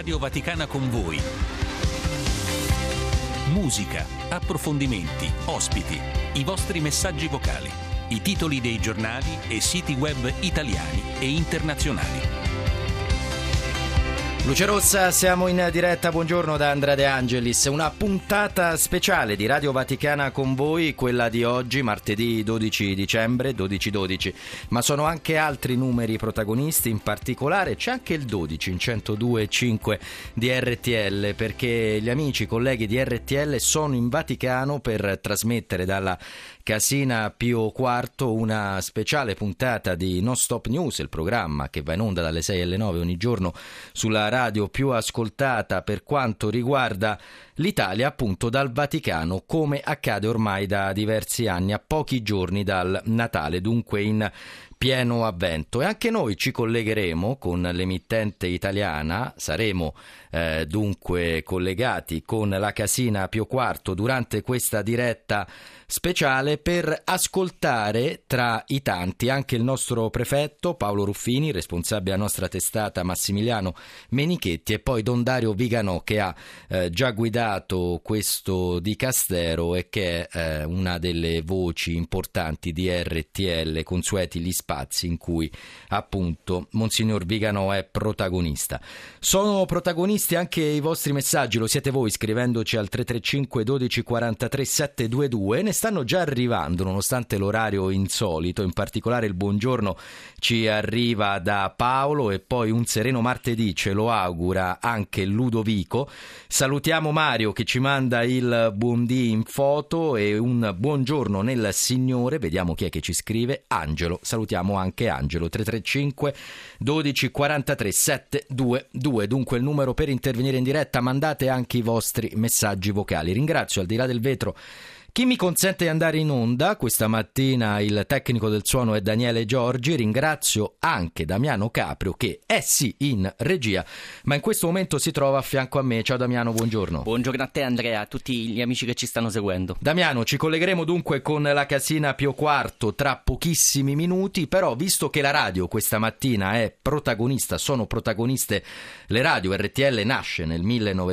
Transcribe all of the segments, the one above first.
Radio Vaticana con voi. Musica, approfondimenti, ospiti, i vostri messaggi vocali, i titoli dei giornali e siti web italiani e internazionali. Luce Rossa, siamo in diretta, buongiorno da Andrea De Angelis, una puntata speciale di Radio Vaticana con voi, quella di oggi, martedì 12 dicembre, 12:12, ma sono anche altri numeri protagonisti, in particolare c'è anche il 12 in 102.5 di RTL, perché gli amici, colleghi di RTL sono in Vaticano per trasmettere dalla Casina Pio IV una speciale puntata di Non Stop News, il programma che va in onda dalle 6 alle 9 ogni giorno sulla radio più ascoltata per quanto riguarda l'Italia, appunto dal Vaticano, come accade ormai da diversi anni, a pochi giorni dal Natale, dunque in pieno avvento. E anche noi ci collegheremo con l'emittente italiana, saremo dunque collegati con la Casina Pio IV durante questa diretta speciale per ascoltare tra i tanti anche il nostro prefetto Paolo Ruffini, responsabile della nostra testata Massimiliano Menichetti, e poi Don Dario Viganò, che ha già guidato questo dicastero e che è una delle voci importanti di RTL, consueti gli spazi in cui appunto Monsignor Viganò è protagonista. Sono protagonisti anche i vostri messaggi, lo siete voi scrivendoci al 335 12 43 722, ne stanno già arrivando nonostante l'orario insolito, in particolare il buongiorno ci arriva da Paolo e poi un sereno martedì ce lo augura anche Ludovico. Salutiamo Mario che ci manda il buondì in foto e un buongiorno nel Signore, vediamo chi è che ci scrive, Angelo, salutiamo anche Angelo, 335 12 43 722, dunque il numero per intervenire in diretta, mandate anche i vostri messaggi vocali. Ringrazio al di là del vetro chi mi consente di andare in onda questa mattina, il tecnico del suono è Daniele Giorgi, ringrazio anche Damiano Caprio che è sì in regia ma in questo momento si trova a fianco a me. Ciao Damiano, buongiorno. Buongiorno a te Andrea, a tutti gli amici che ci stanno seguendo. Damiano, ci collegheremo dunque con la Casina Pio IV tra pochissimi minuti, però visto che la radio questa mattina è protagonista, sono protagoniste le radio, RTL nasce nel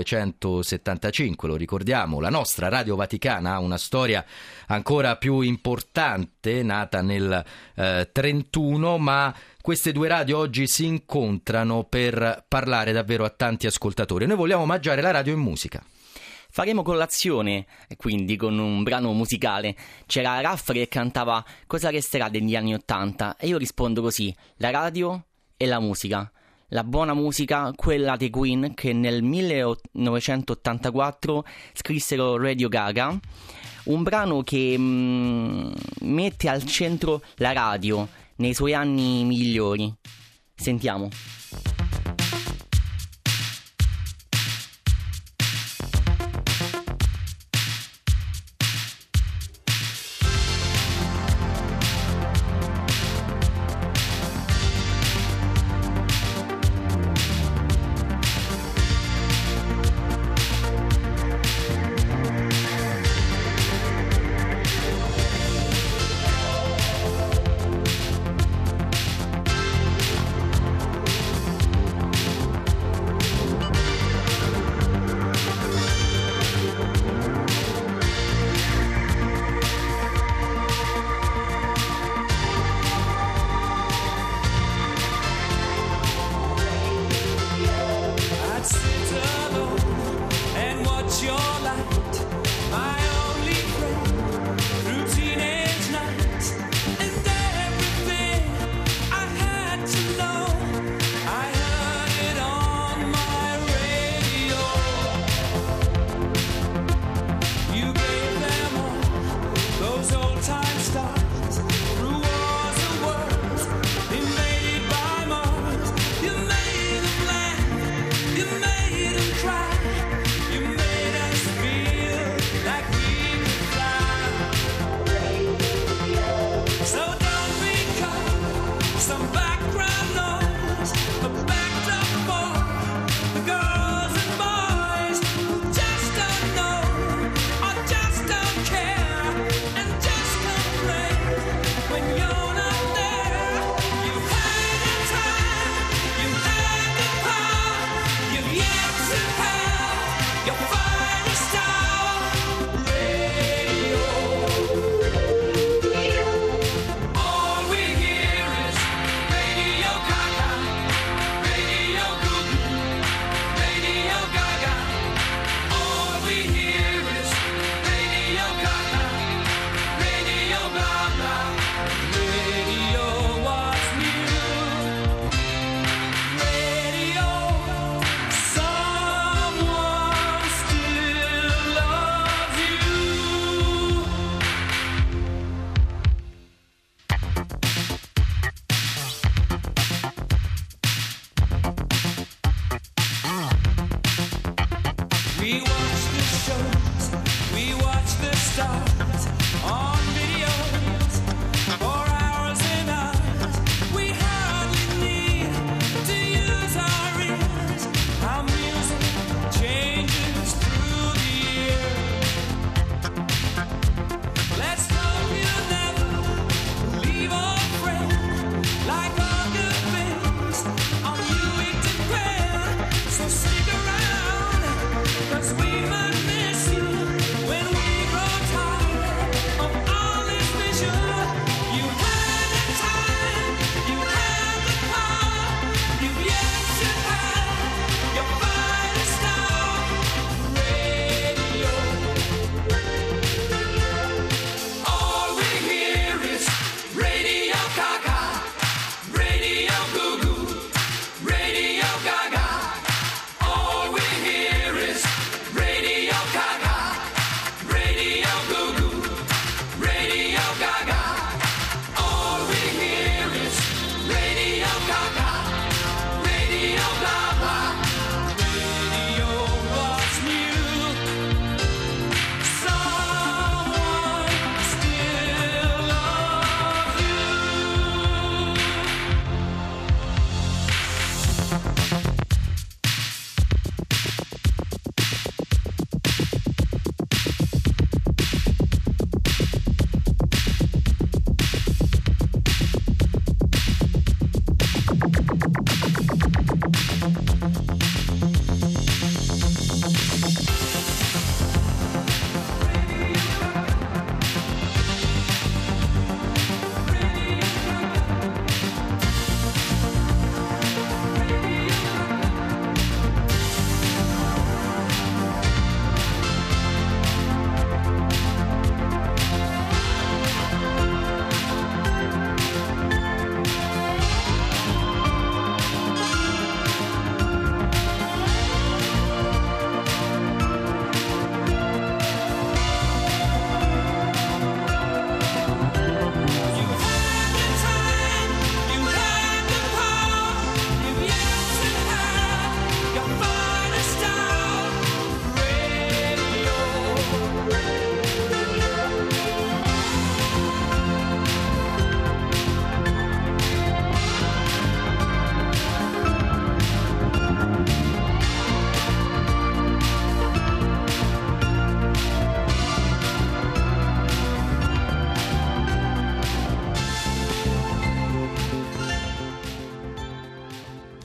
1975, lo ricordiamo, la nostra Radio Vaticana ha una storia ancora più importante, nata nel 31, ma queste due radio oggi si incontrano per parlare davvero a tanti ascoltatori. Noi vogliamo omaggiare la radio in musica. Faremo colazione quindi con un brano musicale. C'era Raffari che cantava Cosa resterà degli anni '80 e io rispondo così: la radio e la musica. La buona musica, quella dei Queen, che nel 1984 scrissero Radio Gaga, un brano che mette al centro la radio nei suoi anni migliori. Sentiamo.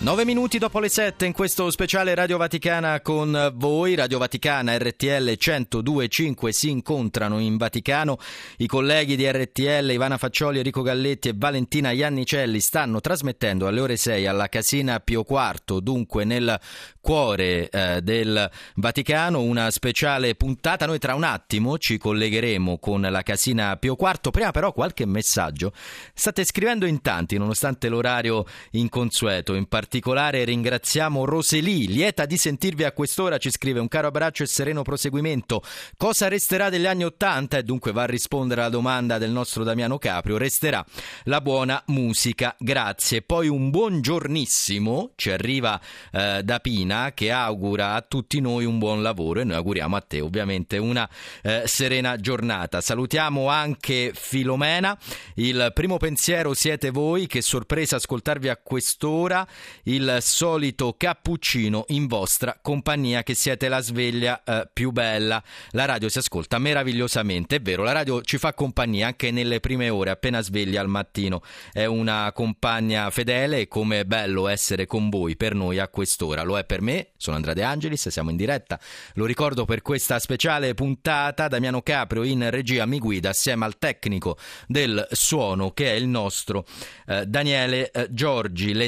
9 minuti dopo le 7 in questo speciale Radio Vaticana con voi. Radio Vaticana RTL 102.5 si incontrano in Vaticano. I colleghi di RTL Ivana Faccioli, Enrico Galletti e Valentina Iannicelli stanno trasmettendo alle ore 6 alla Casina Pio IV, dunque nel cuore del Vaticano, una speciale puntata. Noi tra un attimo ci collegheremo con la Casina Pio IV. Prima però qualche messaggio. State scrivendo in tanti nonostante l'orario inconsueto. In particolare ringraziamo Roselì, lieta di sentirvi a quest'ora, ci scrive: un caro abbraccio e sereno proseguimento. Cosa resterà degli anni '80? E dunque va a rispondere alla domanda del nostro Damiano Caprio. Resterà la buona musica, grazie. Poi un buongiornissimo ci arriva da Pina, che augura a tutti noi un buon lavoro, e noi auguriamo a te ovviamente una serena giornata. Salutiamo anche Filomena. Il primo pensiero siete voi, che sorpresa ascoltarvi a quest'ora, il solito cappuccino in vostra compagnia, che siete la sveglia più bella. La radio si ascolta meravigliosamente, è vero, la radio ci fa compagnia anche nelle prime ore appena sveglia al mattino, è una compagna fedele, e come è bello essere con voi per noi a quest'ora. Lo è per me, sono Andrea De Angelis, siamo in diretta, lo ricordo, per questa speciale puntata. Damiano Caprio in regia mi guida assieme al tecnico del suono, che è il nostro Daniele Giorgi. Le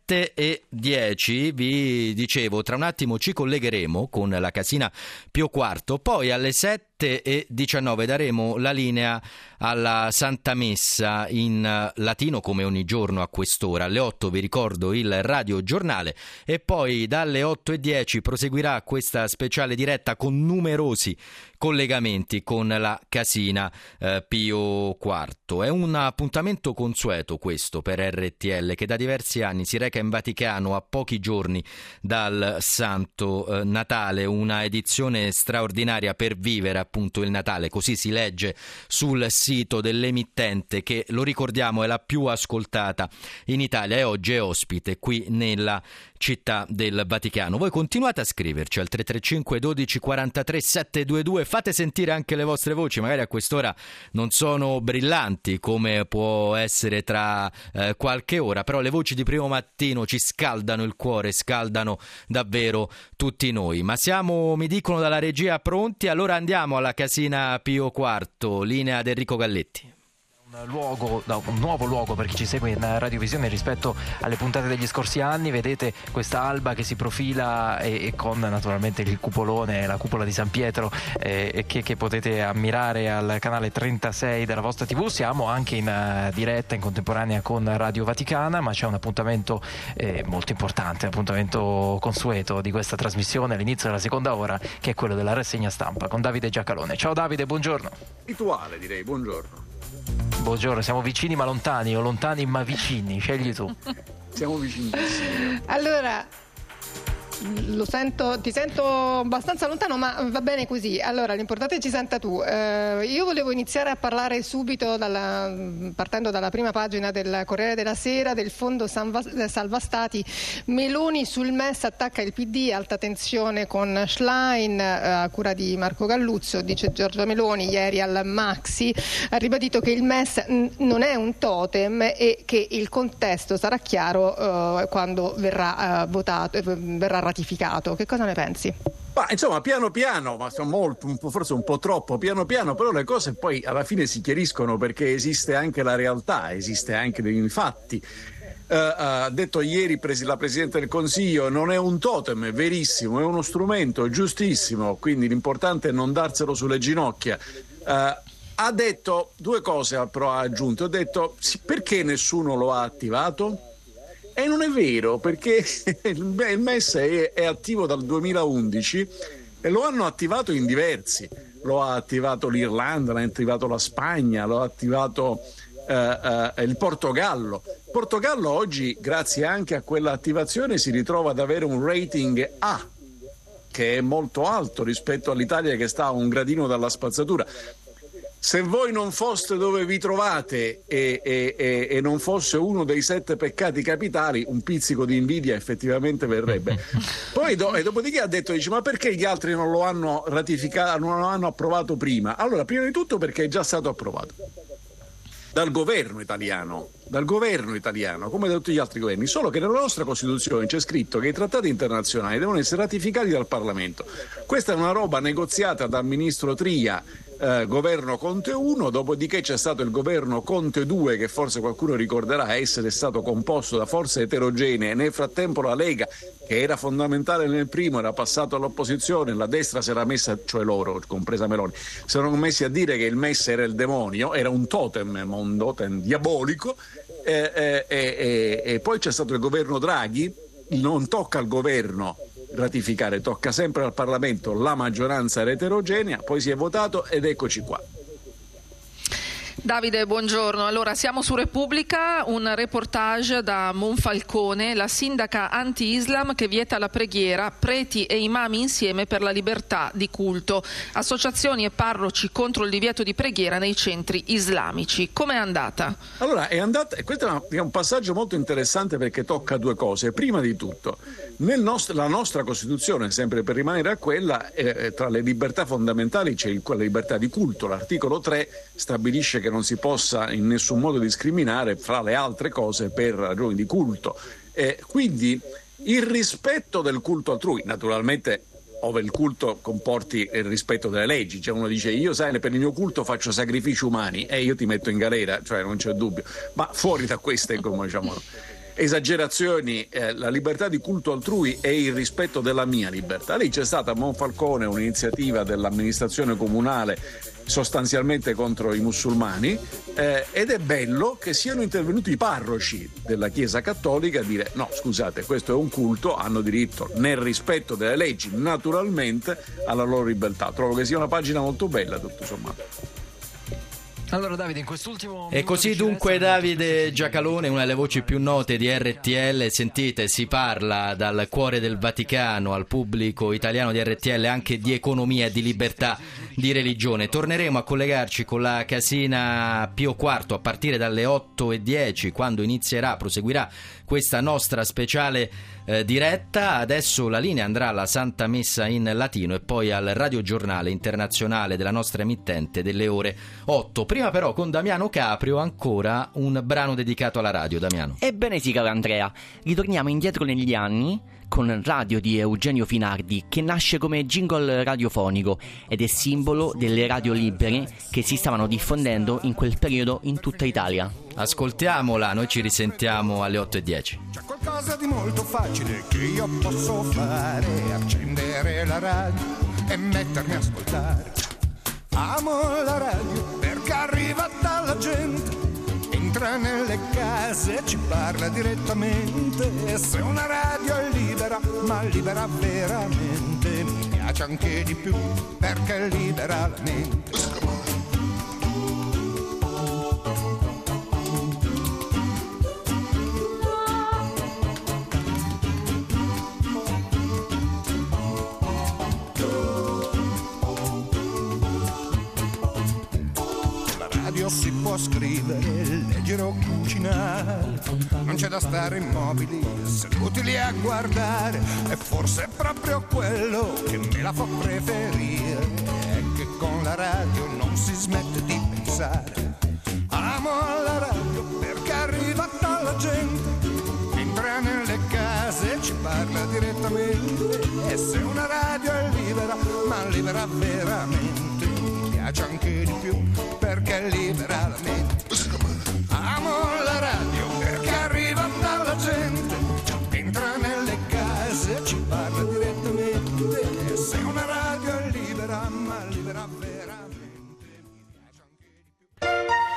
7:10, vi dicevo, tra un attimo ci collegheremo con la Casina Pio IV, poi alle 7:19 daremo la linea alla Santa Messa in latino, come ogni giorno a quest'ora. Alle 8 vi ricordo il Radio Giornale, e poi dalle 8:10 proseguirà questa speciale diretta con numerosi collegamenti con la Casina Pio IV. È un appuntamento consueto questo per RTL, che da diversi anni si reca in Vaticano a pochi giorni dal Santo Natale, una edizione straordinaria per vivere appunto il Natale, così si legge sul sito dell'emittente, che, lo ricordiamo, è la più ascoltata in Italia, e oggi è ospite qui nella città del Vaticano. Voi continuate a scriverci al 335 12 43 722, fate sentire anche le vostre voci, magari a quest'ora non sono brillanti come può essere tra qualche ora, però le voci di primo mattino ci scaldano il cuore, scaldano davvero tutti noi. Ma siamo, mi dicono dalla regia, pronti? Allora andiamo alla Casina Pio IV, linea ad Enrico Galletti. Un nuovo luogo per chi ci segue in radiovisione rispetto alle puntate degli scorsi anni. Vedete questa alba che si profila, e con naturalmente il cupolone, la cupola di San Pietro, che potete ammirare al canale 36 della vostra TV. Siamo anche in diretta in contemporanea con Radio Vaticana, ma c'è un appuntamento molto importante, un appuntamento consueto di questa trasmissione all'inizio della seconda ora, che è quello della rassegna stampa con Davide Giacalone. Ciao Davide, buongiorno. Rituale, direi, buongiorno. Buongiorno, siamo vicini ma lontani, o lontani ma vicini, scegli tu. Siamo vicinissimi. Allora, ti sento abbastanza lontano, ma va bene così. Allora, l'importante è che ci senta tu. Io volevo iniziare a parlare subito partendo dalla prima pagina del Corriere della Sera, del fondo Salva Stati. Meloni sul MES attacca il PD, alta tensione con Schlein, a cura di Marco Galluzzo. Dice Giorgia Meloni ieri al Maxi, ha ribadito che il MES non è un totem e che il contesto sarà chiaro quando verrà votato, verrà ratificato. Che cosa ne pensi? Ma insomma, piano piano, ma forse un po' troppo piano piano, però le cose poi alla fine si chiariscono, perché esiste anche la realtà, esiste anche dei fatti. Ha detto ieri la Presidente del Consiglio, non è un totem, è verissimo, è uno strumento giustissimo, quindi l'importante è non darselo sulle ginocchia. Ha detto due cose, però ha aggiunto, ha detto perché nessuno lo ha attivato? E non è vero, perché il MES è attivo dal 2011 e lo hanno attivato in diversi. Lo ha attivato l'Irlanda, l'ha attivato la Spagna, lo ha attivato il Portogallo. Portogallo oggi, grazie anche a quella attivazione, si ritrova ad avere un rating A, che è molto alto rispetto all'Italia, che sta a un gradino dalla spazzatura. Se voi non foste dove vi trovate e non fosse uno dei 7 peccati capitali, un pizzico di invidia effettivamente verrebbe. Poi dopodiché ha detto, ma perché gli altri non lo hanno ratificato, non lo hanno approvato prima? Allora, prima di tutto perché è già stato approvato. dal governo italiano, come da tutti gli altri governi, solo che nella nostra Costituzione c'è scritto che i trattati internazionali devono essere ratificati dal Parlamento. Questa è una roba negoziata dal ministro Tria, governo Conte 1, dopodiché c'è stato il governo Conte 2, che forse qualcuno ricorderà essere stato composto da forze eterogenee. Nel frattempo la Lega, che era fondamentale nel primo, era passato all'opposizione, la destra si era messa, cioè loro, compresa Meloni, si erano messi a dire che il MES era il demonio, era un un totem diabolico, e poi c'è stato il governo Draghi. Non tocca al governo ratificare, tocca sempre al Parlamento, la maggioranza era eterogenea, poi si è votato ed eccoci qua. Davide, buongiorno. Allora, siamo su Repubblica, un reportage da Monfalcone, la sindaca anti-Islam che vieta la preghiera, preti e imami insieme per la libertà di culto, associazioni e parroci contro il divieto di preghiera nei centri islamici. Com'è andata? Allora, è andata, questo è un passaggio molto interessante perché tocca due cose. Prima di tutto, la nostra Costituzione, sempre per rimanere a quella, tra le libertà fondamentali c'è la libertà di culto. L'articolo 3 stabilisce che non si possa in nessun modo discriminare fra le altre cose per ragioni di culto. Quindi il rispetto del culto altrui, naturalmente ove il culto comporti il rispetto delle leggi, cioè uno dice io sai per il mio culto faccio sacrifici umani e io ti metto in galera, cioè non c'è dubbio, ma fuori da queste come diciamo esagerazioni, la libertà di culto altrui e il rispetto della mia libertà. Lì c'è stata a Monfalcone un'iniziativa dell'amministrazione comunale sostanzialmente contro i musulmani, ed è bello che siano intervenuti i parroci della Chiesa Cattolica a dire no, scusate, questo è un culto, hanno diritto nel rispetto delle leggi naturalmente alla loro libertà. Trovo che sia una pagina molto bella tutto sommato. Allora Davide, in quest'ultimo e così dunque Davide Giacalone, una delle voci più note di RTL. Sentite, si parla dal cuore del Vaticano al pubblico italiano di RTL anche di economia, di libertà, di religione. Torneremo a collegarci con la casina Pio IV a partire dalle 8:10 quando proseguirà questa nostra speciale diretta. Adesso la linea andrà alla Santa Messa in latino e poi al radiogiornale internazionale della nostra emittente delle ore 8. Prima però con Damiano Caprio ancora un brano dedicato alla radio. Damiano. Ebbene sì, caro Andrea, ritorniamo indietro negli anni con Radio di Eugenio Finardi, che nasce come jingle radiofonico ed è simbolo delle radio libere che si stavano diffondendo in quel periodo in tutta Italia. Ascoltiamola, noi ci risentiamo alle 8:10. C'è qualcosa di molto facile che io posso fare: accendere la radio e mettermi a ascoltare. Amo la radio perché arriva dalla gente, entra nelle case e ci parla direttamente. E se una radio è libera, ma libera veramente, mi piace anche di più perché libera la mente. Si può scrivere, leggere o cucinare, non c'è da stare immobili seduti lì a guardare. E forse è proprio quello che me la fa preferire, è che con la radio non si smette di pensare. Amo la radio perché arriva dalla gente, entra nelle case e ci parla direttamente. E se una radio è libera, ma libera veramente, mi piace anche di più perché libera la mente. Amo la radio perché arriva dalla gente, entra nelle case e ci parla direttamente. E se una radio è libera, ma libera veramente, mi piace anche di più.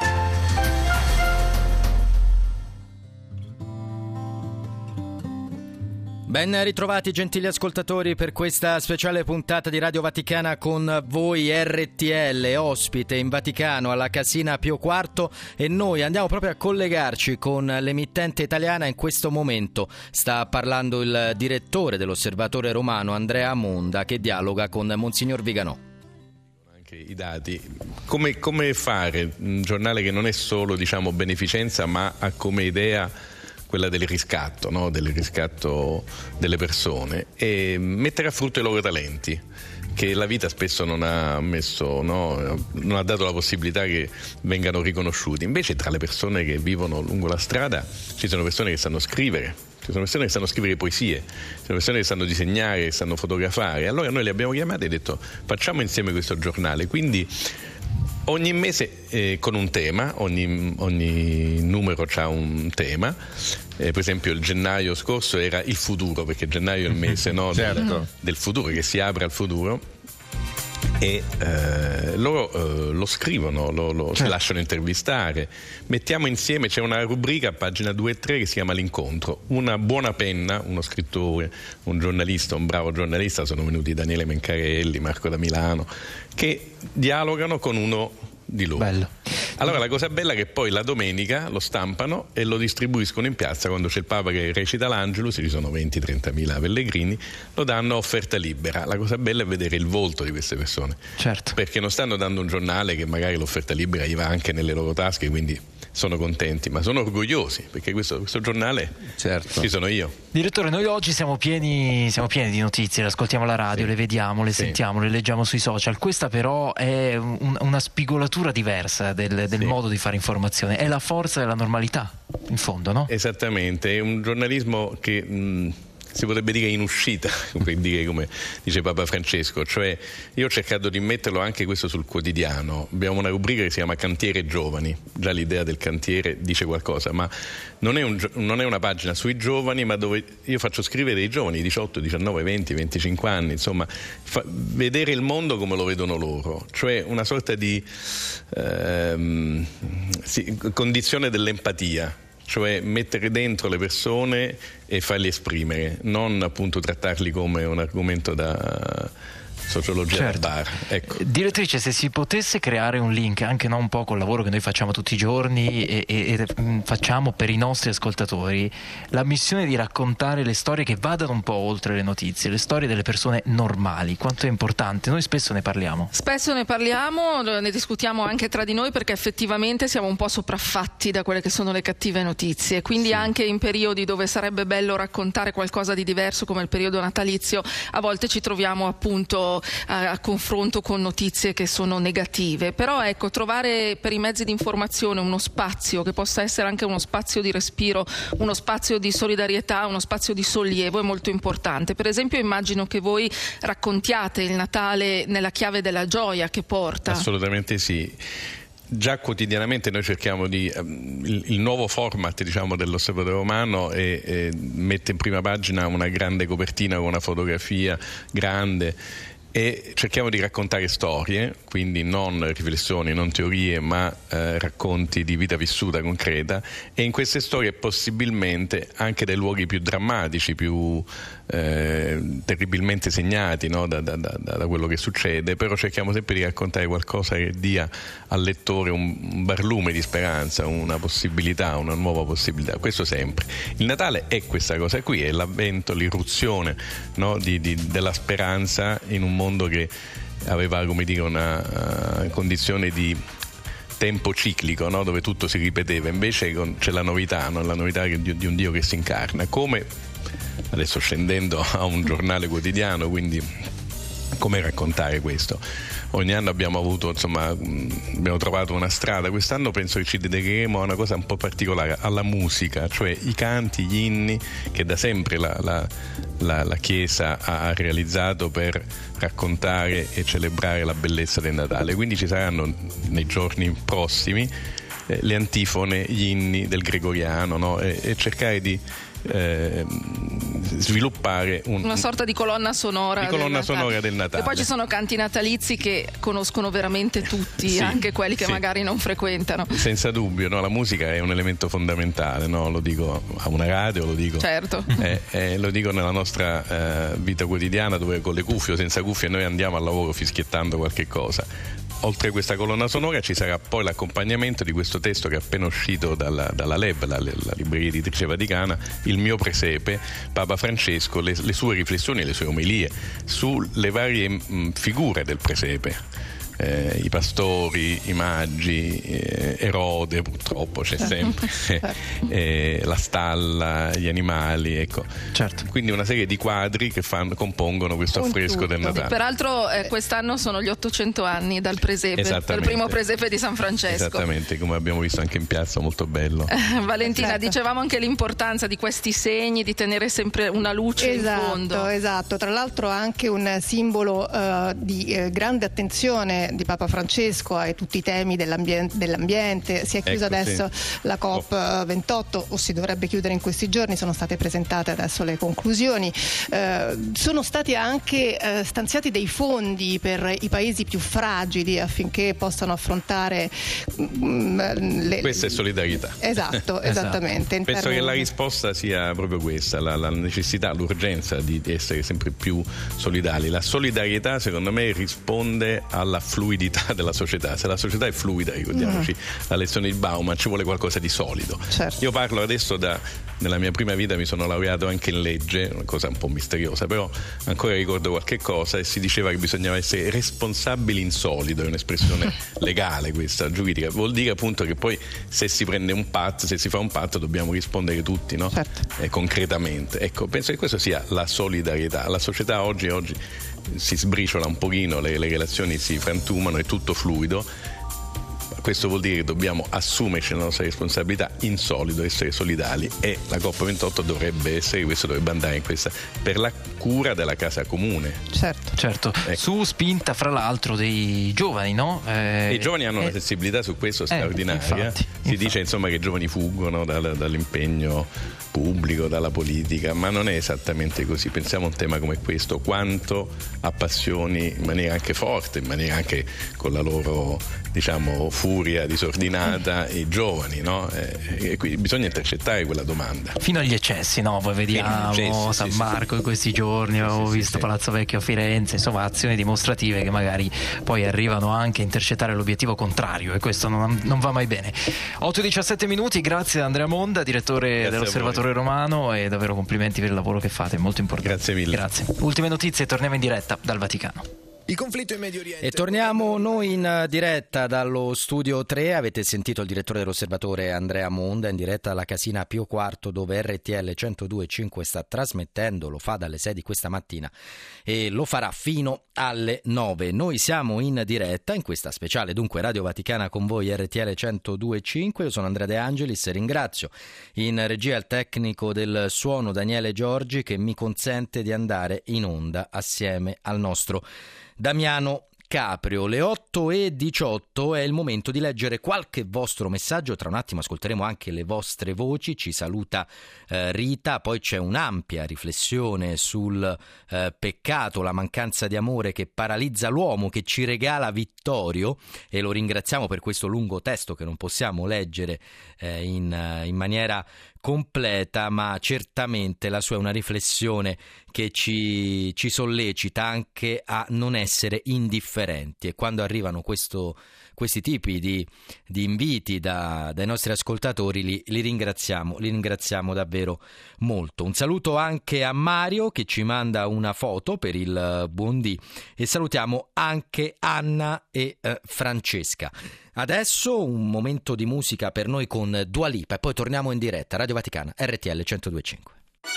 Ben ritrovati gentili ascoltatori per questa speciale puntata di Radio Vaticana con voi. RTL ospite in Vaticano alla casina Pio IV e noi andiamo proprio a collegarci con l'emittente italiana. In questo momento sta parlando il direttore dell'Osservatore Romano Andrea Monda, che dialoga con Monsignor Viganò. Anche i dati, come fare un giornale che non è solo beneficenza, ma ha come idea quella del riscatto, no? Del riscatto delle persone, e mettere a frutto i loro talenti, che la vita spesso non ha messo, no? Non ha dato la possibilità che vengano riconosciuti. Invece tra le persone che vivono lungo la strada ci sono persone che sanno scrivere, ci sono persone che sanno scrivere poesie, ci sono persone che sanno disegnare, che sanno fotografare. Allora noi li abbiamo chiamati e detto: facciamo insieme questo giornale. Quindi ogni mese con un tema, ogni numero ha un tema. Per esempio il gennaio scorso era il futuro, perché gennaio è il mese, no, certo, del futuro, che si apre al futuro. E loro lo scrivono, si lasciano intervistare, mettiamo insieme, c'è una rubrica a pagina 2 e 3 che si chiama l'incontro. Una buona penna, uno scrittore, un giornalista, un bravo giornalista, sono venuti Daniele Mencarelli, Marco da Milano, che dialogano con uno di loro. Bello. Allora la cosa bella è che poi la domenica lo stampano e lo distribuiscono in piazza quando c'è il Papa che recita l'Angelus, ci sono 20-30 mila pellegrini, lo danno a offerta libera. La cosa bella è vedere il volto di queste persone, certo, perché non stanno dando un giornale che magari l'offerta libera gli va anche nelle loro tasche, quindi sono contenti, ma sono orgogliosi perché questo giornale, certo, ci sono io. Direttore, noi oggi siamo pieni di notizie, le ascoltiamo alla radio, sì, le vediamo, le sì, sentiamo, le leggiamo sui social. Questa però è una spigolatura diversa del sì, modo di fare informazione, è la forza della normalità, in fondo, no? Esattamente, è un giornalismo che si potrebbe dire in uscita, come dice Papa Francesco, cioè io ho cercato di metterlo anche questo sul quotidiano. Abbiamo una rubrica che si chiama Cantiere Giovani, già l'idea del cantiere dice qualcosa, ma non è una pagina sui giovani, ma dove io faccio scrivere dei giovani, 18, 19, 20, 25 anni, insomma, vedere il mondo come lo vedono loro, cioè una sorta di condizione dell'empatia, cioè mettere dentro le persone e farli esprimere, non appunto trattarli come un argomento da sociologia, certo, da bar. Ecco. Direttrice, se si potesse creare un link, anche un po' col lavoro che noi facciamo tutti i giorni e facciamo per i nostri ascoltatori, la missione di raccontare le storie che vadano un po' oltre le notizie, le storie delle persone normali, quanto è importante? Noi spesso ne parliamo, ne discutiamo anche tra di noi, perché effettivamente siamo un po' sopraffatti da quelle che sono le cattive notizie, quindi sì, anche in periodi dove sarebbe bello raccontare qualcosa di diverso come il periodo natalizio, a volte ci troviamo appunto a confronto con notizie che sono negative. Però ecco, trovare per i mezzi di informazione uno spazio che possa essere anche uno spazio di respiro, uno spazio di solidarietà, uno spazio di sollievo è molto importante. Per esempio immagino che voi raccontiate il Natale nella chiave della gioia che porta. Assolutamente sì. Già quotidianamente noi cerchiamo il nuovo format, diciamo, dell'Osservatore Romano mette in prima pagina una grande copertina con una fotografia grande e cerchiamo di raccontare storie, quindi non riflessioni, non teorie, ma racconti di vita vissuta concreta, e in queste storie possibilmente anche dai luoghi più drammatici, più terribilmente segnati, no? da quello che succede, però cerchiamo sempre di raccontare qualcosa che dia al lettore un barlume di speranza, una possibilità, una nuova possibilità. Questo sempre. Il Natale è questa cosa qui, è l'avvento, l'irruzione, no? della speranza in un mondo che aveva, come dire, una condizione di tempo ciclico, no? Dove tutto si ripeteva. Invece c'è la novità, no? La novità di un Dio che si incarna. Come adesso, scendendo a un giornale quotidiano, quindi come raccontare questo? Ogni anno abbiamo trovato una strada. Quest'anno penso che ci dedicheremo a una cosa un po' particolare, alla musica, cioè i canti, gli inni che da sempre la Chiesa ha realizzato per raccontare e celebrare la bellezza del Natale. Quindi ci saranno nei giorni prossimi le antifone, gli inni del gregoriano, no? e cercare di sviluppare una sorta di colonna sonora del Natale. E poi ci sono canti natalizi che conoscono veramente tutti, sì, anche quelli che sì, magari non frequentano. Senza dubbio, no? La musica è un elemento fondamentale, no? Lo dico a una radio, lo dico, certo, lo dico nella nostra vita quotidiana, dove con le cuffie o senza cuffie noi andiamo al lavoro fischiettando qualche cosa. Oltre a questa colonna sonora ci sarà poi l'accompagnamento di questo testo che è appena uscito dalla LEB, la libreria editrice vaticana, Il mio presepe, Papa Francesco, le sue riflessioni e le sue omelie sulle varie figure del presepe. i pastori, i magi, Erode purtroppo c'è sempre, la stalla, gli animali, ecco. Certo. Quindi una serie di quadri che compongono questo affresco del Natale. Peraltro quest'anno sono gli 800 anni dal presepe, dal primo presepe di San Francesco. Esattamente, come abbiamo visto anche in piazza, molto bello. Valentina, certo. Dicevamo anche l'importanza di questi segni, di tenere sempre una luce in fondo. Esatto, tra l'altro anche un simbolo di grande attenzione di Papa Francesco a tutti i temi dell'ambiente. Si è chiusa adesso la COP28, o si dovrebbe chiudere in questi giorni, sono state presentate adesso le conclusioni. Sono stati anche stanziati dei fondi per i paesi più fragili affinché possano affrontare questa è solidarietà. Esatto, esattamente. Penso che la risposta sia proprio questa, la necessità, l'urgenza di essere sempre più solidali. La solidarietà, secondo me, risponde alla fluidità della società. Se la società è fluida, ricordiamoci la lezione di Bauman, ci vuole qualcosa di solido. Certo. Io parlo adesso nella mia prima vita mi sono laureato anche in legge, una cosa un po' misteriosa, però ancora ricordo qualche cosa, e si diceva che bisognava essere responsabili in solido, è un'espressione legale questa, giuridica, vuol dire appunto che poi se si prende un patto, se si fa un patto dobbiamo rispondere tutti, no? Certo. Concretamente. Ecco, penso che questo sia la solidarietà. La società oggi si sbriciola un pochino, le relazioni si frantumano, è tutto fluido. Questo vuol dire che dobbiamo assumerci la nostra responsabilità in solido, essere solidali, e la COP28 dovrebbe essere questo, dovrebbe andare in questa, per la cura della casa comune. Certo. Ecco. Su spinta fra l'altro dei giovani, no? I giovani hanno una sensibilità su questo straordinaria. Si dice insomma che i giovani fuggono dall'impegno pubblico, dalla politica, ma non è esattamente così. Pensiamo a un tema come questo, quanto appassioni in maniera anche forte, in maniera anche con la loro, diciamo, furia disordinata i giovani, no? E quindi bisogna intercettare quella domanda. Fino agli eccessi, no? Poi vediamo San Marco in questi giorni, ho visto Palazzo Vecchio a Firenze, insomma azioni dimostrative che magari poi arrivano anche a intercettare l'obiettivo contrario, e questo non va mai bene. 8:17 minuti, grazie a Andrea Monda, direttore dell'Osservatore Romano, e davvero complimenti per il lavoro che fate, è molto importante. Grazie mille. Grazie. Ultime notizie, torniamo in diretta dal Vaticano. Il conflitto in Medio Oriente. E torniamo noi in diretta dallo studio 3. Avete sentito il direttore dell'Osservatore Andrea Monda in diretta dalla casina Pio IV, dove RTL 102.5 sta trasmettendo, lo fa dalle 6 di questa mattina e lo farà fino alle 9. Noi siamo in diretta in questa speciale, dunque, Radio Vaticana con voi, RTL 102.5. Io sono Andrea De Angelis, ringrazio in regia il tecnico del suono Daniele Giorgi, che mi consente di andare in onda assieme al nostro Damiano Caprio. Le 8:18 è il momento di leggere qualche vostro messaggio. Tra un attimo ascolteremo anche le vostre voci. Ci saluta Rita, poi c'è un'ampia riflessione sul peccato, la mancanza di amore che paralizza l'uomo, che ci regala Vittorio, e lo ringraziamo per questo lungo testo che non possiamo leggere in maniera completa, ma certamente la sua è una riflessione che ci sollecita anche a non essere indifferenti, e quando arrivano questi tipi di inviti dai nostri ascoltatori li ringraziamo davvero molto. Un saluto anche a Mario, che ci manda una foto per il buondì, e salutiamo anche Anna e Francesca. Adesso un momento di musica per noi con Dua Lipa e poi torniamo in diretta. Radio Vaticana, RTL 102.5.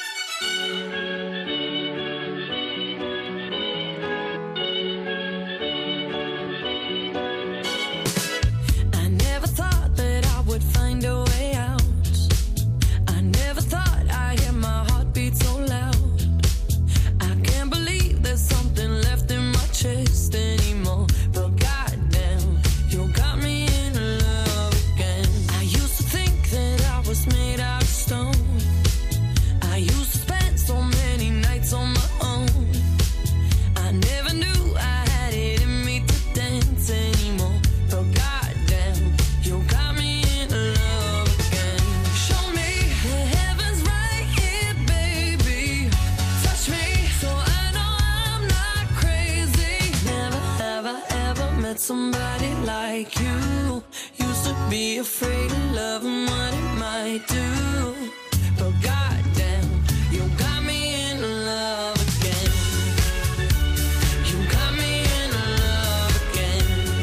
Somebody like you used to be afraid of love and what it might do, but goddamn, you got me in love again. You got me in love again.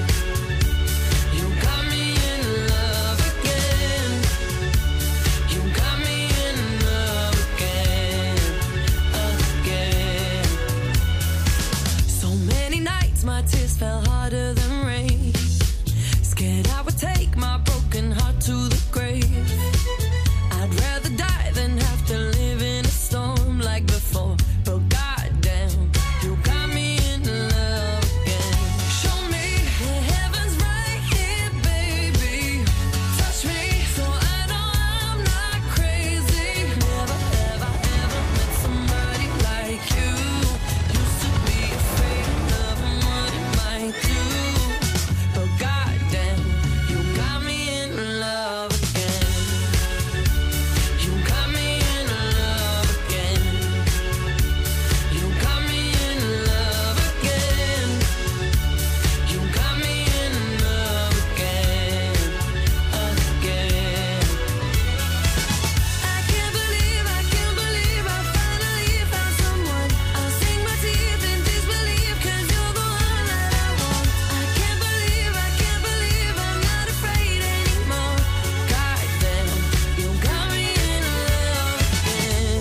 Scared I would take my broken heart to the grave. I'd rather die than have to live in a storm like before. But goddamn, you got me in love again. Show me the heavens right here, baby. Touch me so I know I'm not crazy. Never, ever, ever met somebody like you. Used to be afraid of love and what it might do. But goddamn, you got me in love again. You got me in love again. You got me in love again. You got me in love again, again. I can't believe I finally found someone. I'll sink my teeth in disbelief 'cause you're the one that I want. I can't believe I'm not afraid anymore. Goddamn, you got me in love again.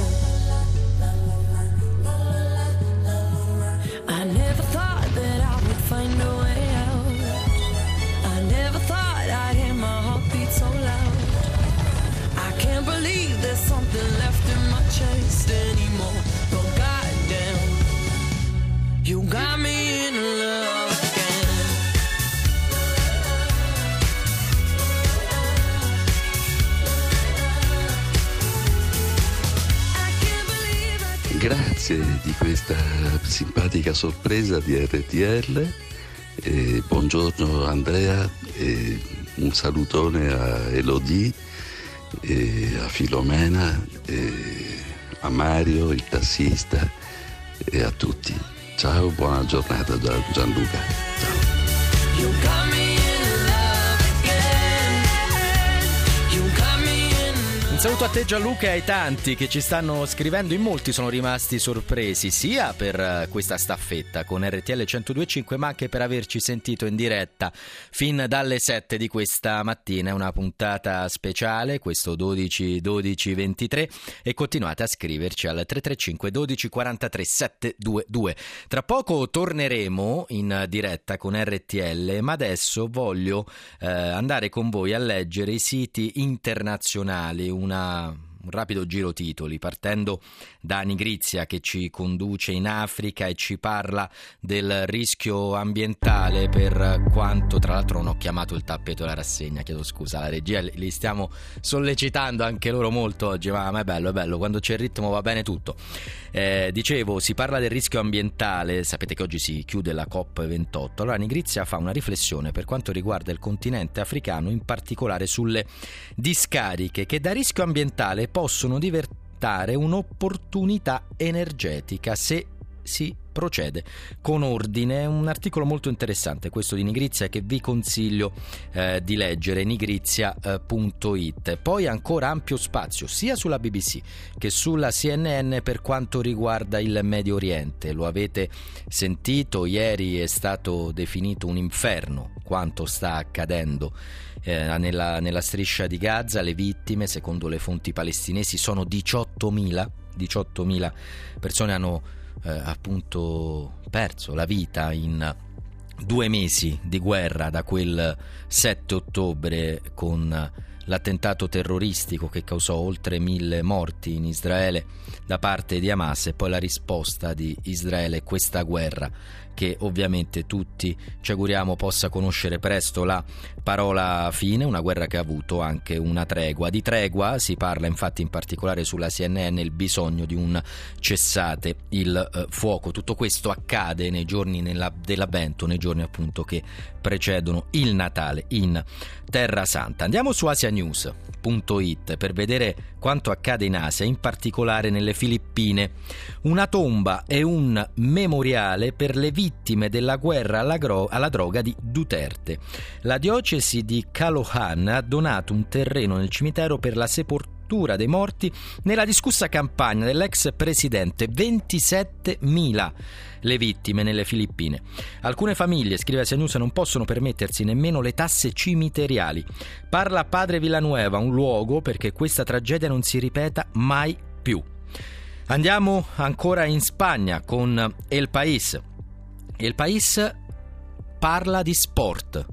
I never thought that I would find a way out. I never thought I'd hear my heartbeat so loud. I can't believe there's something left in my chest anymore. But goddamn, you got me in love again. I can't believe Grazie di questa simpatica sorpresa di RTL. Buongiorno Andrea, un salutone a Elodie, a Filomena, a Mario, il tassista, e a tutti. Ciao, buona giornata da Gianluca. Ciao. you got me in love again. You got me in. Un saluto a te Gianluca e ai tanti che ci stanno scrivendo. In molti sono rimasti sorpresi sia per questa staffetta con RTL 102.5 ma anche per averci sentito in diretta fin dalle 7 di questa mattina. È una puntata speciale, questo 12-23, e continuate a scriverci al 335 12 43 722. Tra poco torneremo in diretta con RTL, ma adesso voglio andare con voi a leggere i siti internazionali, un rapido giro titoli, partendo da Nigrizia che ci conduce in Africa e ci parla del rischio ambientale, per quanto tra l'altro non ho chiamato il tappeto della rassegna, chiedo scusa alla regia, li stiamo sollecitando anche loro molto oggi, ma è bello, quando c'è il ritmo va bene tutto. Dicevo, si parla del rischio ambientale, sapete che oggi si chiude la COP28, allora Nigrizia fa una riflessione per quanto riguarda il continente africano, in particolare sulle discariche che da rischio ambientale possono diventare un'opportunità energetica se si procede con ordine. Un articolo molto interessante questo di Nigrizia che vi consiglio di leggere, nigrizia.it. Poi ancora ampio spazio sia sulla BBC che sulla CNN per quanto riguarda il Medio Oriente. Lo avete sentito, ieri è stato definito un inferno quanto sta accadendo nella striscia di Gaza. Le vittime, secondo le fonti palestinesi, sono 18.000 persone hanno appunto perso la vita in 2 mesi di guerra, da quel 7 ottobre con l'attentato terroristico che causò oltre 1.000 morti in Israele da parte di Hamas, e poi la risposta di Israele, questa guerra che ovviamente tutti ci auguriamo possa conoscere presto la parola fine, una guerra che ha avuto anche una tregua. Di tregua si parla infatti in particolare sulla CNN, il bisogno di un cessate il fuoco. Tutto questo accade nei giorni dell'Avvento, nei giorni appunto che precedono il Natale in Terra Santa. Andiamo su asianews.it per vedere quanto accade in Asia, in particolare nelle Filippine. Una tomba e un memoriale per le vittime della guerra alla droga di Duterte. La diocesi di Caloocan ha donato un terreno nel cimitero per la sepoltura dei morti nella discussa campagna dell'ex presidente. 27.000 le vittime nelle Filippine. Alcune famiglie, scrive Asia News, non possono permettersi nemmeno le tasse cimiteriali. Parla Padre Villanueva, un luogo perché questa tragedia non si ripeta mai più. Andiamo ancora in Spagna con El País. El País parla di sport.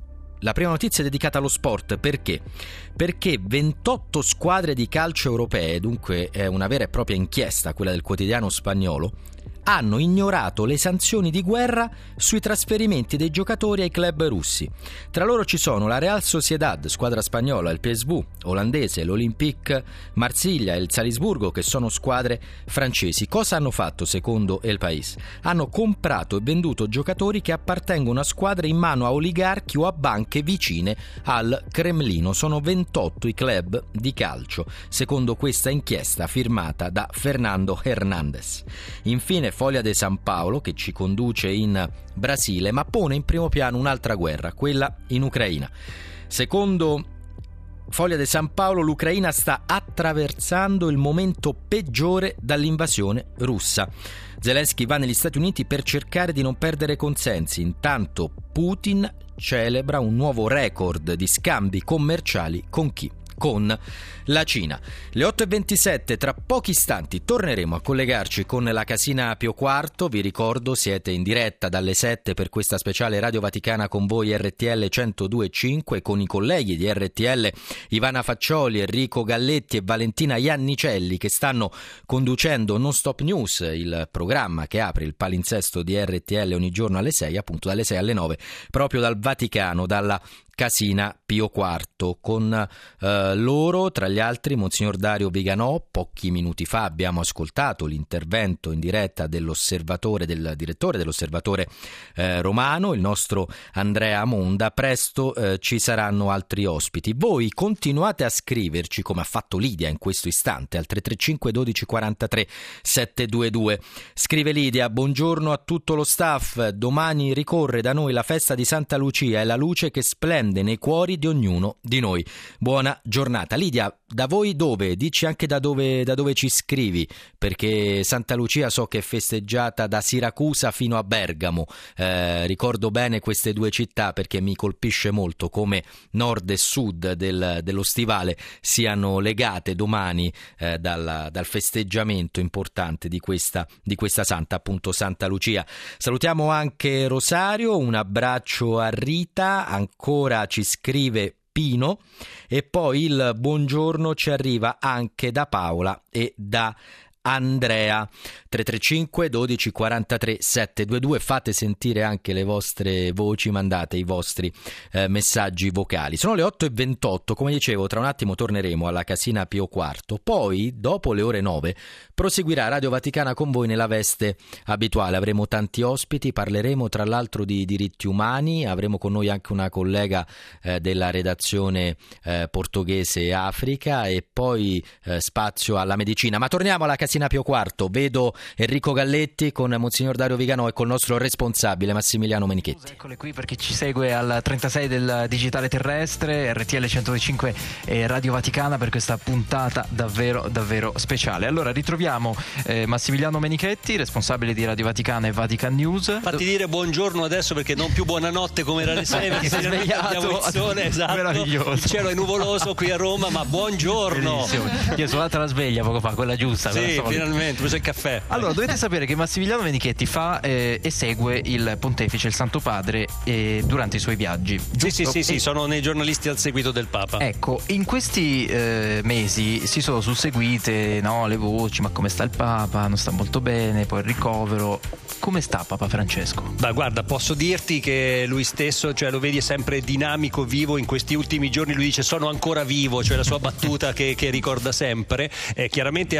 La prima notizia è dedicata allo sport. Perché? Perché 28 squadre di calcio europee, dunque è una vera e propria inchiesta quella del quotidiano spagnolo, hanno ignorato le sanzioni di guerra sui trasferimenti dei giocatori ai club russi. Tra loro ci sono la Real Sociedad, squadra spagnola, il PSV olandese, l'Olympique Marsiglia e il Salisburgo, che sono squadre francesi. Cosa hanno fatto secondo El País? Hanno comprato e venduto giocatori che appartengono a squadre in mano a oligarchi o a banche vicine al Cremlino. Sono 28 i club di calcio, secondo questa inchiesta firmata da Fernando Hernández. Infine Foglia de San Paolo, che ci conduce in Brasile, ma pone in primo piano un'altra guerra, quella in Ucraina. Secondo Foglia de San Paolo, l'Ucraina sta attraversando il momento peggiore dall'invasione russa. Zelensky va negli Stati Uniti per cercare di non perdere consensi. Intanto Putin celebra un nuovo record di scambi commerciali con chi? Con la Cina. Le 8:27, tra pochi istanti torneremo a collegarci con la casina Pio IV. Vi ricordo, siete in diretta dalle 7 per questa speciale Radio Vaticana con voi RTL 102.5 con i colleghi di RTL Ivana Faccioli, Enrico Galletti e Valentina Iannicelli, che stanno conducendo Non Stop News, il programma che apre il palinsesto di RTL ogni giorno alle 6, appunto dalle 6 alle 9, proprio dal Vaticano, dalla Casina Pio IV. Con loro, tra gli altri, Monsignor Dario Viganò. Pochi minuti fa abbiamo ascoltato l'intervento in diretta del direttore dell'Osservatore Romano, il nostro Andrea Monda. Presto ci saranno altri ospiti. Voi continuate a scriverci, come ha fatto Lidia in questo istante, al 335 12 43 722. Scrive Lidia: buongiorno a tutto lo staff, domani ricorre da noi la festa di Santa Lucia e la luce che splende nei cuori di ognuno di noi. Buona giornata. Lidia, da voi dove? Dici anche da dove ci scrivi, perché Santa Lucia so che è festeggiata da Siracusa fino a Bergamo. Ricordo bene queste due città perché mi colpisce molto come nord e sud dello stivale siano legate domani dal festeggiamento importante di questa santa, appunto Santa Lucia. Salutiamo anche Rosario, un abbraccio a Rita, ancora ci scrive Pino, e poi il buongiorno ci arriva anche da Paola e da Andrea. 335 12 43 722. Fate sentire anche le vostre voci, mandate i vostri messaggi vocali. Sono le 8:28, come dicevo, tra un attimo torneremo alla Casina Pio IV, poi dopo le ore 9 proseguirà Radio Vaticana con voi nella veste abituale. Avremo tanti ospiti, parleremo tra l'altro di diritti umani, avremo con noi anche una collega della redazione portoghese Africa, e poi spazio alla medicina. Ma torniamo alla Casina Pio IV. Vedo Enrico Galletti con Monsignor Dario Viganò e col nostro responsabile Massimiliano Menichetti. Eccole qui per chi ci segue al 36 del digitale terrestre, RTL 105 e Radio Vaticana, per questa puntata davvero davvero speciale. Allora ritroviamo Massimiliano Menichetti, responsabile di Radio Vaticana e Vatican News. Fatti dire buongiorno adesso, perché non più buonanotte come era le 6, perché si è svegliato il sole, esatto. Meraviglioso. Il cielo è nuvoloso qui a Roma, ma buongiorno. Bellissimo. Io sono andata alla sveglia poco fa, quella giusta. Sì, finalmente, preso il caffè. Allora, dovete sapere che Massimiliano Menichetti fa e segue il Pontefice, il Santo Padre, durante i suoi viaggi. Sì, sono nei giornalisti al seguito del Papa. Ecco, in questi mesi si sono susseguite le voci, ma come sta il Papa? Non sta molto bene, poi il ricovero. Come sta Papa Francesco? Beh, guarda, posso dirti che lui stesso, cioè lo vedi sempre dinamico, vivo. In questi ultimi giorni lui dice sono ancora vivo, cioè la sua battuta che ricorda sempre. Chiaramente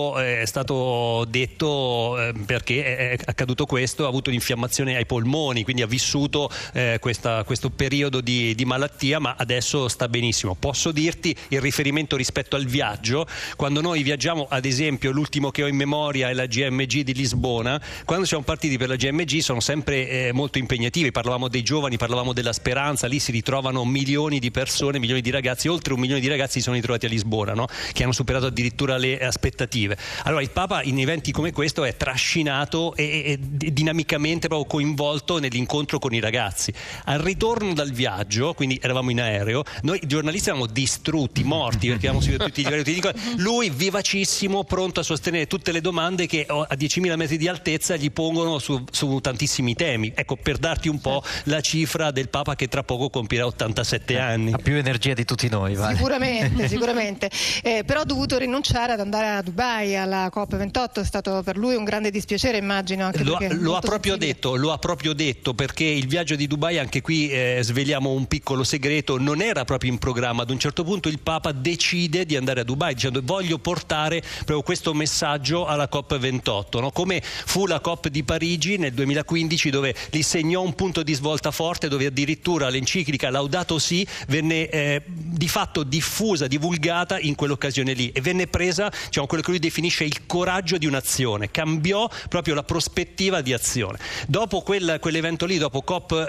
è stato detto perché è accaduto questo, ha avuto un'infiammazione ai polmoni, quindi ha vissuto questo periodo di malattia, ma adesso sta benissimo. Posso dirti il riferimento rispetto al viaggio: quando noi viaggiamo, ad esempio l'ultimo che ho in memoria è la GMG di Lisbona, quando siamo partiti per la GMG sono sempre molto impegnativi, parlavamo dei giovani, parlavamo della speranza, lì si ritrovano milioni di persone, milioni di ragazzi, oltre 1 milione di ragazzi si sono ritrovati a Lisbona, no? Che hanno superato addirittura le aspettative. Allora il Papa in eventi come questo è trascinato e dinamicamente proprio coinvolto nell'incontro con i ragazzi. Al ritorno dal viaggio, quindi eravamo in aereo, noi giornalisti eravamo distrutti, morti, perché avevamo seguito tutti gli aerei. Lui vivacissimo, pronto a sostenere tutte le domande che a 10.000 metri di altezza gli pongono su tantissimi temi. Ecco, per darti un po' la cifra del Papa che tra poco compirà 87 anni. Ha più energia di tutti noi, vale. Sicuramente. Però ha dovuto rinunciare ad andare a Dubai alla COP28, è stato per lui un grande dispiacere, immagino. Anche lo ha proprio detto, perché il viaggio di Dubai, anche qui sveliamo un piccolo segreto, non era proprio in programma. Ad un certo punto il Papa decide di andare a Dubai dicendo: voglio portare proprio questo messaggio alla COP28, no? Come fu la COP di Parigi nel 2015, dove li segnò un punto di svolta forte, dove addirittura l'enciclica Laudato Si venne di fatto diffusa, divulgata in quell'occasione lì, e venne presa, diciamo, quello che lui definisce il coraggio di un'azione. Cambiò proprio la prospettiva di azione. Dopo quell'evento lì, dopo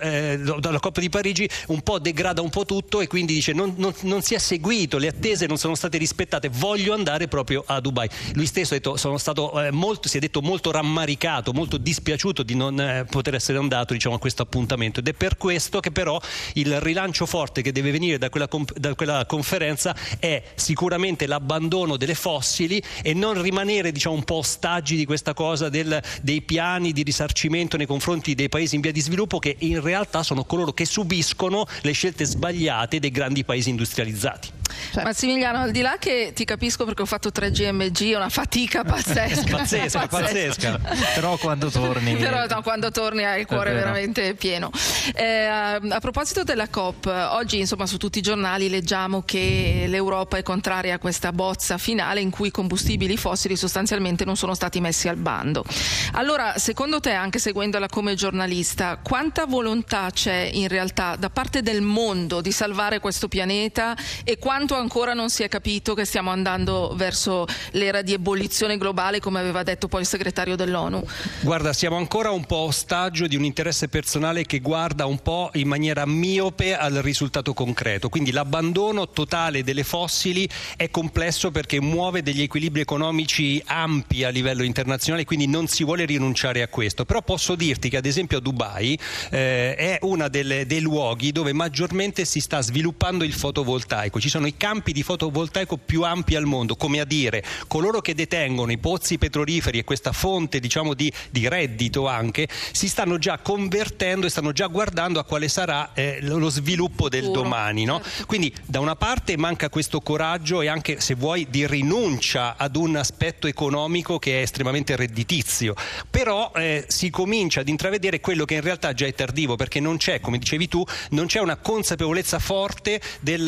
la COP di Parigi, un po' degrada un po' tutto, e quindi dice: non si è seguito, le attese non sono state rispettate, voglio andare proprio a Dubai. Lui stesso ha detto: si è detto molto rammaricato, molto dispiaciuto di non poter essere andato, diciamo, a questo appuntamento, ed è per questo che però il rilancio forte che deve venire da quella conferenza è sicuramente l'abbandono delle fossili, e non rimanere, diciamo, un po' ostaggi di questa cosa dei piani di risarcimento nei confronti dei paesi in via di sviluppo, che in realtà sono coloro che subiscono le scelte sbagliate dei grandi paesi industrializzati. Massimiliano, al di là che ti capisco perché ho fatto 3 GMG, è una fatica pazzesca. pazzesca. Però quando torni hai il cuore veramente pieno. A proposito della COP, oggi insomma su tutti i giornali leggiamo che l'Europa è contraria a questa bozza finale in cui i combustibili fossili sostanzialmente non sono stati messi al bando. Allora, secondo te, anche seguendola come giornalista, quanta volontà c'è in realtà da parte del mondo di salvare questo pianeta, e quanto ancora non si è capito che stiamo andando verso l'era di ebollizione globale, come aveva detto poi il segretario dell'ONU? Guarda, siamo ancora un po' ostaggio di un interesse personale che guarda un po' in maniera miope al risultato concreto. Quindi l'abbandono totale delle fossili è complesso perché muove degli equilibri economici ampi a livello internazionale, quindi non si vuole rinunciare a questo. Però posso dirti che ad esempio a Dubai è uno dei luoghi dove maggiormente si sta sviluppando il fotovoltaico. Ci sono i campi di fotovoltaico più ampi al mondo, come a dire, coloro che detengono i pozzi petroliferi e questa fonte, diciamo, di reddito anche, si stanno già convertendo e stanno già guardando a quale sarà lo sviluppo del domani, no? Quindi da una parte manca questo coraggio, e anche, se vuoi, di rinuncia ad un aspetto economico che è estremamente redditizio, però si comincia ad intravedere quello che in realtà già è tardivo, perché non c'è, come dicevi tu, non c'è una consapevolezza forte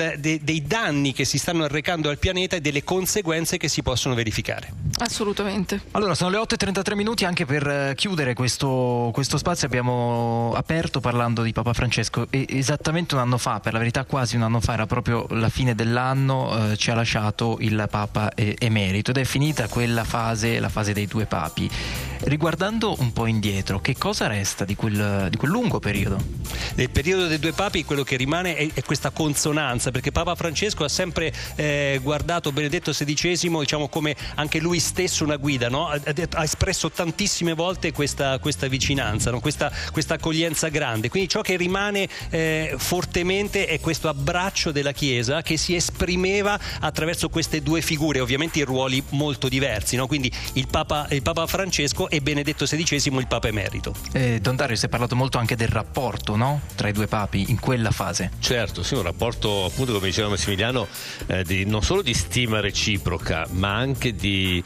dei danni che si stanno arrecando al pianeta e delle conseguenze che si possono verificare. Assolutamente. Allora, sono le 8:33 minuti. Anche per chiudere questo spazio abbiamo aperto parlando di Papa Francesco, e esattamente un anno fa, per la verità quasi un anno fa, era proprio la fine dell'anno, ci ha lasciato il Papa emerito, ed è finita quella fase, la fase dei 2 papi. Riguardando un po' indietro, che cosa resta di quel lungo periodo? Nel periodo dei 2 papi quello che rimane è questa consonanza, perché Papa Francesco ha sempre guardato Benedetto XVI, diciamo, come anche lui stesso una guida, no? Ha espresso tantissime volte questa vicinanza, no? questa accoglienza grande. Quindi ciò che rimane fortemente è questo abbraccio della Chiesa, che si esprimeva attraverso queste 2 figure, ovviamente in ruoli molto diversi, no? Quindi il Papa Francesco e Benedetto XVI, il Papa emerito. Don Dario, si è parlato molto anche del rapporto, no? Tra i 2 papi in quella fase. Certo, sì, un rapporto, appunto, come diceva Massimiliano, non solo di stima reciproca, ma anche di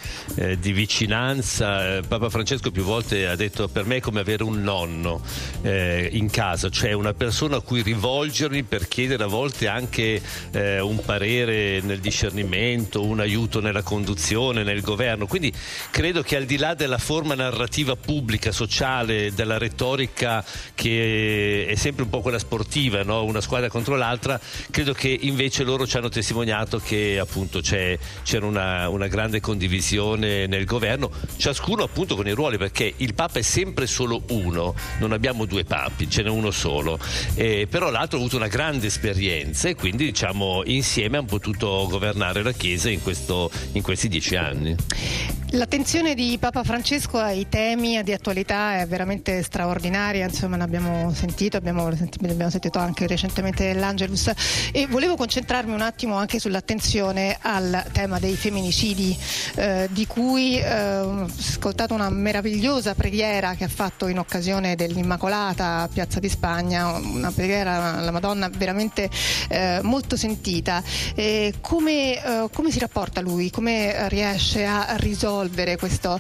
vicinanza. Papa Francesco più volte ha detto: per me è come avere un nonno in casa, cioè una persona a cui rivolgermi per chiedere a volte anche un parere nel discernimento, un aiuto nella conduzione, nel governo. Quindi credo che, al di là della forma narrativa pubblica, sociale, della retorica che è sempre un po' quella sportiva, no? Una squadra contro l'altra, credo che invece loro ci hanno testimoniato che appunto c'era una grande condivisione nel governo, ciascuno appunto con i ruoli, perché il Papa è sempre solo uno, non abbiamo 2 papi, ce n'è uno solo, però l'altro ha avuto una grande esperienza, e quindi, diciamo, insieme hanno potuto governare la Chiesa in questi 10 anni. L'attenzione di Papa Francesco ai temi di attualità è veramente straordinaria, insomma, ne abbiamo sentito, abbiamo sentito anche recentemente l'Angelus, e volevo concentrarmi un attimo anche sull'attenzione al tema dei femminicidi, di cui ho ascoltato una meravigliosa preghiera che ha fatto in occasione dell'Immacolata a Piazza di Spagna, una preghiera alla Madonna veramente molto sentita. Come si rapporta lui? Come riesce a risolvere questo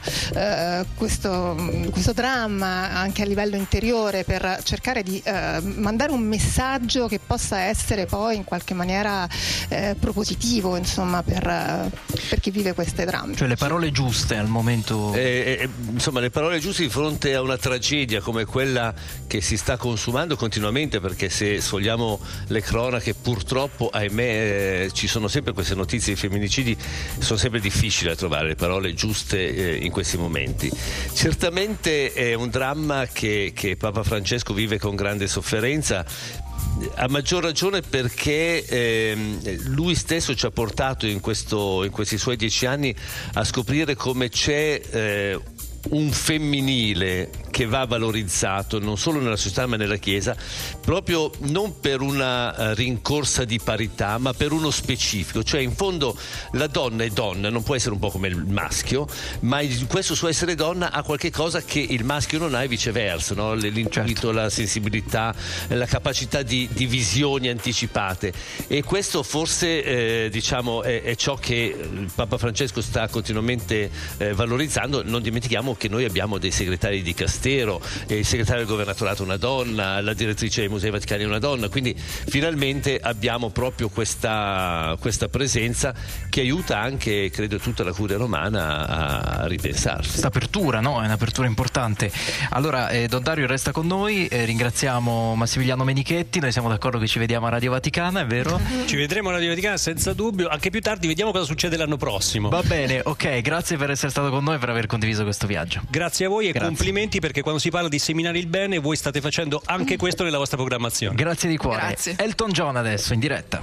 dramma anche a livello interiore, per cercare di mandare un messaggio che possa essere poi in qualche maniera propositivo, insomma, per chi vive queste drammi? Cioè le parole giuste al momento. Insomma, le parole giuste di fronte a una tragedia come quella che si sta consumando continuamente, perché se sfogliamo le cronache purtroppo, ahimè, ci sono sempre queste notizie di femminicidi, sono sempre difficili da trovare le parole giuste in questi momenti. Certamente è un dramma che Papa Francesco vive con grande sofferenza, a maggior ragione perché lui stesso ci ha portato in questi suoi 10 anni a scoprire come c'è un femminile che va valorizzato non solo nella società ma nella Chiesa, proprio non per una rincorsa di parità ma per uno specifico, cioè in fondo la donna è donna, non può essere un po' come il maschio, ma in questo suo essere donna ha qualche cosa che il maschio non ha e viceversa, no? L'intuito, la sensibilità, la capacità di visioni anticipate, e questo forse diciamo è ciò che Papa Francesco sta continuamente valorizzando. Non dimentichiamo che noi abbiamo dei segretari di Dicastero, il segretario del governatorato è una donna, la direttrice dei Musei Vaticani è una donna, quindi finalmente abbiamo proprio questa presenza che aiuta anche, credo, tutta la curia romana a ripensarsi. Questa apertura, no? È un'apertura importante. Allora, Don Dario resta con noi, ringraziamo Massimiliano Menichetti, noi siamo d'accordo che ci vediamo a Radio Vaticana, è vero? Ci vedremo a Radio Vaticana senza dubbio, anche più tardi, vediamo cosa succede l'anno prossimo. Va bene, ok, grazie per essere stato con noi e per aver condiviso questo viaggio. Grazie a voi e complimenti, perché quando si parla di seminare il bene voi state facendo anche questo nella vostra programmazione. Grazie di cuore. Grazie. Elton John adesso in diretta.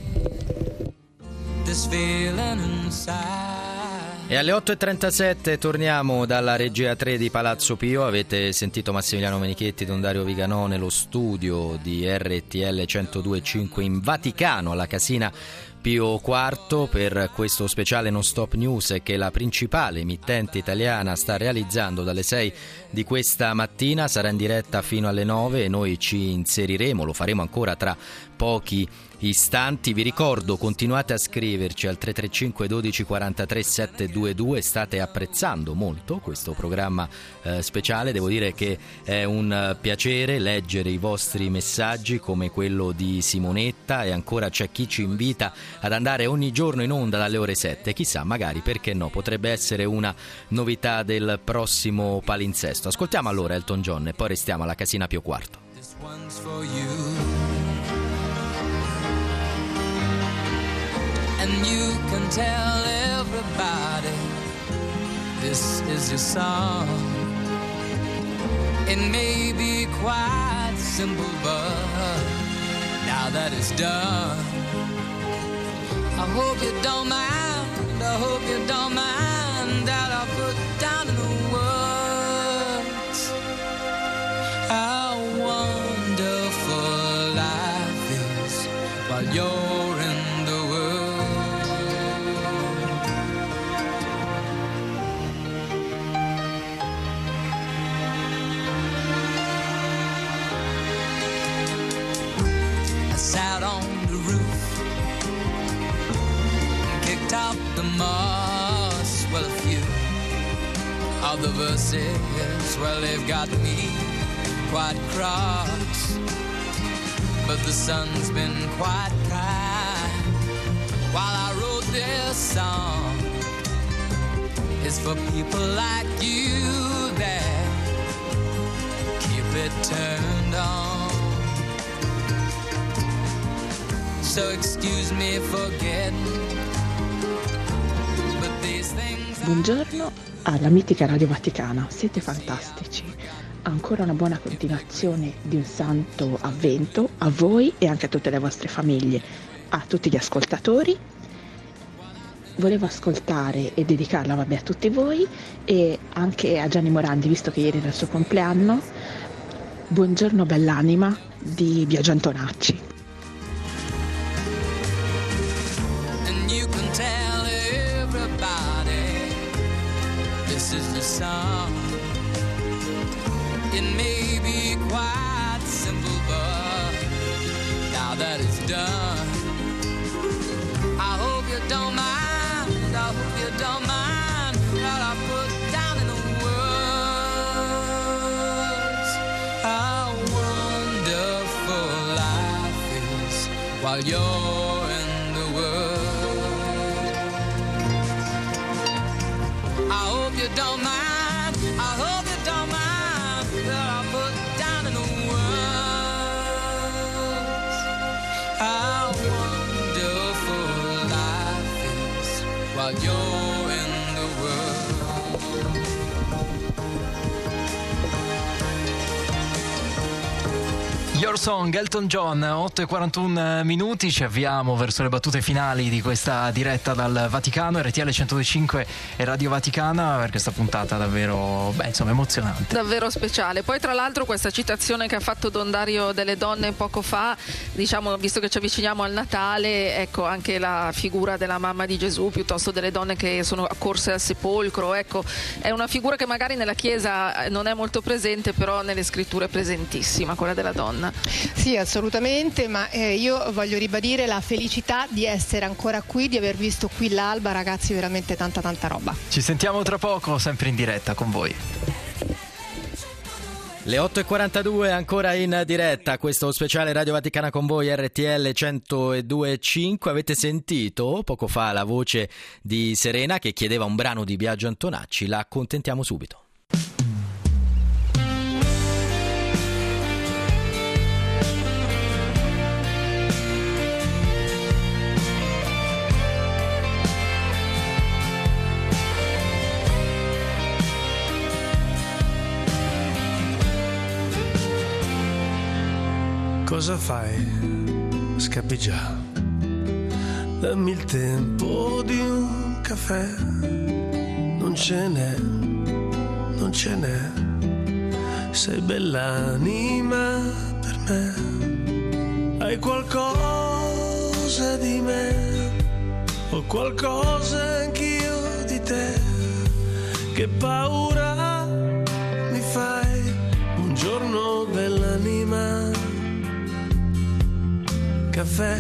E alle 8.37 torniamo dalla regia 3 di Palazzo Pio. Avete sentito Massimiliano Menichetti, Don Dario Viganò nello studio di RTL 102.5 in Vaticano, alla Casina Pio IV, per questo speciale Non Stop News che la principale emittente italiana sta realizzando dalle 6 di questa mattina. Sarà in diretta fino alle 9 e noi ci inseriremo, lo faremo ancora tra pochi istanti. Vi ricordo, continuate a scriverci al 335 12 43 722. State apprezzando molto questo programma speciale, devo dire che è un piacere leggere i vostri messaggi come quello di Simonetta, e ancora c'è chi ci invita ad andare ogni giorno in onda dalle ore 7, chissà, magari, perché no, potrebbe essere una novità del prossimo palinsesto. Ascoltiamo allora Elton John e poi restiamo alla Casina Pio IV. This one's for you. And you can tell everybody this is your song. It may be quite simple, but now that it's done, I hope you don't mind, I hope you don't mind that I put down in the words how wonderful life is while you're in the world. I sat on the roof, kicked out the moss. Well, a few of the verses, well, they've got me quite cross. But the sun's been quite kind while I wrote this song. It's for people like you that keep it turned on. So excuse me for getting, but these things. Buongiorno alla mitica Radio Vaticana, siete fantastici. Ancora una buona continuazione di un santo avvento a voi e anche a tutte le vostre famiglie, a tutti gli ascoltatori. volevo ascoltare e dedicarla a tutti voi e anche a Gianni Morandi, visto che ieri era il suo compleanno. Buongiorno bell'anima di Biagio Antonacci. And you can tell everybody this is the song. It may be quite simple, but now that it's done, I hope you don't mind, I hope you don't mind what I put down in the words. How wonderful life is while you're in the world. I hope you don't mind, I hope you don't mind that I put down in the words. How wonderful life is while you're in the world. Your Song, Elton John, 8:41 minuti, ci avviamo verso le battute finali di questa diretta dal Vaticano, RTL 102.5 e Radio Vaticana, per questa puntata davvero, emozionante. Davvero speciale. Poi tra l'altro questa citazione che ha fatto Don Dario delle donne poco fa, diciamo, visto che ci avviciniamo al Natale, ecco anche la figura della mamma di Gesù piuttosto delle donne che sono accorse al sepolcro, ecco, è una figura che magari nella Chiesa non è molto presente, però nelle scritture è presentissima, quella della donna. Sì, assolutamente, ma io voglio ribadire la felicità di essere ancora qui, di aver visto qui l'alba, ragazzi, veramente tanta roba. Ci sentiamo tra poco, sempre in diretta con voi. Le 8:42 ancora in diretta, questo speciale Radio Vaticana con voi, RTL 102.5. Avete sentito poco fa la voce di Serena che chiedeva un brano di Biagio Antonacci, la accontentiamo subito. Cosa fai? Scappi già. Dammi il tempo di un caffè. Non ce n'è. Sei bell'anima per me. Hai qualcosa di me. Ho qualcosa anch'io di te. Che paura mi fai. Buongiorno bell'anima. Caffè.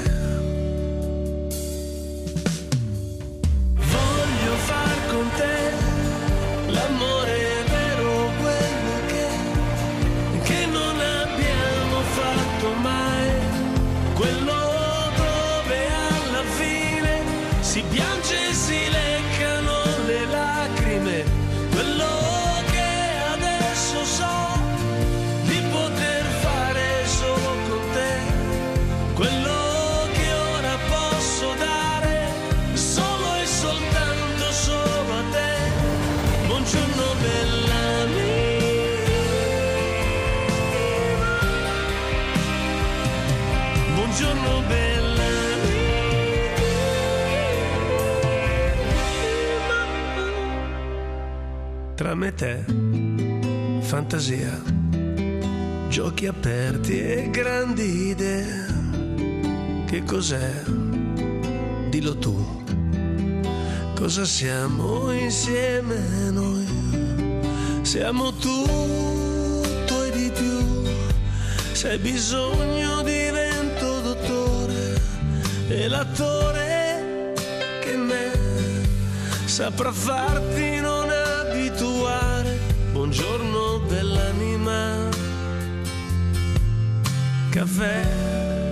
Voglio far con te l'amore vero, quello che non abbiamo fatto mai, quello dove alla fine si piange e si leccano le lacrime, quello che adesso so di poter fare solo con te, quello che ora posso dare solo e soltanto solo a te. Buongiorno bell'anima, buongiorno bell'anima. Tra me e te, fantasia, giochi aperti e grandi idee. Che cos'è? Dillo tu. Cosa siamo insieme noi? Siamo tutto e di più. Se hai bisogno divento dottore e l'attore che me saprà farti non abituare. Buongiorno bell'anima. Caffè.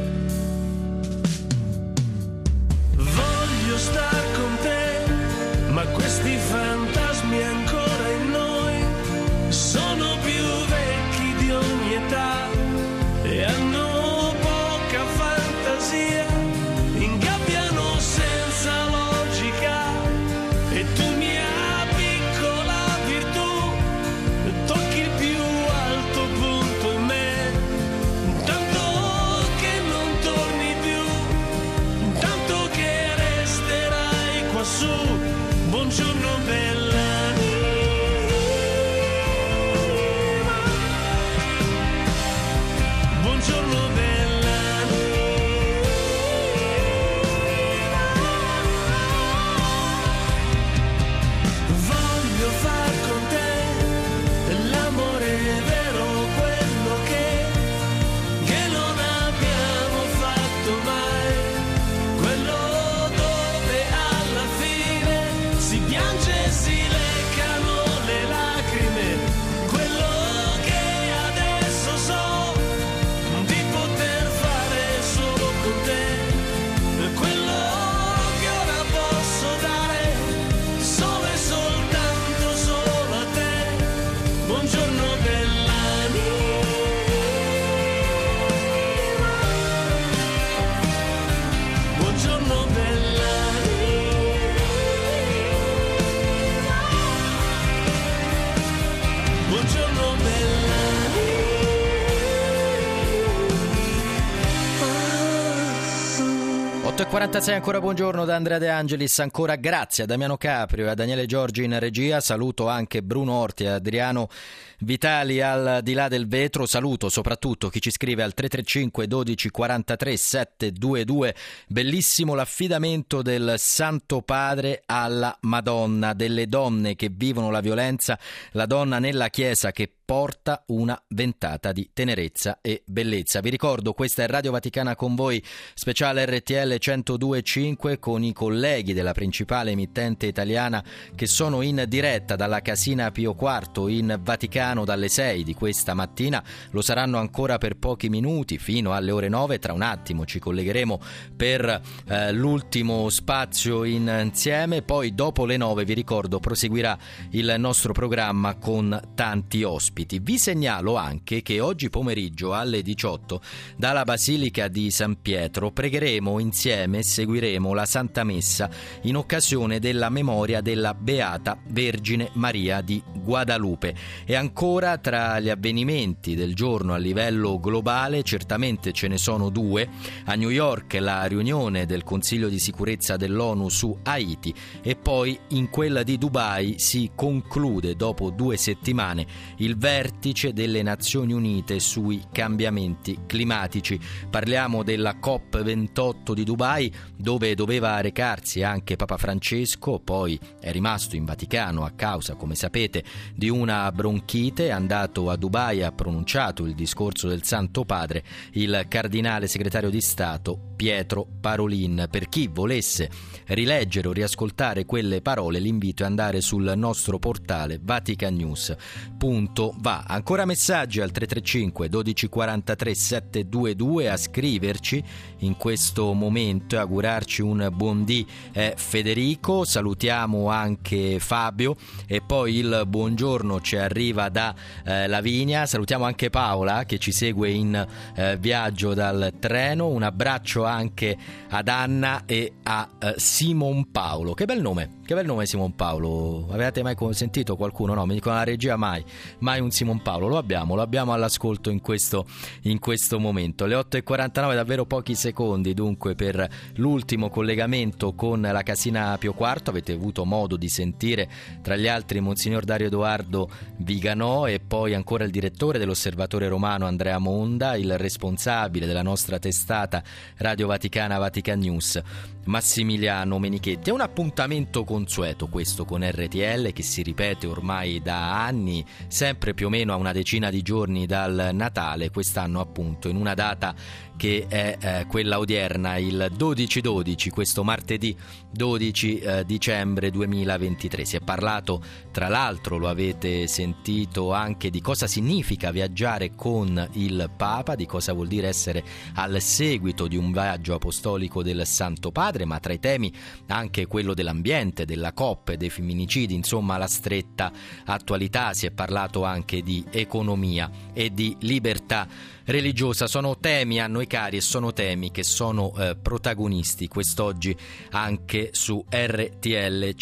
Voglio star con te, ma questi fantasmi ancora in noi sono più vecchi di ogni età e hanno poca fantasia, ingabbiano senza logica e tu mia piccola virtù tocchi il più alto punto in me, tanto che non torni più, tanto che resterai qua su. 8.46 ancora, buongiorno da Andrea De Angelis, ancora grazie a Damiano Caprio e a Daniele Giorgi in regia, saluto anche Bruno Orti e Adriano Vitali al di là del vetro, saluto soprattutto chi ci scrive al 335 12 43 722, bellissimo l'affidamento del Santo Padre alla Madonna, delle donne che vivono la violenza, la donna nella Chiesa che porta una ventata di tenerezza e bellezza. Vi ricordo, questa è Radio Vaticana con voi, speciale RTL 102.5 con i colleghi della principale emittente italiana che sono in diretta dalla Casina Pio IV in Vaticano dalle 6 di questa mattina. Lo saranno ancora per pochi minuti fino alle ore 9. Tra un attimo ci collegheremo per l'ultimo spazio insieme. Poi dopo le 9, vi ricordo, proseguirà il nostro programma con tanti ospiti. Vi segnalo anche che oggi pomeriggio alle 18 dalla Basilica di San Pietro pregheremo insieme e seguiremo la Santa Messa in occasione della memoria della Beata Vergine Maria di Guadalupe. E ancora, tra gli avvenimenti del giorno a livello globale, certamente ce ne sono due. A New York la riunione del Consiglio di sicurezza dell'ONU su Haiti, e poi in quella di Dubai si conclude dopo 2 settimane il vertice delle Nazioni Unite sui cambiamenti climatici. Parliamo della COP28 di Dubai, dove doveva recarsi anche Papa Francesco, poi è rimasto in Vaticano a causa, come sapete, di una bronchite. È andato a Dubai, ha pronunciato il discorso del Santo Padre il cardinale segretario di Stato Pietro Parolin. Per chi volesse rileggere o riascoltare quelle parole, l'invito è andare sul nostro portale vaticanews.va. Ancora messaggi al 335 12 43 722, a scriverci in questo momento e augurarci un buon dì Federico. Salutiamo anche Fabio e poi il buongiorno ci arriva da Lavinia. Salutiamo anche Paola che ci segue in viaggio dal treno. Un abbraccio anche ad Anna e a Simon Paolo. Che bel nome Simon Paolo. Avevate mai sentito qualcuno? No, mi dicono la regia mai un Simon Paolo. Lo abbiamo all'ascolto in questo momento. Le 8.49, davvero pochi secondi dunque per l'ultimo collegamento con la Casina Pio IV. Avete avuto modo di sentire tra gli altri Monsignor Dario Edoardo Viganò e poi ancora il direttore dell'Osservatore Romano Andrea Monda, il responsabile della nostra testata Radio Vaticana Vatican News Massimiliano Menichetti. È un appuntamento consueto questo con RTL che si ripete ormai da anni, sempre più o meno a una decina di giorni dal Natale, quest'anno appunto in una data che è quella odierna, il 12-12, questo martedì 12 dicembre 2023. Si è parlato, tra l'altro lo avete sentito, anche di cosa significa viaggiare con il Papa, di cosa vuol dire essere al seguito di un viaggio apostolico del Santo Padre, ma tra i temi anche quello dell'ambiente, della COP, dei femminicidi, insomma la stretta attualità. Si è parlato anche di economia e di libertà religiosa. Sono temi a noi cari e sono temi che sono protagonisti quest'oggi anche su RTL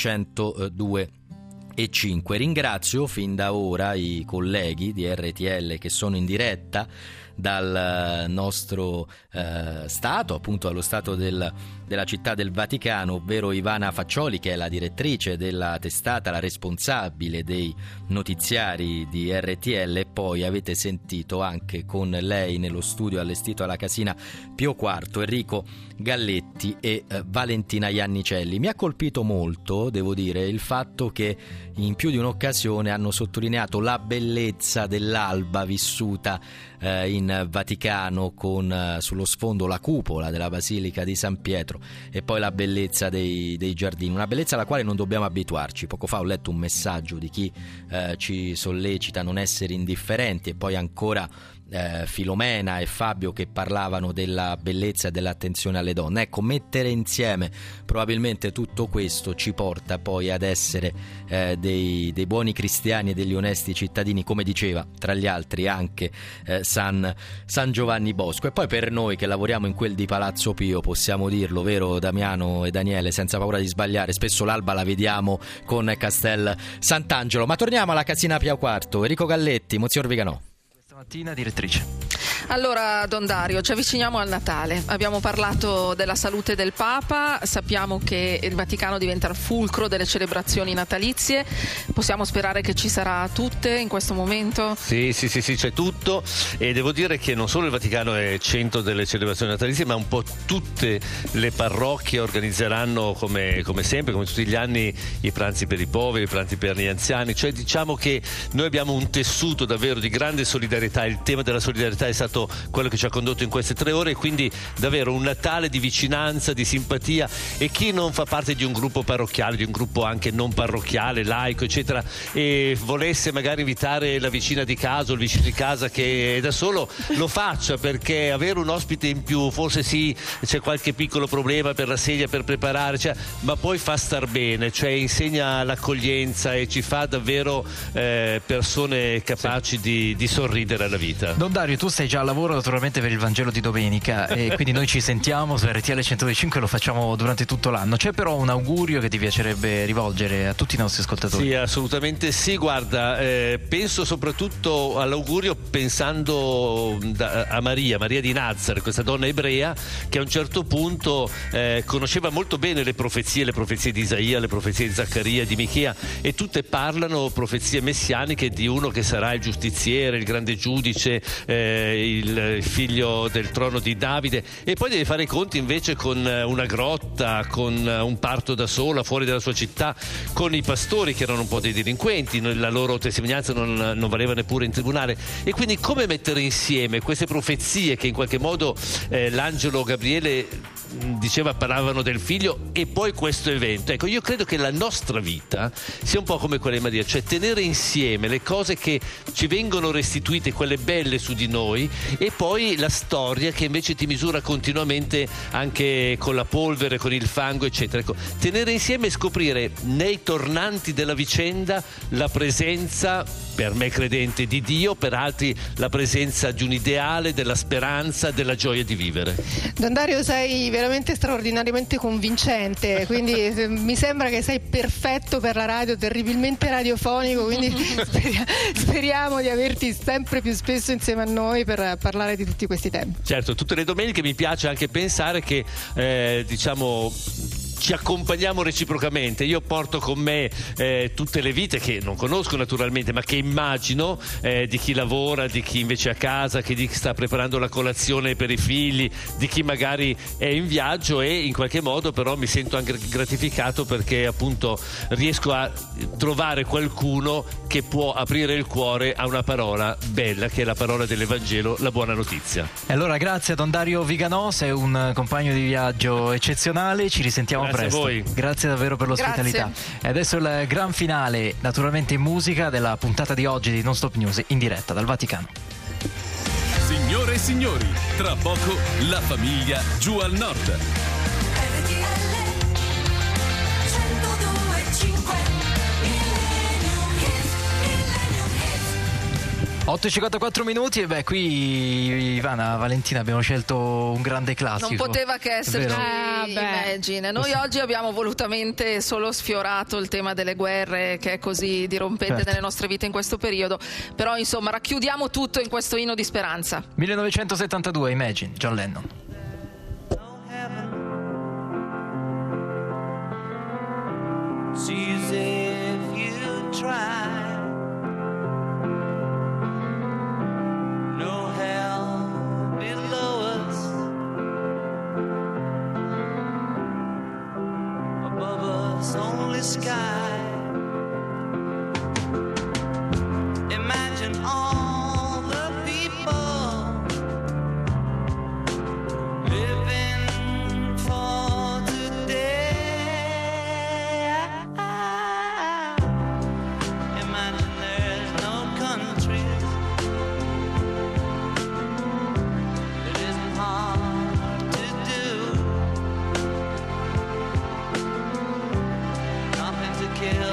102.5. Ringrazio fin da ora i colleghi di RTL che sono in diretta dal nostro Stato, appunto allo Stato della città del Vaticano, ovvero Ivana Faccioli, che è la direttrice della testata, la responsabile dei notiziari di RTL, e poi avete sentito anche con lei nello studio allestito alla Casina Pio IV Enrico Galletti e Valentina Iannicelli. Mi ha colpito molto, devo dire, il fatto che in più di un'occasione hanno sottolineato la bellezza dell'alba vissuta in Vaticano, con sullo sfondo la cupola della Basilica di San Pietro e poi la bellezza dei giardini, una bellezza alla quale non dobbiamo abituarci. Poco fa ho letto un messaggio di chi ci sollecita a non essere indifferenti, e poi ancora Filomena e Fabio che parlavano della bellezza e dell'attenzione alle donne. Ecco, mettere insieme probabilmente tutto questo ci porta poi ad essere dei buoni cristiani e degli onesti cittadini, come diceva tra gli altri anche San Giovanni Bosco. E poi per noi che lavoriamo in quel di Palazzo Pio possiamo dirlo, vero Damiano e Daniele, senza paura di sbagliare, spesso l'alba la vediamo con Castel Sant'Angelo. Ma torniamo alla Casina Pio IV. Enrico Galletti, Monsignor Viganò. Mattina, direttrice. Allora, Don Dario, ci avviciniamo al Natale. Abbiamo parlato della salute del Papa, sappiamo che il Vaticano diventa il fulcro delle celebrazioni natalizie. Possiamo sperare che ci sarà tutte in questo momento? Sì, c'è tutto, e devo dire che non solo il Vaticano è centro delle celebrazioni natalizie, ma un po' tutte le parrocchie organizzeranno come sempre, come tutti gli anni, i pranzi per i poveri, i pranzi per gli anziani. Cioè, diciamo che noi abbiamo un tessuto davvero di grande solidarietà. Il tema della solidarietà è stato quello che ci ha condotto in queste 3 ore, e quindi davvero un Natale di vicinanza, di simpatia. E chi non fa parte di un gruppo parrocchiale, di un gruppo anche non parrocchiale, laico eccetera, e volesse magari invitare la vicina di casa o il vicino di casa che è da solo, lo faccia, perché avere un ospite in più, forse sì, c'è qualche piccolo problema per la sedia, per preparare, ma poi fa star bene, cioè insegna l'accoglienza e ci fa davvero persone capaci di sorridere alla vita. Don Dario, tu sei già al lavoro naturalmente per il Vangelo di domenica, e quindi noi ci sentiamo su RTL 102.5, lo facciamo durante tutto l'anno. C'è però un augurio che ti piacerebbe rivolgere a tutti i nostri ascoltatori? Sì, assolutamente sì. Guarda, penso soprattutto all'augurio pensando a Maria di Nazareth, questa donna ebrea che a un certo punto conosceva molto bene le profezie di Isaia, le profezie di Zaccaria, di Michea, e tutte parlano profezie messianiche di uno che sarà il giustiziere, il grande giudice, il figlio del trono di Davide, e poi deve fare i conti invece con una grotta, con un parto da sola fuori dalla sua città, con i pastori che erano un po' dei delinquenti, la loro testimonianza non valeva neppure in tribunale. E quindi come mettere insieme queste profezie che in qualche modo l'angelo Gabriele parlavano del figlio, e poi questo evento? Ecco, io credo che la nostra vita sia un po' come quella di Maria, cioè tenere insieme le cose che ci vengono restituite, quelle belle su di noi, e poi la storia che invece ti misura continuamente anche con la polvere, con il fango eccetera. Ecco, tenere insieme e scoprire nei tornanti della vicenda la presenza, per me credente, di Dio, per altri la presenza di un ideale, della speranza, della gioia di vivere. Don Dario, sei veramente straordinariamente convincente, quindi mi sembra che sei perfetto per la radio, terribilmente radiofonico, quindi speriamo di averti sempre più spesso insieme a noi per parlare di tutti questi temi. Certo, tutte le domeniche mi piace anche pensare che ci accompagniamo reciprocamente. Io porto con me tutte le vite che non conosco naturalmente, ma che immagino, di chi lavora, di chi invece è a casa, di chi sta preparando la colazione per i figli, di chi magari è in viaggio, e in qualche modo però mi sento anche gratificato perché appunto riesco a trovare qualcuno che può aprire il cuore a una parola bella, che è la parola dell'Evangelo, la buona notizia. E allora grazie a Don Dario Viganò, sei un compagno di viaggio eccezionale, ci risentiamo Grazie presto. a voi. Grazie davvero per l'ospitalità. E adesso il gran finale, naturalmente in musica, della puntata di oggi di Non Stop News in diretta dal Vaticano. Signore e signori, tra poco la famiglia giù al nord. 8:54 minuti, e qui Ivana, Valentina, abbiamo scelto un grande classico. Non poteva che esserci Imagine. Noi oggi abbiamo volutamente solo sfiorato il tema delle guerre, che è così dirompente nelle nostre vite in questo periodo, però insomma racchiudiamo tutto in questo inno di speranza. 1972, Imagine, John Lennon. See as if you try. No hell below us, above us only sky. Imagine all the people living for today. Imagine there's no countries. It isn't hard to do. Nothing to kill.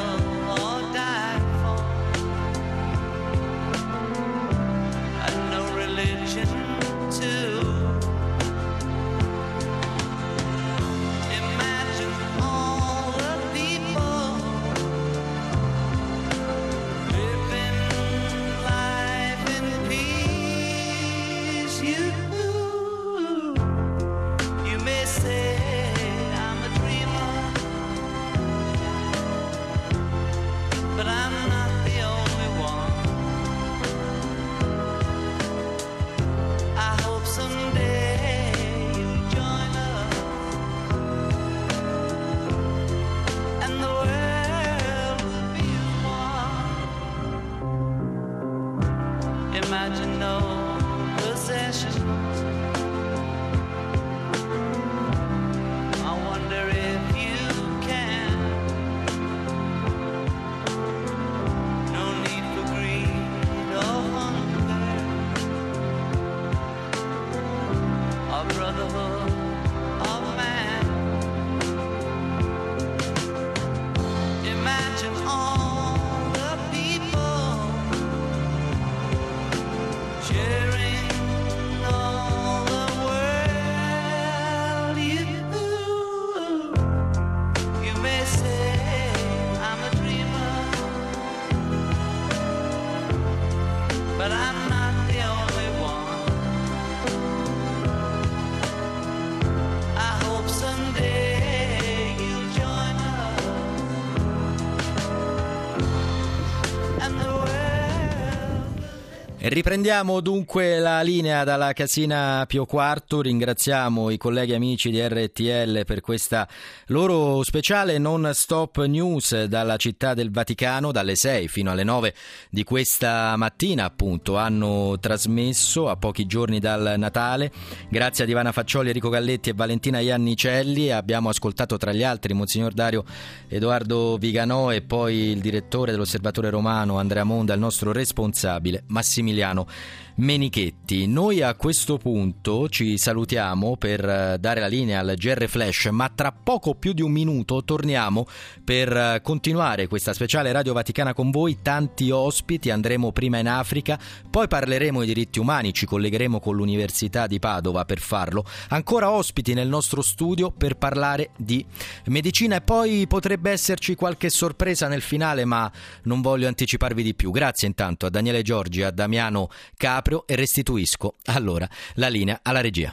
Riprendiamo dunque la linea dalla Casina Pio IV, ringraziamo i colleghi amici di RTL per questa loro speciale non stop news dalla Città del Vaticano. Dalle 6 fino alle 9 di questa mattina appunto hanno trasmesso a pochi giorni dal Natale. Grazie ad Ivana Faccioli, Enrico Galletti e Valentina Iannicelli abbiamo ascoltato tra gli altri Monsignor Dario Edoardo Viganò e poi il direttore dell'Osservatore Romano Andrea Monda, il nostro responsabile Massimiliano Menichetti. Noi a questo punto ci salutiamo per dare la linea al GR Flash, ma tra poco più di un minuto torniamo per continuare questa speciale Radio Vaticana con voi. Tanti ospiti, andremo prima in Africa, poi parleremo di diritti umani, ci collegheremo con l'Università di Padova per farlo, ancora ospiti nel nostro studio per parlare di medicina e poi potrebbe esserci qualche sorpresa nel finale, ma non voglio anticiparvi di più. Grazie intanto a Daniele Giorgi, a Damiano Caprio e restituisco allora la linea alla regia.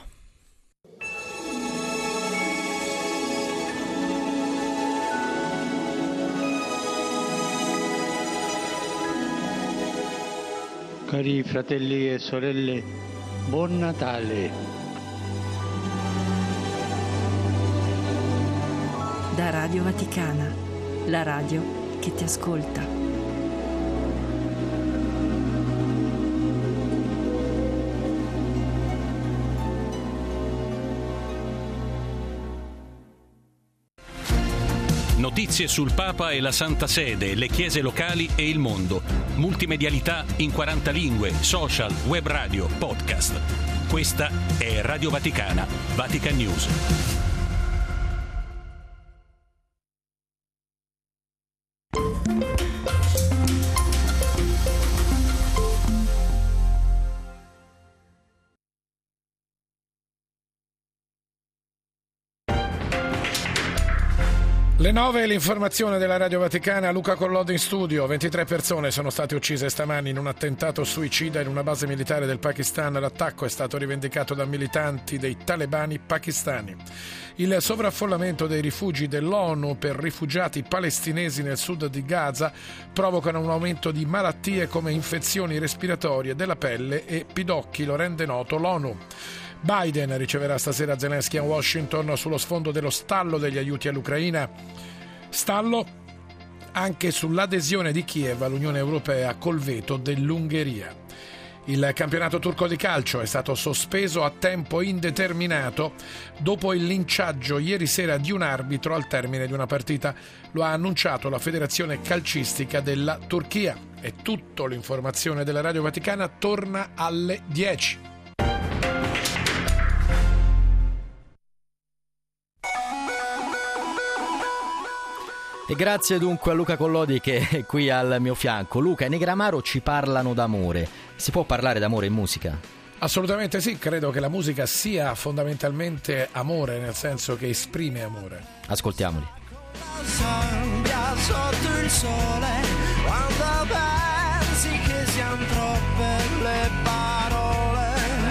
Cari fratelli e sorelle, buon Natale! Da Radio Vaticana, la radio che ti ascolta. Notizie sul Papa e la Santa Sede, le chiese locali e il mondo. Multimedialità in 40 lingue, social, web radio, podcast. Questa è Radio Vaticana, Vatican News. Le 9, l'informazione della Radio Vaticana, Luca Collodi in studio. 23 persone sono state uccise stamani in un attentato suicida in una base militare del Pakistan. L'attacco è stato rivendicato da militanti dei talebani pakistani. Il sovraffollamento dei rifugi dell'ONU per rifugiati palestinesi nel sud di Gaza provocano un aumento di malattie come infezioni respiratorie della pelle e pidocchi, lo rende noto l'ONU. Biden riceverà stasera Zelensky a Washington sullo sfondo dello stallo degli aiuti all'Ucraina. Stallo anche sull'adesione di Kiev all'Unione Europea col veto dell'Ungheria. Il campionato turco di calcio è stato sospeso a tempo indeterminato dopo il linciaggio ieri sera di un arbitro al termine di una partita. Lo ha annunciato la Federazione Calcistica della Turchia. È tutto, l'informazione della Radio Vaticana torna alle 10. E grazie dunque a Luca Collodi che è qui al mio fianco. Luca, i Negramaro ci parlano d'amore. Si può parlare d'amore in musica? Assolutamente sì, credo che la musica sia fondamentalmente amore, nel senso che esprime amore. Ascoltiamoli. Sabbia sotto il sole, quando pensi che siano troppe le parole,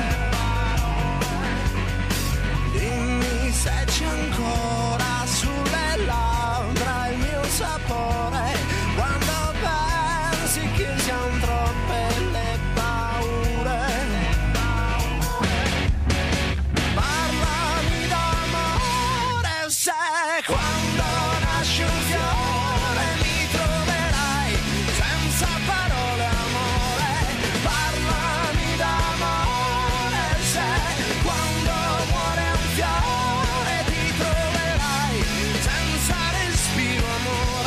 dimmi se c'è ancora sulle labbra il mio sapore, quando pensi che siano troppe le paure. Parlami d'amore, se quando nasce un fiore mi troverai senza parole, amore. Parlami d'amore, se quando muore un fiore ti troverai senza respiro, amore.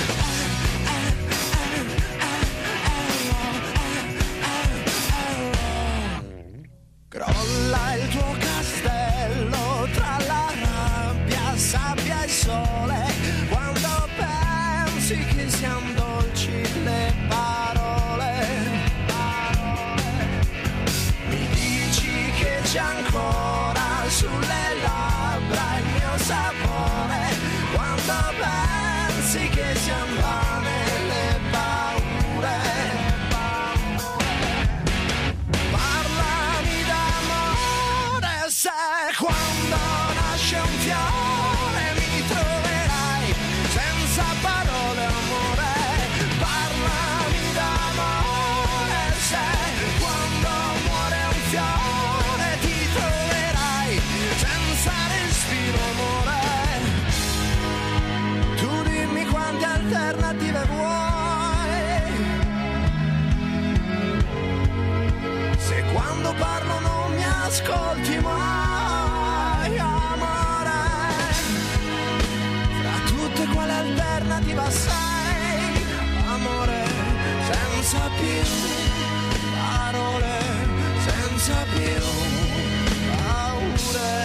Crolla il tuo castello tra la rabbia, sabbia e sole, quando pensi che siano dolci le parole. Mi dici che c'è ancora sulle labbra il mio sapore, quando pensi che siano vane le paure. Parlami d'amore, se quando nasce un fiore mi troverai senza parole, amore. Parlami d'amore, se alternative vuoi? Se quando parlo non mi ascolti mai, amore, fra tutte quale alternativa sei, amore, senza più parole, senza più paure.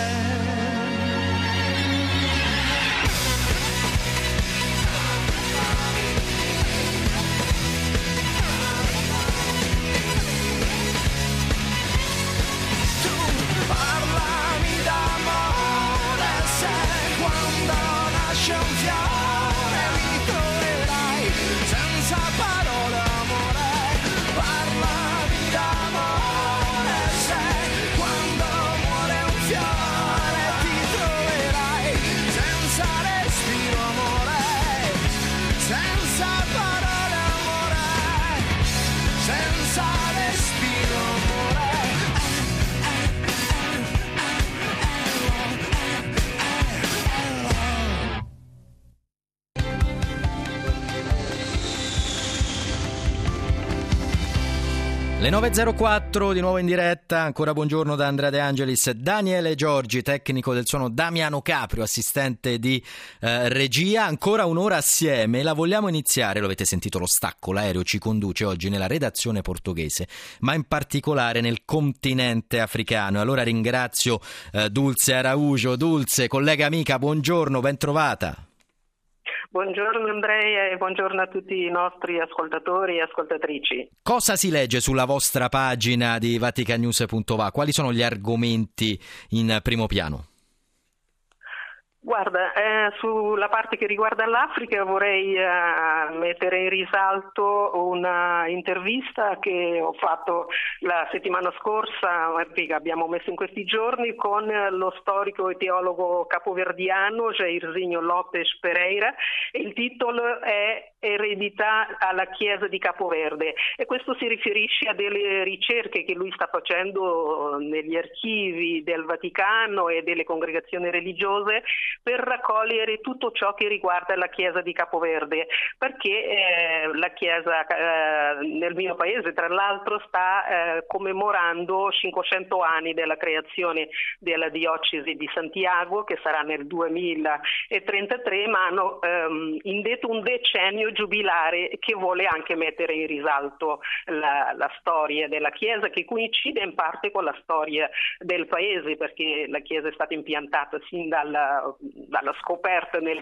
Parlami d'amore, se quando nasce un fiore mi troverai senza parole, amore. Parlami d'amore, se quando muore un fiore ti troverai senza respiro, amore, senza parole, amore, senza respiro, amore. Le 9.04 di nuovo in diretta, ancora buongiorno da Andrea De Angelis, Daniele Giorgi, tecnico del suono, Damiano Caprio, assistente di regia, ancora un'ora assieme. La vogliamo iniziare, lo avete sentito lo stacco, l'aereo ci conduce oggi nella redazione portoghese, ma in particolare nel continente africano. Allora ringrazio Dulce Araujo. Dulce, collega amica, buongiorno, ben trovata. Buongiorno Andrea e buongiorno a tutti i nostri ascoltatori e ascoltatrici. Cosa si legge sulla vostra pagina di vaticanews.va? Quali sono gli argomenti in primo piano? Guarda, sulla parte che riguarda l'Africa vorrei mettere in risalto una intervista che ho fatto la settimana scorsa, che abbiamo messo in questi giorni, con lo storico e teologo capoverdiano Jairzinho Lopes Pereira, e il titolo è Eredità alla Chiesa di Capoverde, e questo si riferisce a delle ricerche che lui sta facendo negli archivi del Vaticano e delle congregazioni religiose per raccogliere tutto ciò che riguarda la Chiesa di Capoverde, perché la Chiesa nel mio paese tra l'altro sta commemorando 500 anni della creazione della diocesi di Santiago, che sarà nel 2033, ma hanno indetto un decennio giubilare che vuole anche mettere in risalto la storia della Chiesa, che coincide in parte con la storia del paese, perché la Chiesa è stata impiantata sin dalla scoperta nel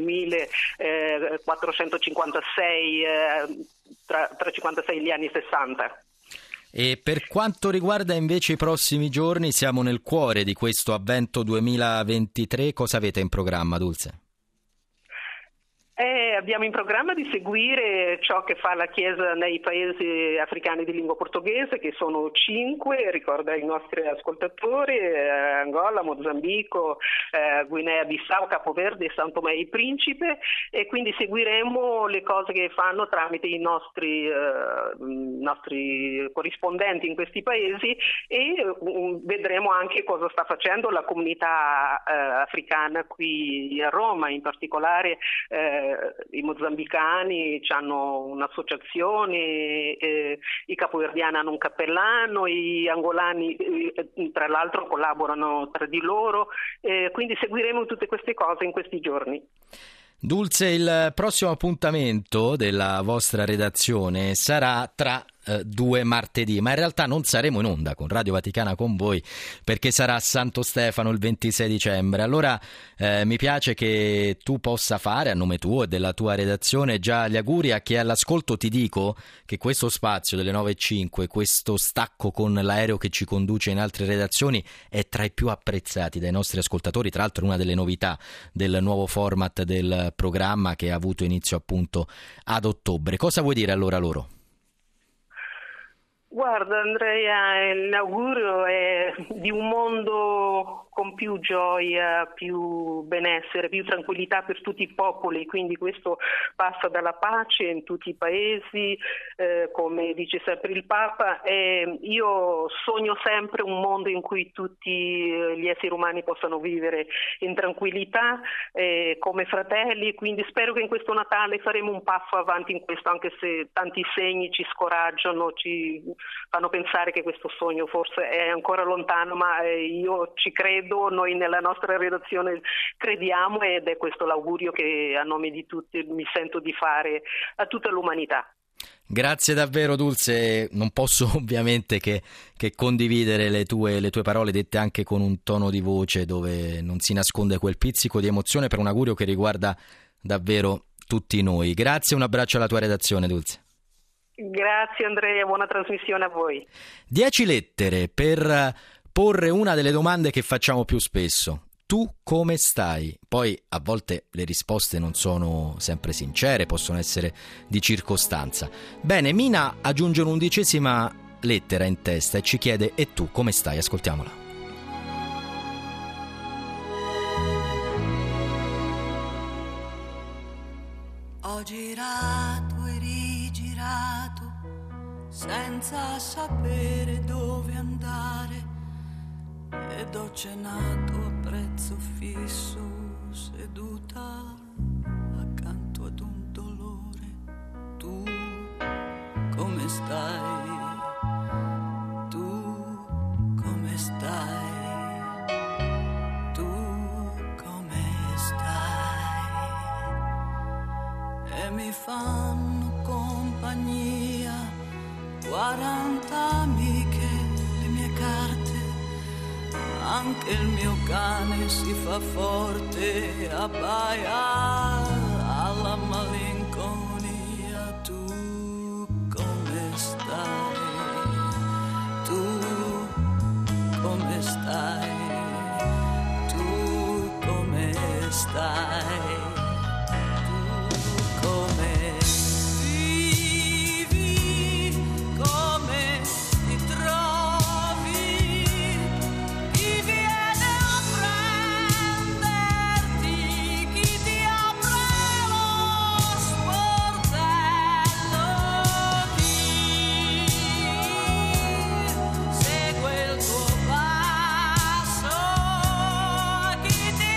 1456, tra 56 e gli anni 60. E per quanto riguarda invece i prossimi giorni, siamo nel cuore di questo Avvento 2023, cosa avete in programma, Dulce? Abbiamo in programma di seguire ciò che fa la Chiesa nei paesi africani di lingua portoghese, che sono 5, ricorda ai nostri ascoltatori, Angola, Mozambico, Guinea-Bissau, Capoverde e São Tomé e Principe, e quindi seguiremo le cose che fanno tramite i nostri corrispondenti in questi paesi, e vedremo anche cosa sta facendo la comunità africana qui a Roma, in particolare i mozambicani hanno un'associazione, i capoverdiani hanno un cappellano, gli angolani tra l'altro collaborano tra di loro, quindi seguiremo tutte queste cose in questi giorni. Dulce, il prossimo appuntamento della vostra redazione sarà tra 2 martedì, ma in realtà non saremo in onda con Radio Vaticana con voi, perché sarà Santo Stefano il 26 dicembre. Allora mi piace che tu possa fare a nome tuo e della tua redazione già gli auguri a chi è all'ascolto. Ti dico che questo spazio delle 9.05, questo stacco con l'aereo che ci conduce in altre redazioni, è tra i più apprezzati dai nostri ascoltatori. Tra l'altro è una delle novità del nuovo format del programma che ha avuto inizio appunto ad ottobre. Cosa vuoi dire allora loro? Guarda Andrea, l'augurio è di un mondo con più gioia, più benessere, più tranquillità per tutti i popoli, quindi questo passa dalla pace in tutti i paesi, come dice sempre il Papa, e io sogno sempre un mondo in cui tutti gli esseri umani possano vivere in tranquillità, come fratelli, quindi spero che in questo Natale faremo un passo avanti in questo, anche se tanti segni ci scoraggiano, ci fanno pensare che questo sogno forse è ancora lontano, ma io ci credo, noi nella nostra redazione crediamo, ed è questo l'augurio che a nome di tutti mi sento di fare a tutta l'umanità. Grazie davvero Dulce, non posso ovviamente che condividere le tue parole dette anche con un tono di voce dove non si nasconde quel pizzico di emozione per un augurio che riguarda davvero tutti noi. Grazie, un abbraccio alla tua redazione Dulce. Grazie Andrea, buona trasmissione a voi. 10 lettere per porre una delle domande che facciamo più spesso. Tu come stai? Poi a volte le risposte non sono sempre sincere, possono essere di circostanza. Bene, Mina aggiunge un'11ª lettera in testa e ci chiede: e tu come stai? Ascoltiamola. Ho girato e rigirato senza sapere dove andare ed ho cenato a prezzo fisso seduta accanto ad un dolore. Tu come stai? Tu come stai? Tu come stai? E mi fanno compagnia 40 amiche, le mie carte. Anche il mio cane si fa forte, abbaia alla malinconia. Tu come stai? Tu come stai? Tu come stai? Tu come vivi? Come ti trovi? Chi viene a prenderti? Chi ti apre lo sportello? Chi segue il tuo passo? Chi ti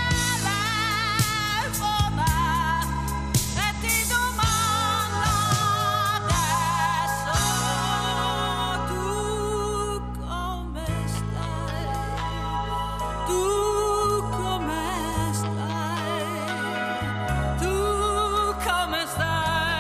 telefona e ti domanda adesso? Tu come stai? Tu come stai? Tu come stai?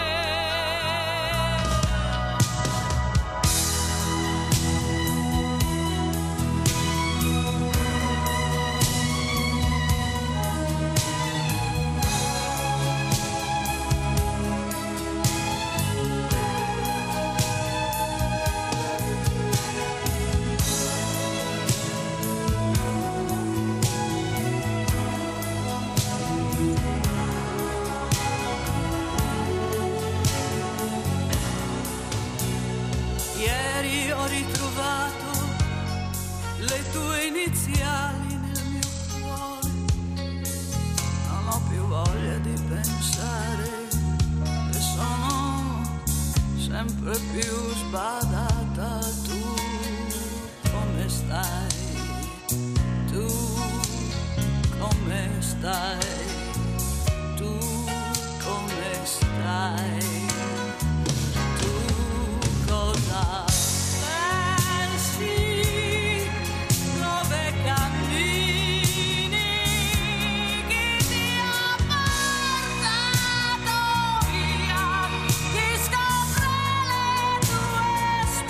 Ieri ho ritrovato le tue iniziali nel mio cuore. Non ho più voglia di pensare e sono sempre più sbadata. Tu come stai? Tu come stai? Tu come stai? Cosa pensi? Dove cammini? Chi ti ha portato via? Chi scopre le tue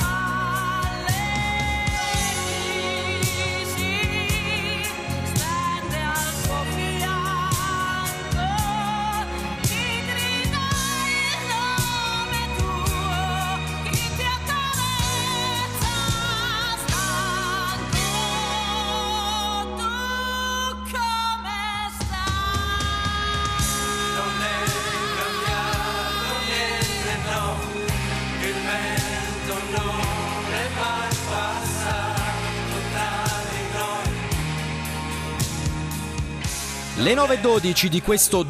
Le 9:12 di questo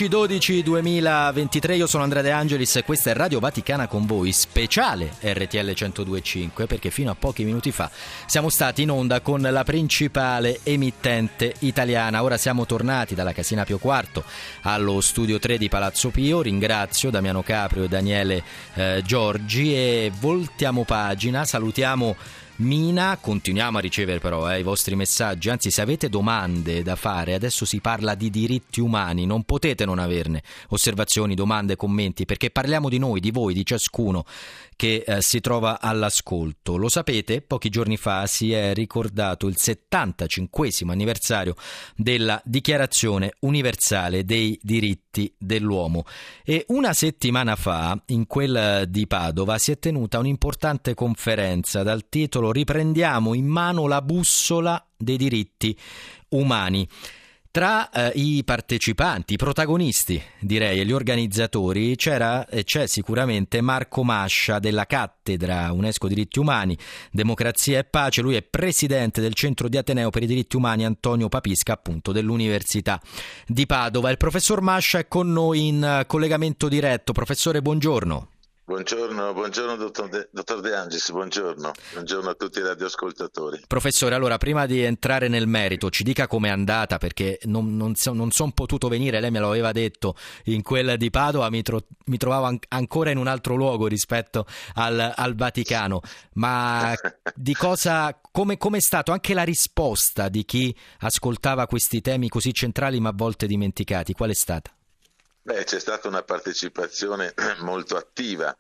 12/12/2023, io sono Andrea De Angelis e questa è Radio Vaticana con voi, speciale RTL 102.5, perché fino a pochi minuti fa siamo stati in onda con la principale emittente italiana. Ora siamo tornati dalla Casina Pio IV allo studio 3 di Palazzo Pio. Ringrazio Damiano Caprio e Daniele Giorgi e voltiamo pagina, salutiamo Mina, continuiamo a ricevere però i vostri messaggi, anzi se avete domande da fare, adesso si parla di diritti umani, non potete non averne osservazioni, domande, commenti, perché parliamo di noi, di voi, di ciascuno che si trova all'ascolto. Lo sapete, pochi giorni fa si è ricordato il 75esimo anniversario della Dichiarazione Universale dei Diritti dell'Uomo e una settimana fa in quel di Padova si è tenuta un'importante conferenza dal titolo "Riprendiamo in mano la bussola dei diritti umani". Tra i partecipanti, i protagonisti direi e gli organizzatori c'è sicuramente Marco Mascia della Cattedra UNESCO Diritti Umani, Democrazia e Pace. Lui è presidente del Centro di Ateneo per i Diritti Umani Antonio Papisca, appunto dell'Università di Padova. Il professor Mascia è con noi in collegamento diretto. Professore, buongiorno. Buongiorno dottor De Angelis, buongiorno a tutti i radioascoltatori. Professore, allora prima di entrare nel merito ci dica com'è andata, perché non son potuto venire, lei me lo aveva detto, in quella di Padova mi trovavo ancora in un altro luogo rispetto al Vaticano, ma di cosa, come è stato anche la risposta di chi ascoltava questi temi così centrali ma a volte dimenticati, qual è stata? C'è stata una partecipazione molto attiva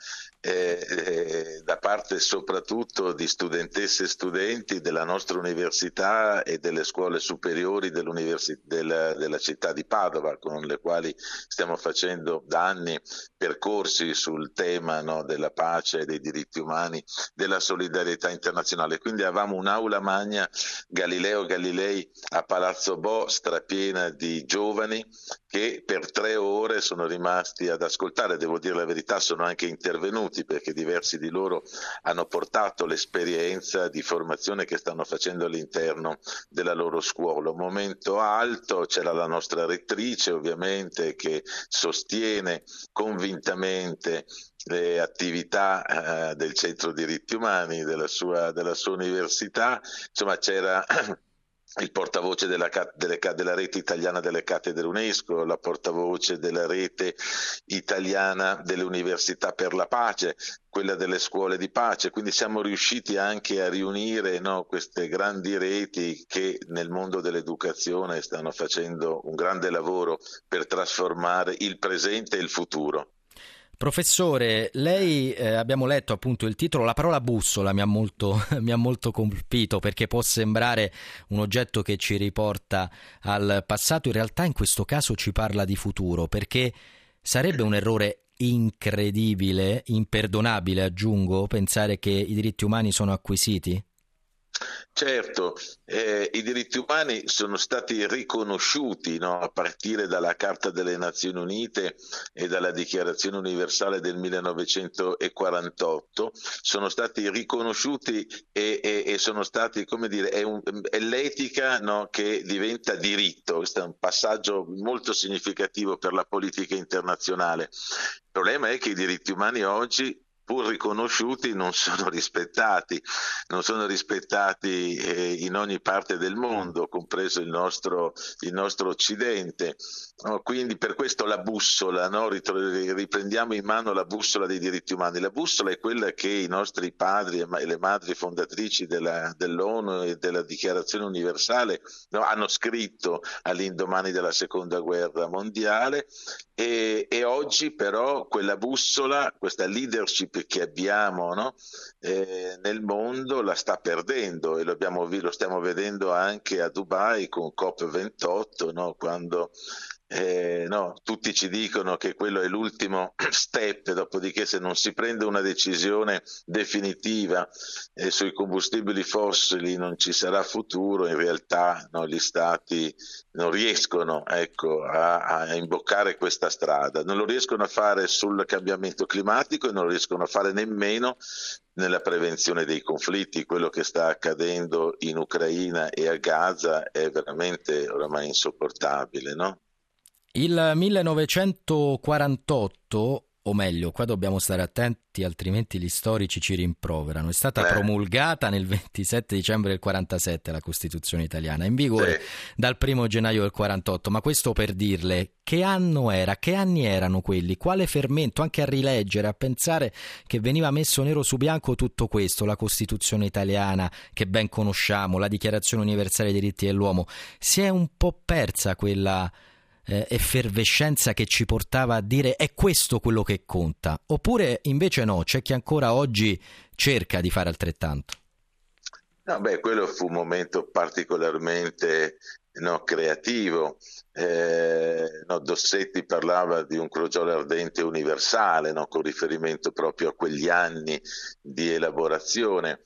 da parte soprattutto di studentesse e studenti della nostra università e delle scuole superiori della città di Padova, con le quali stiamo facendo da anni percorsi sul tema, no, della pace, dei diritti umani, della solidarietà internazionale. Quindi avevamo un'aula magna Galileo Galilei a Palazzo Bo, strapiena di giovani che per 3 ore sono rimasti ad ascoltare. Devo dire la verità, sono anche intervenuti perché diversi di loro hanno portato l'esperienza di formazione che stanno facendo all'interno della loro scuola. Un momento alto, c'era la nostra rettrice ovviamente che sostiene convintamente le attività del Centro Diritti Umani della sua università. Insomma, c'era il portavoce della rete italiana delle cattedre UNESCO, la portavoce della rete italiana delle università per la pace, quella delle scuole di pace. Quindi siamo riusciti anche a riunire, no, queste grandi reti che nel mondo dell'educazione stanno facendo un grande lavoro per trasformare il presente e il futuro. Professore, lei abbiamo letto appunto il titolo, la parola bussola mi ha molto colpito, perché può sembrare un oggetto che ci riporta al passato, in realtà in questo caso ci parla di futuro, perché sarebbe un errore incredibile, imperdonabile aggiungo, pensare che i diritti umani sono acquisiti? Certo, i diritti umani sono stati riconosciuti, no, a partire dalla Carta delle Nazioni Unite e dalla Dichiarazione Universale del 1948, sono stati riconosciuti e sono stati, come dire, è l'etica, no, che diventa diritto. Questo è un passaggio molto significativo per la politica internazionale. Il problema è che i diritti umani oggi, pur riconosciuti, non sono rispettati in ogni parte del mondo, compreso il nostro Occidente. No, quindi per questo la bussola, no? Riprendiamo in mano la bussola dei diritti umani. La bussola è quella che i nostri padri e le madri fondatrici dell'ONU e della Dichiarazione Universale, no, hanno scritto all'indomani della Seconda Guerra Mondiale, e oggi però quella bussola, questa leadership che abbiamo, no, nel mondo la sta perdendo, e lo stiamo vedendo anche a Dubai con COP28, no, quando tutti ci dicono che quello è l'ultimo step, dopodiché se non si prende una decisione definitiva sui combustibili fossili non ci sarà futuro. In realtà gli Stati non riescono a imboccare questa strada, non lo riescono a fare sul cambiamento climatico e non lo riescono a fare nemmeno nella prevenzione dei conflitti. Quello che sta accadendo in Ucraina e a Gaza è veramente oramai insopportabile, no? Il 1948, o meglio, qua dobbiamo stare attenti, altrimenti gli storici ci rimproverano, è stata promulgata nel 27 dicembre del 47 la Costituzione italiana, in vigore dal 1 gennaio del 48, ma questo per dirle che anno era, che anni erano quelli, quale fermento, anche a rileggere, a pensare che veniva messo nero su bianco tutto questo, la Costituzione italiana che ben conosciamo, la Dichiarazione universale dei diritti dell'uomo, si è un po' persa quella effervescenza che ci portava a dire è questo quello che conta, oppure invece no, c'è chi ancora oggi cerca di fare altrettanto? Quello fu un momento particolarmente creativo. Dossetti parlava di un crogiolo ardente universale, con riferimento proprio a quegli anni di elaborazione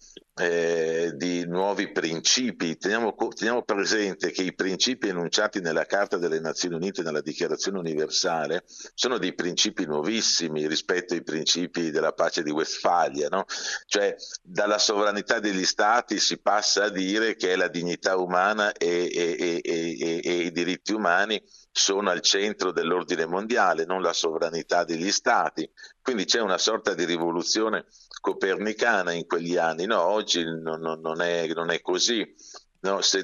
di nuovi principi. Teniamo presente che i principi enunciati nella Carta delle Nazioni Unite, nella Dichiarazione universale, sono dei principi nuovissimi rispetto ai principi della pace di Westfalia, no? Cioè, dalla sovranità degli Stati si passa a dire che la dignità umana e i diritti umani sono al centro dell'ordine mondiale, non la sovranità degli Stati. Quindi c'è una sorta di rivoluzione copernicana in quegli anni. Oggi non è così. Se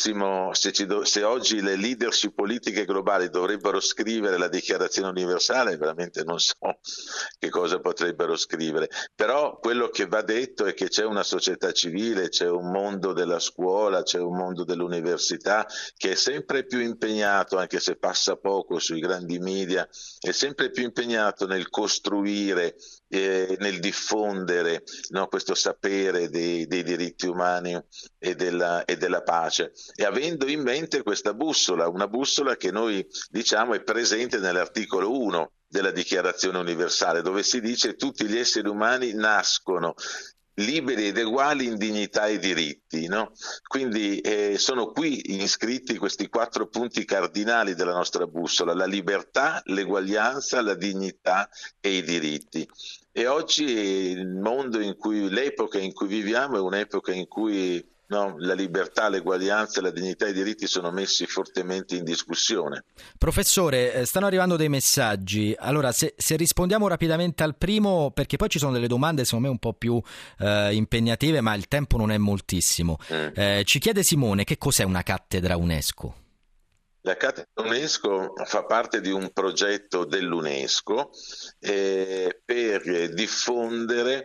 oggi le leadership politiche globali dovrebbero scrivere la Dichiarazione universale, veramente non so che cosa potrebbero scrivere. Però quello che va detto è che c'è una società civile, c'è un mondo della scuola, c'è un mondo dell'università che è sempre più impegnato, anche se passa poco sui grandi media, è sempre più impegnato nel costruire, nel diffondere questo sapere dei diritti umani e della pace, e avendo in mente questa bussola, una bussola che noi diciamo è presente nell'articolo 1 della Dichiarazione universale, dove si dice: tutti gli esseri umani nascono liberi ed uguali in dignità e diritti, no? Quindi sono qui iscritti questi 4 punti cardinali della nostra bussola: la libertà, l'eguaglianza, la dignità e i diritti. E oggi l'epoca in cui viviamo è un'epoca in cui la libertà, l'eguaglianza e la dignità e i diritti sono messi fortemente in discussione. Professore, stanno arrivando dei messaggi. Allora, se rispondiamo rapidamente al primo, perché poi ci sono delle domande secondo me un po' più impegnative, ma il tempo non è moltissimo. Ci chiede Simone: che cos'è una cattedra UNESCO? La cattedra UNESCO fa parte di un progetto dell'UNESCO per diffondere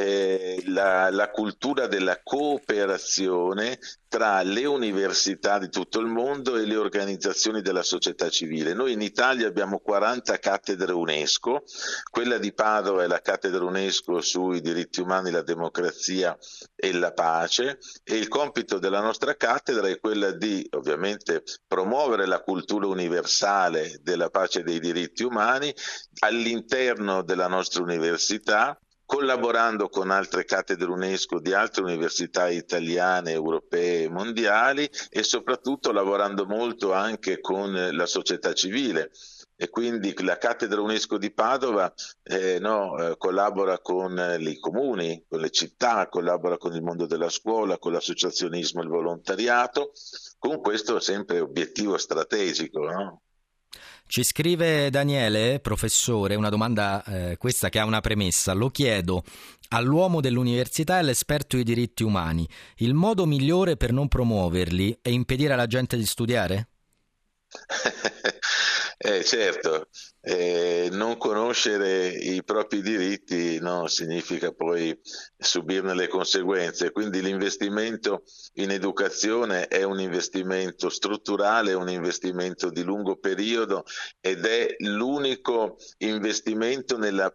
la cultura della cooperazione tra le università di tutto il mondo e le organizzazioni della società civile. Noi in Italia abbiamo 40 cattedre UNESCO, quella di Padova è la cattedra UNESCO sui diritti umani, la democrazia e la pace, e il compito della nostra cattedra è quella di ovviamente promuovere la cultura universale della pace e dei diritti umani all'interno della nostra università, collaborando con altre cattedre UNESCO di altre università italiane, europee e mondiali, e soprattutto lavorando molto anche con la società civile. E quindi la cattedra UNESCO di Padova collabora con i comuni, con le città, collabora con il mondo della scuola, con l'associazionismo e il volontariato, con questo sempre obiettivo strategico, no? Ci scrive Daniele: professore, una domanda questa che ha una premessa. Lo chiedo all'uomo dell'università e all'esperto di diritti umani: il modo migliore per non promuoverli è impedire alla gente di studiare? Certo, Non conoscere i propri diritti, no, significa poi subirne le conseguenze, quindi l'investimento in educazione è un investimento strutturale, è un investimento di lungo periodo ed è l'unico investimento nella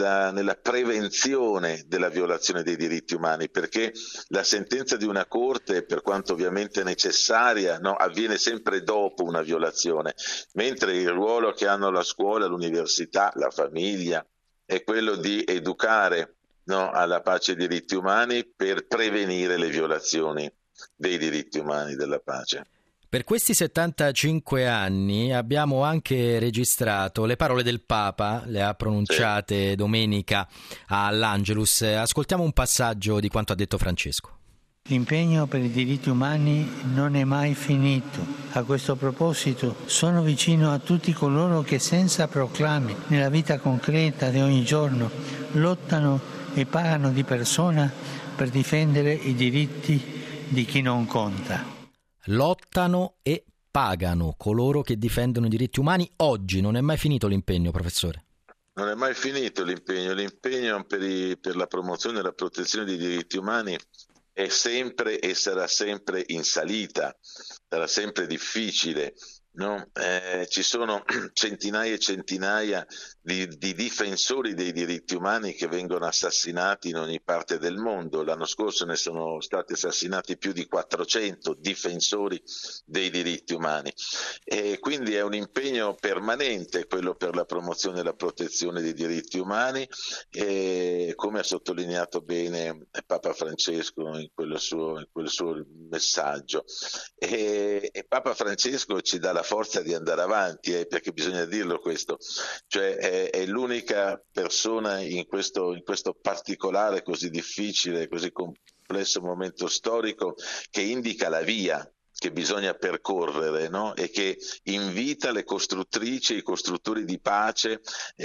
prevenzione della violazione dei diritti umani, perché la sentenza di una corte, per quanto ovviamente necessaria, no, avviene sempre dopo una violazione, mentre il ruolo che hanno la scuola, l'università, la famiglia è quello di educare, no, alla pace e ai diritti umani per prevenire le violazioni dei diritti umani, della pace. Per questi 75 anni abbiamo anche registrato le parole del Papa, le ha pronunciate domenica all'Angelus. Ascoltiamo un passaggio di quanto ha detto Francesco. L'impegno per i diritti umani non è mai finito. A questo proposito sono vicino a tutti coloro che senza proclami, nella vita concreta di ogni giorno, lottano e pagano di persona per difendere i diritti di chi non conta. Lottano e pagano coloro che difendono i diritti umani. Oggi non è mai finito l'impegno, professore? Non è mai finito l'impegno. L'impegno per la promozione e la protezione dei diritti umani è sempre e sarà sempre in salita, sarà sempre difficile, no? Ci sono centinaia e centinaia di difensori dei diritti umani che vengono assassinati in ogni parte del mondo. L'anno scorso ne sono stati assassinati più di 400 difensori dei diritti umani, e quindi è un impegno permanente quello per la promozione e la protezione dei diritti umani, e come ha sottolineato bene Papa Francesco in quel suo messaggio, e Papa Francesco ci dà la forza di andare avanti, perché bisogna dirlo questo, cioè è l'unica persona in questo particolare, così difficile, così complesso momento storico che indica la via che bisogna percorrere, no? E che invita le costruttrici e i costruttori di pace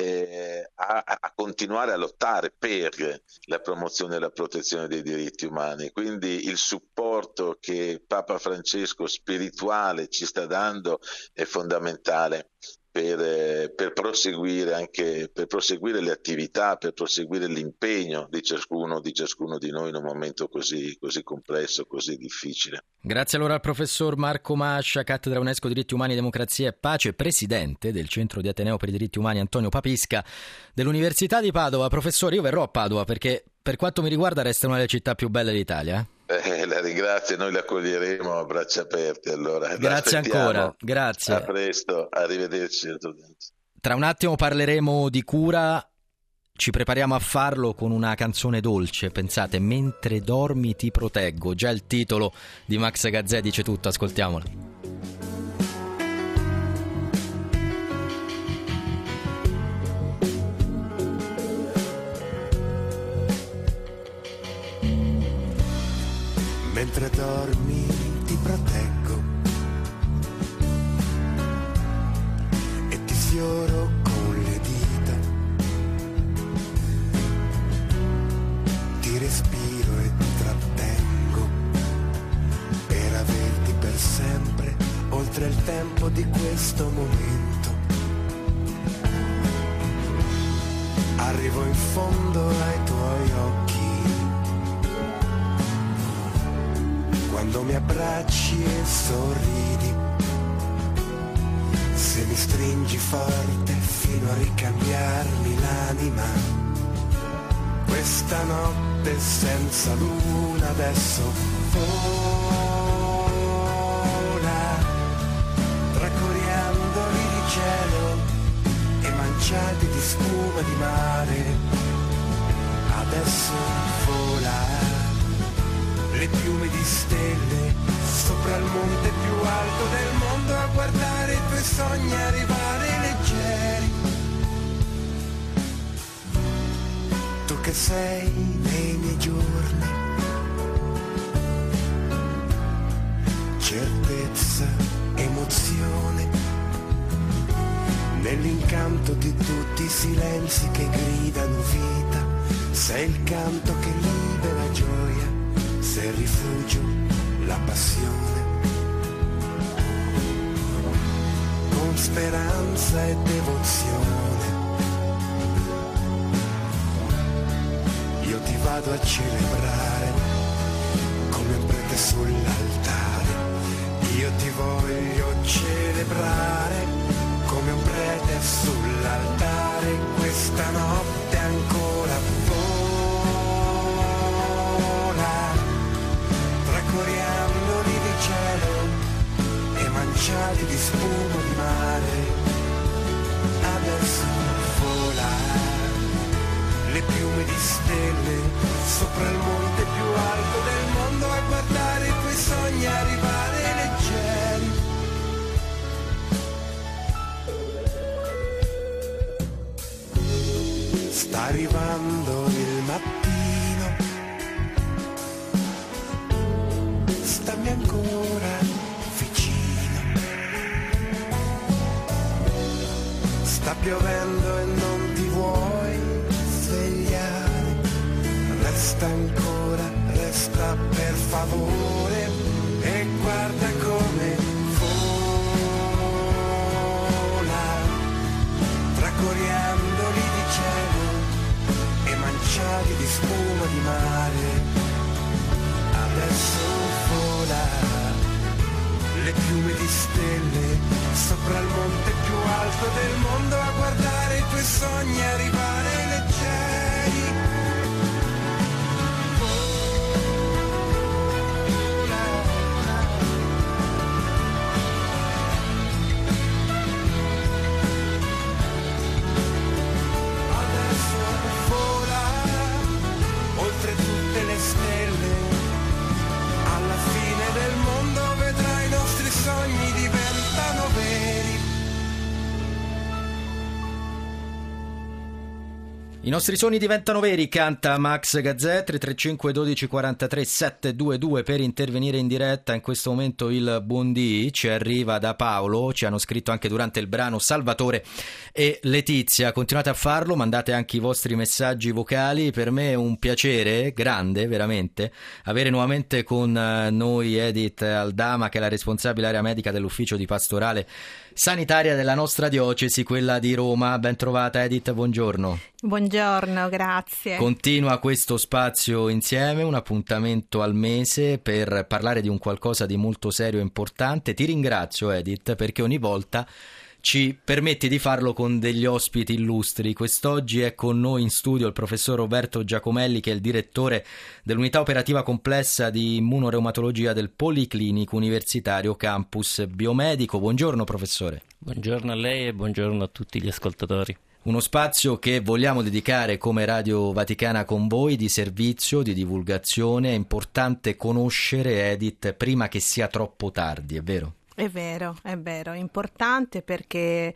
a continuare a lottare per la promozione e la protezione dei diritti umani. Quindi il supporto che Papa Francesco spirituale ci sta dando è fondamentale per proseguire le attività, per proseguire l'impegno di ciascuno di noi in un momento così complesso, così difficile. Grazie allora al professor Marco Mascia, cattedra UNESCO Diritti Umani, Democrazia e Pace, presidente del Centro di Ateneo per i Diritti Umani Antonio Papisca dell'Università di Padova. Professore, io verrò a Padova perché per quanto mi riguarda resta una delle città più belle d'Italia. La ringrazio, noi l'accoglieremo a braccia aperte. Allora. Grazie ancora, grazie. A presto, arrivederci. Tra un attimo parleremo di cura, ci prepariamo a farlo con una canzone dolce, pensate, Mentre dormi ti proteggo, già il titolo di Max Gazzè dice tutto, ascoltiamola. Mentre dormi ti proteggo e ti sfioro con le dita, ti respiro e trattengo per averti per sempre oltre il tempo di questo momento. Arrivo in fondo ai tuoi occhi quando mi abbracci e sorridi, se mi stringi forte fino a ricambiarmi l'anima. Questa notte senza luna adesso vola tra coriandoli di cielo e manciati di spuma di mare. Adesso vola le piume di stelle sopra il monte più alto del mondo a guardare i tuoi sogni arrivare leggeri. Tu che sei nei miei giorni, certezza, emozione, nell'incanto di tutti i silenzi che gridano vita, sei il canto che libera gioia, sei il rifugio, la passione. Con speranza e devozione. Io ti vado a celebrare come un prete sull'altare. Io ti voglio celebrare come un prete sull'altare. Questa notte ancora vola tra coriandoli di cielo e manciati di spuma di mare. Adesso vola le piume di stelle sopra il monte più alto del mondo a guardare i tuoi sogni arrivare leggeri. Sta arrivando il mattino, stammi ancora vicino. Sta piovendo e non ti vuoi svegliare. Resta ancora, resta per favore e guarda come vola tra coriandoli di cielo e manciati di spuma di mare. Adesso vola le piume di stelle sopra il monte più alto del mondo a guardare i tuoi sogni arrivare leggeri. Adesso vola oltre tutte le stelle, alla fine del mondo vedrai i nostri sogni diventano veri. I nostri sogni diventano veri, canta Max Gazzè. 335 12 43 722 per intervenire in diretta. In questo momento il buondì ci arriva da Paolo, ci hanno scritto anche durante il brano Salvatore e Letizia. Continuate a farlo, mandate anche i vostri messaggi vocali. Per me è un piacere grande, veramente, avere nuovamente con noi Edith Aldama, che è la responsabile area medica dell'ufficio di pastorale sanitaria della nostra diocesi, quella di Roma. Ben trovata Edith, buongiorno. Buongiorno, grazie. Continua questo spazio insieme, un appuntamento al mese per parlare di un qualcosa di molto serio e importante. Ti ringrazio Edith perché ogni volta ci permetti di farlo con degli ospiti illustri. Quest'oggi è con noi in studio il professor Roberto Giacomelli, che è il direttore dell'unità operativa complessa di immunoreumatologia del Policlinico Universitario Campus Biomedico. Buongiorno professore. Buongiorno a lei e buongiorno a tutti gli ascoltatori. Uno spazio che vogliamo dedicare come Radio Vaticana con voi, di servizio, di divulgazione. È importante conoscere Edith prima che sia troppo tardi, è vero? È vero, è importante perché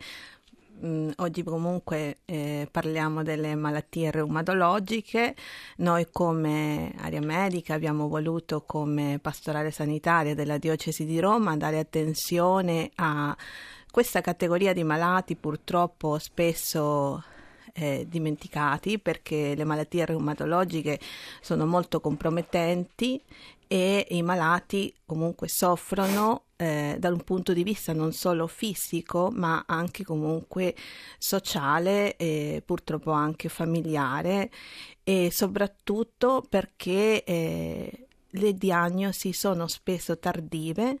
oggi comunque parliamo delle malattie reumatologiche. Noi come area medica abbiamo voluto, come pastorale sanitaria della diocesi di Roma, dare attenzione a questa categoria di malati purtroppo spesso dimenticati, perché le malattie reumatologiche sono molto compromettenti e i malati comunque soffrono da un punto di vista non solo fisico ma anche comunque sociale e purtroppo anche familiare, e soprattutto perché le diagnosi sono spesso tardive,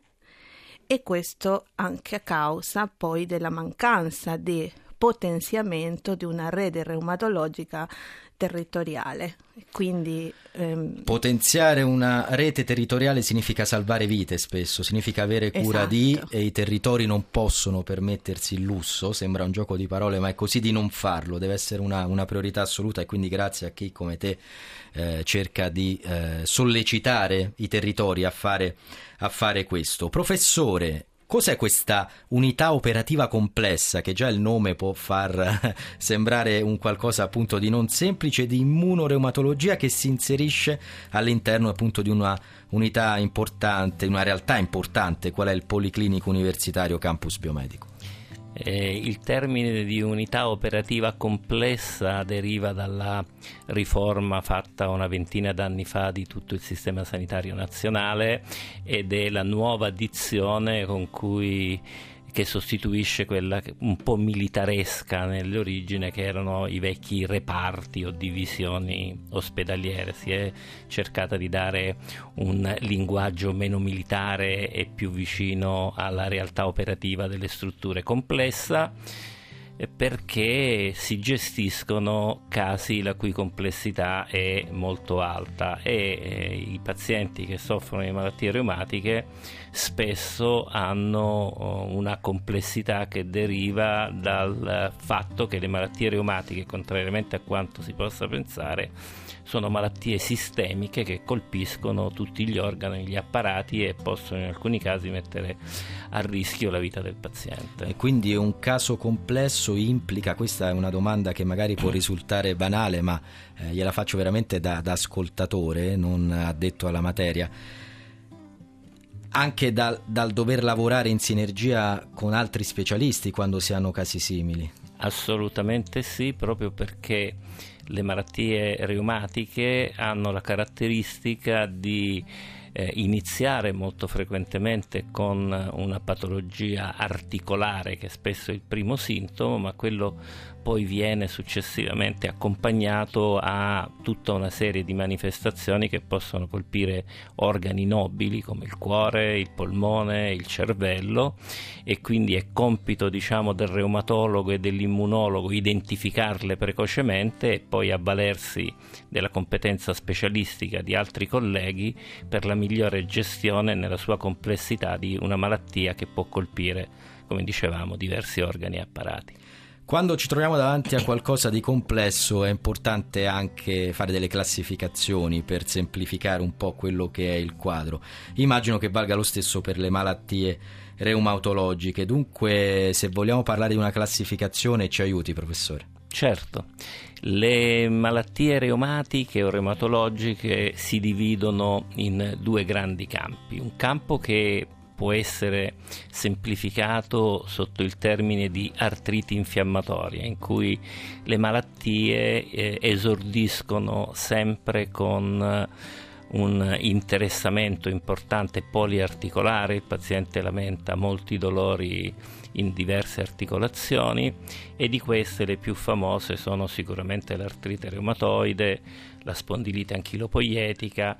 e questo anche a causa poi della mancanza di potenziamento di una rete reumatologica territoriale. Quindi potenziare una rete territoriale significa salvare vite, spesso significa avere cura di, e i territori non possono permettersi il lusso, sembra un gioco di parole ma è così, di non farlo. Deve essere una priorità assoluta, e quindi grazie a chi come te cerca di sollecitare i territori a fare questo. Professore, cos'è questa unità operativa complessa, che già il nome può far sembrare un qualcosa appunto di non semplice, di immunoreumatologia, che si inserisce all'interno appunto di una unità importante, una realtà importante, qual è il Policlinico Universitario Campus Biomedico? Il termine di unità operativa complessa deriva dalla riforma fatta una ventina d'anni fa di tutto il sistema sanitario nazionale, ed è la nuova dizione con cui che sostituisce quella un po' militaresca nell'origine che erano i vecchi reparti o divisioni ospedaliere. Si è cercata di dare un linguaggio meno militare e più vicino alla realtà operativa delle strutture complessa, perché si gestiscono casi la cui complessità è molto alta e i pazienti che soffrono di malattie reumatiche spesso hanno una complessità che deriva dal fatto che le malattie reumatiche, contrariamente a quanto si possa pensare, sono malattie sistemiche che colpiscono tutti gli organi, gli apparati e possono in alcuni casi mettere a rischio la vita del paziente. E quindi un caso complesso implica, questa è una domanda che magari può risultare banale, ma gliela faccio veramente da ascoltatore, non addetto alla materia, anche dal dover lavorare in sinergia con altri specialisti quando si hanno casi simili. Assolutamente sì, proprio perché le malattie reumatiche hanno la caratteristica di iniziare molto frequentemente con una patologia articolare che spesso è il primo sintomo, ma quello poi viene successivamente accompagnato a tutta una serie di manifestazioni che possono colpire organi nobili come il cuore, il polmone, il cervello, e quindi è compito, diciamo, del reumatologo e dell'immunologo identificarle precocemente e poi avvalersi della competenza specialistica di altri colleghi per la migliore gestione nella sua complessità di una malattia che può colpire, come dicevamo, diversi organi e apparati. Quando ci troviamo davanti a qualcosa di complesso è importante anche fare delle classificazioni per semplificare un po' quello che è il quadro. Immagino che valga lo stesso per le malattie reumatologiche. Dunque, se vogliamo parlare di una classificazione, ci aiuti, professore? Certo, le malattie reumatiche o reumatologiche si dividono in due grandi campi. Un campo che può essere semplificato sotto il termine di artriti infiammatoria, in cui le malattie esordiscono sempre con un interessamento importante poliarticolare. Il paziente lamenta molti dolori in diverse articolazioni e di queste le più famose sono sicuramente l'artrite reumatoide, la spondilite anchilopoietica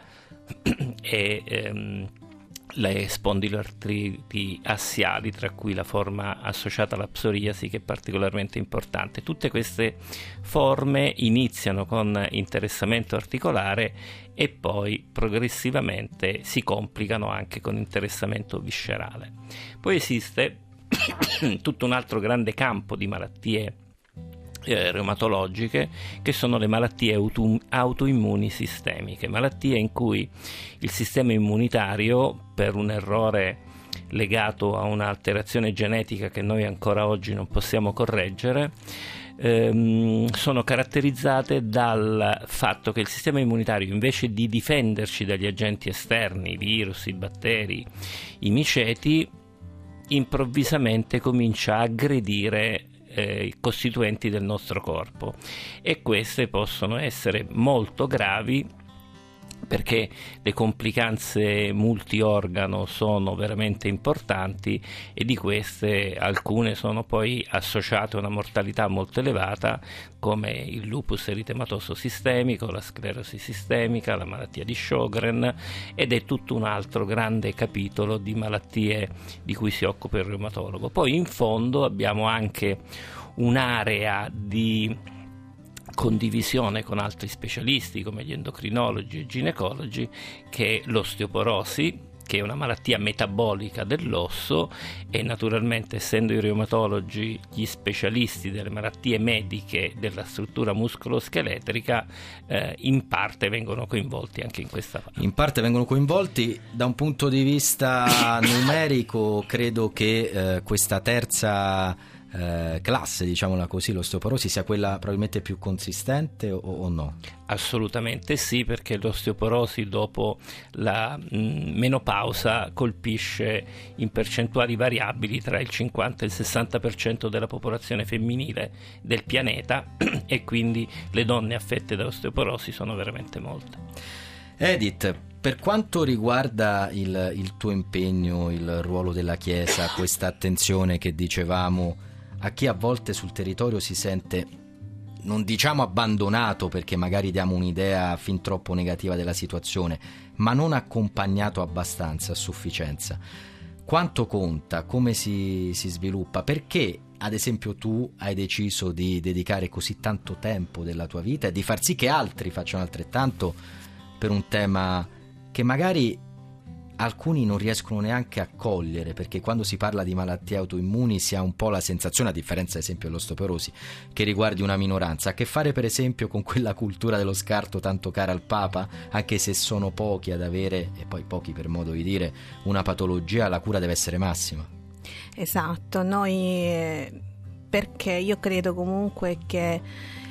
e le spondiloartriti assiali, tra cui la forma associata alla psoriasi, che è particolarmente importante. Tutte queste forme iniziano con interessamento articolare e poi progressivamente si complicano anche con interessamento viscerale. Poi esiste tutto un altro grande campo di malattie reumatologiche, che sono le malattie autoimmuni sistemiche, malattie in cui il sistema immunitario, per un errore legato a un'alterazione genetica che noi ancora oggi non possiamo correggere, sono caratterizzate dal fatto che il sistema immunitario, invece di difenderci dagli agenti esterni, i virus, i batteri, i miceti, improvvisamente comincia a aggredire i costituenti del nostro corpo, e queste possono essere molto gravi perché le complicanze multiorgano sono veramente importanti, e di queste alcune sono poi associate a una mortalità molto elevata, come il lupus eritematoso sistemico, la sclerosi sistemica, la malattia di Sjögren, ed è tutto un altro grande capitolo di malattie di cui si occupa il reumatologo. Poi in fondo abbiamo anche un'area di condivisione con altri specialisti come gli endocrinologi e ginecologi, che è l'osteoporosi, che è una malattia metabolica dell'osso, e naturalmente, essendo i reumatologi gli specialisti delle malattie mediche della struttura muscoloscheletrica, in parte vengono coinvolti anche in questa parte. In parte vengono coinvolti. Da un punto di vista numerico, credo che questa terza classe, diciamola così, l'osteoporosi, sia quella probabilmente più consistente o no? Assolutamente sì, perché l'osteoporosi dopo la menopausa colpisce in percentuali variabili tra il 50 e il 60% della popolazione femminile del pianeta e quindi le donne affette da osteoporosi sono veramente molte. Edith, Per quanto riguarda il tuo impegno, il ruolo della Chiesa, questa attenzione che dicevamo a chi a volte sul territorio si sente, non diciamo abbandonato perché magari diamo un'idea fin troppo negativa della situazione, ma non accompagnato abbastanza, a sufficienza, quanto conta, come si sviluppa, perché ad esempio tu hai deciso di dedicare così tanto tempo della tua vita e di far sì che altri facciano altrettanto per un tema che magari alcuni non riescono neanche a cogliere, perché quando si parla di malattie autoimmuni si ha un po' la sensazione, a differenza ad esempio dell'osteoporosi, che riguardi una minoranza. Ha a che fare per esempio con quella cultura dello scarto tanto cara al Papa, anche se sono pochi ad avere, e poi pochi per modo di dire, una patologia, la cura deve essere massima. Esatto, perché io credo comunque che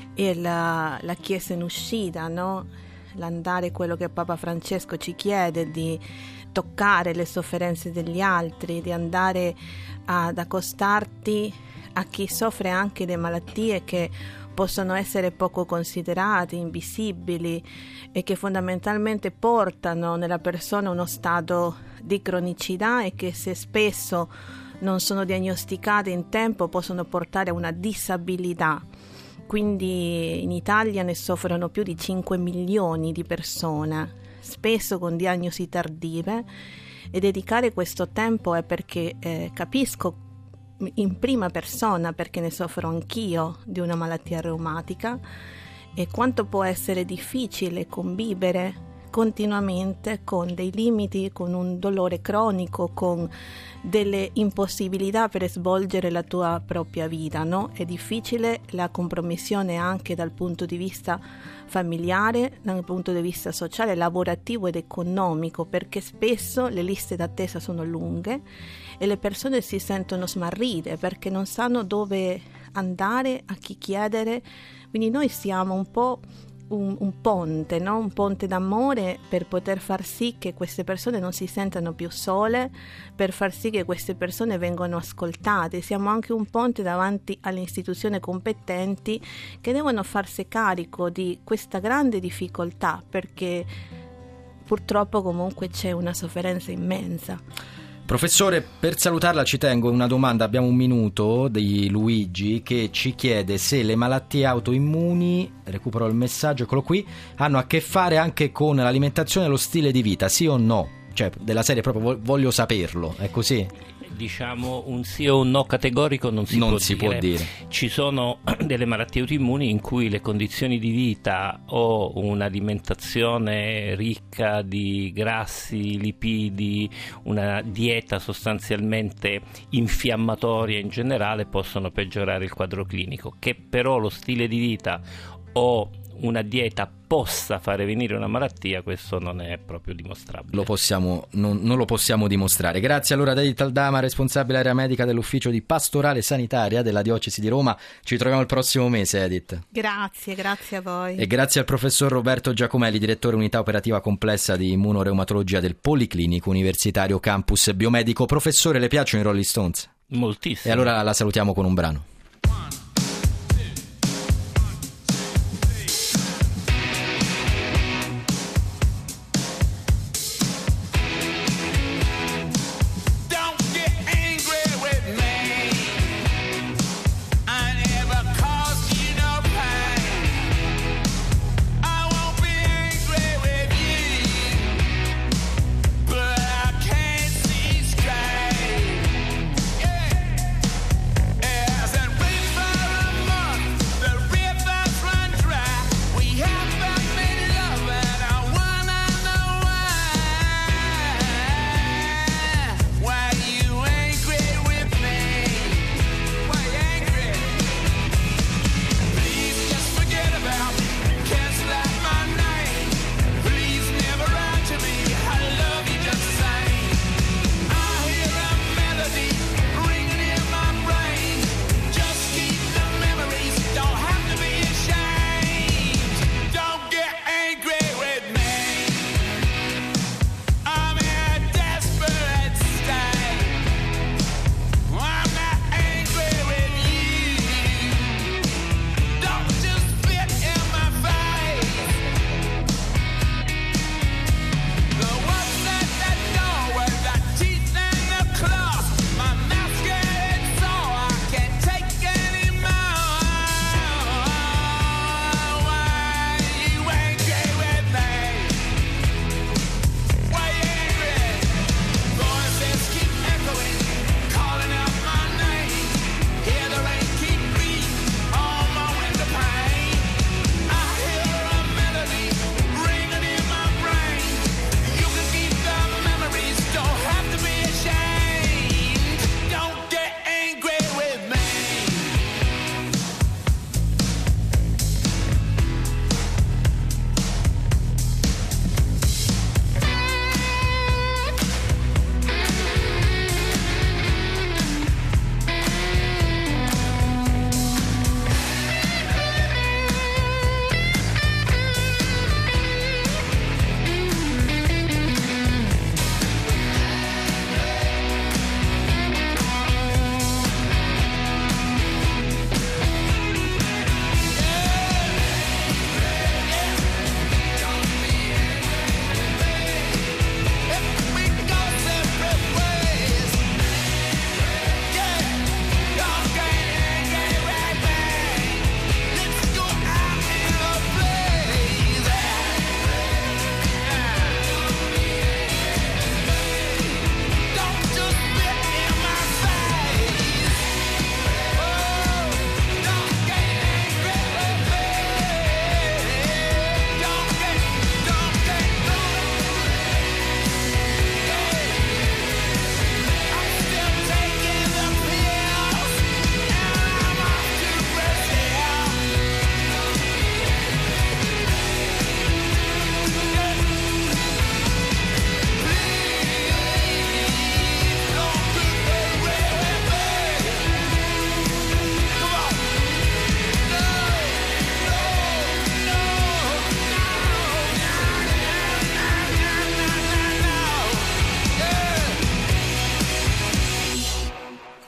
la Chiesa in uscita, no? L'andare, quello che Papa Francesco ci chiede, di toccare le sofferenze degli altri, di andare ad accostarti a chi soffre anche di malattie che possono essere poco considerate, invisibili e che fondamentalmente portano nella persona uno stato di cronicità e che se spesso non sono diagnosticate in tempo possono portare a una disabilità. Quindi in Italia ne soffrono più di 5 milioni di persone, spesso con diagnosi tardive, e dedicare questo tempo è perché capisco in prima persona, perché ne soffro anch'io di una malattia reumatica, e quanto può essere difficile convivere continuamente con dei limiti, con un dolore cronico, con delle impossibilità per svolgere la tua propria vita, no? È difficile la compromissione anche dal punto di vista familiare, dal punto di vista sociale, lavorativo ed economico, perché spesso le liste d'attesa sono lunghe e le persone si sentono smarrite perché non sanno dove andare, a chi chiedere. Quindi noi siamo un po' un ponte, no? Un ponte d'amore per poter far sì che queste persone non si sentano più sole, per far sì che queste persone vengano ascoltate. Siamo anche un ponte davanti alle istituzioni competenti che devono farsi carico di questa grande difficoltà, perché purtroppo comunque c'è una sofferenza immensa. Professore, per salutarla ci tengo una domanda, abbiamo un minuto, di Luigi che ci chiede se le malattie autoimmuni, recupero il messaggio, eccolo qui, hanno a che fare anche con l'alimentazione e lo stile di vita, sì o no? Cioè della serie proprio voglio saperlo, è così? Diciamo un sì o un no categorico non si può dire. Ci sono delle malattie autoimmuni in cui le condizioni di vita o un'alimentazione ricca di grassi, lipidi, una dieta sostanzialmente infiammatoria in generale possono peggiorare il quadro clinico. Che però lo stile di vita o una dieta possa fare venire una malattia, questo non è proprio dimostrabile. Non lo possiamo dimostrare. Grazie allora ad Edith Aldama, responsabile area medica dell'ufficio di pastorale sanitaria della diocesi di Roma. Ci troviamo il prossimo mese, Edith. Grazie a voi. E grazie al professor Roberto Giacomelli, direttore unità operativa complessa di immunoreumatologia del Policlinico Universitario Campus Biomedico. Professore, le piacciono i Rolling Stones? Moltissimo. E allora la salutiamo con un brano. As an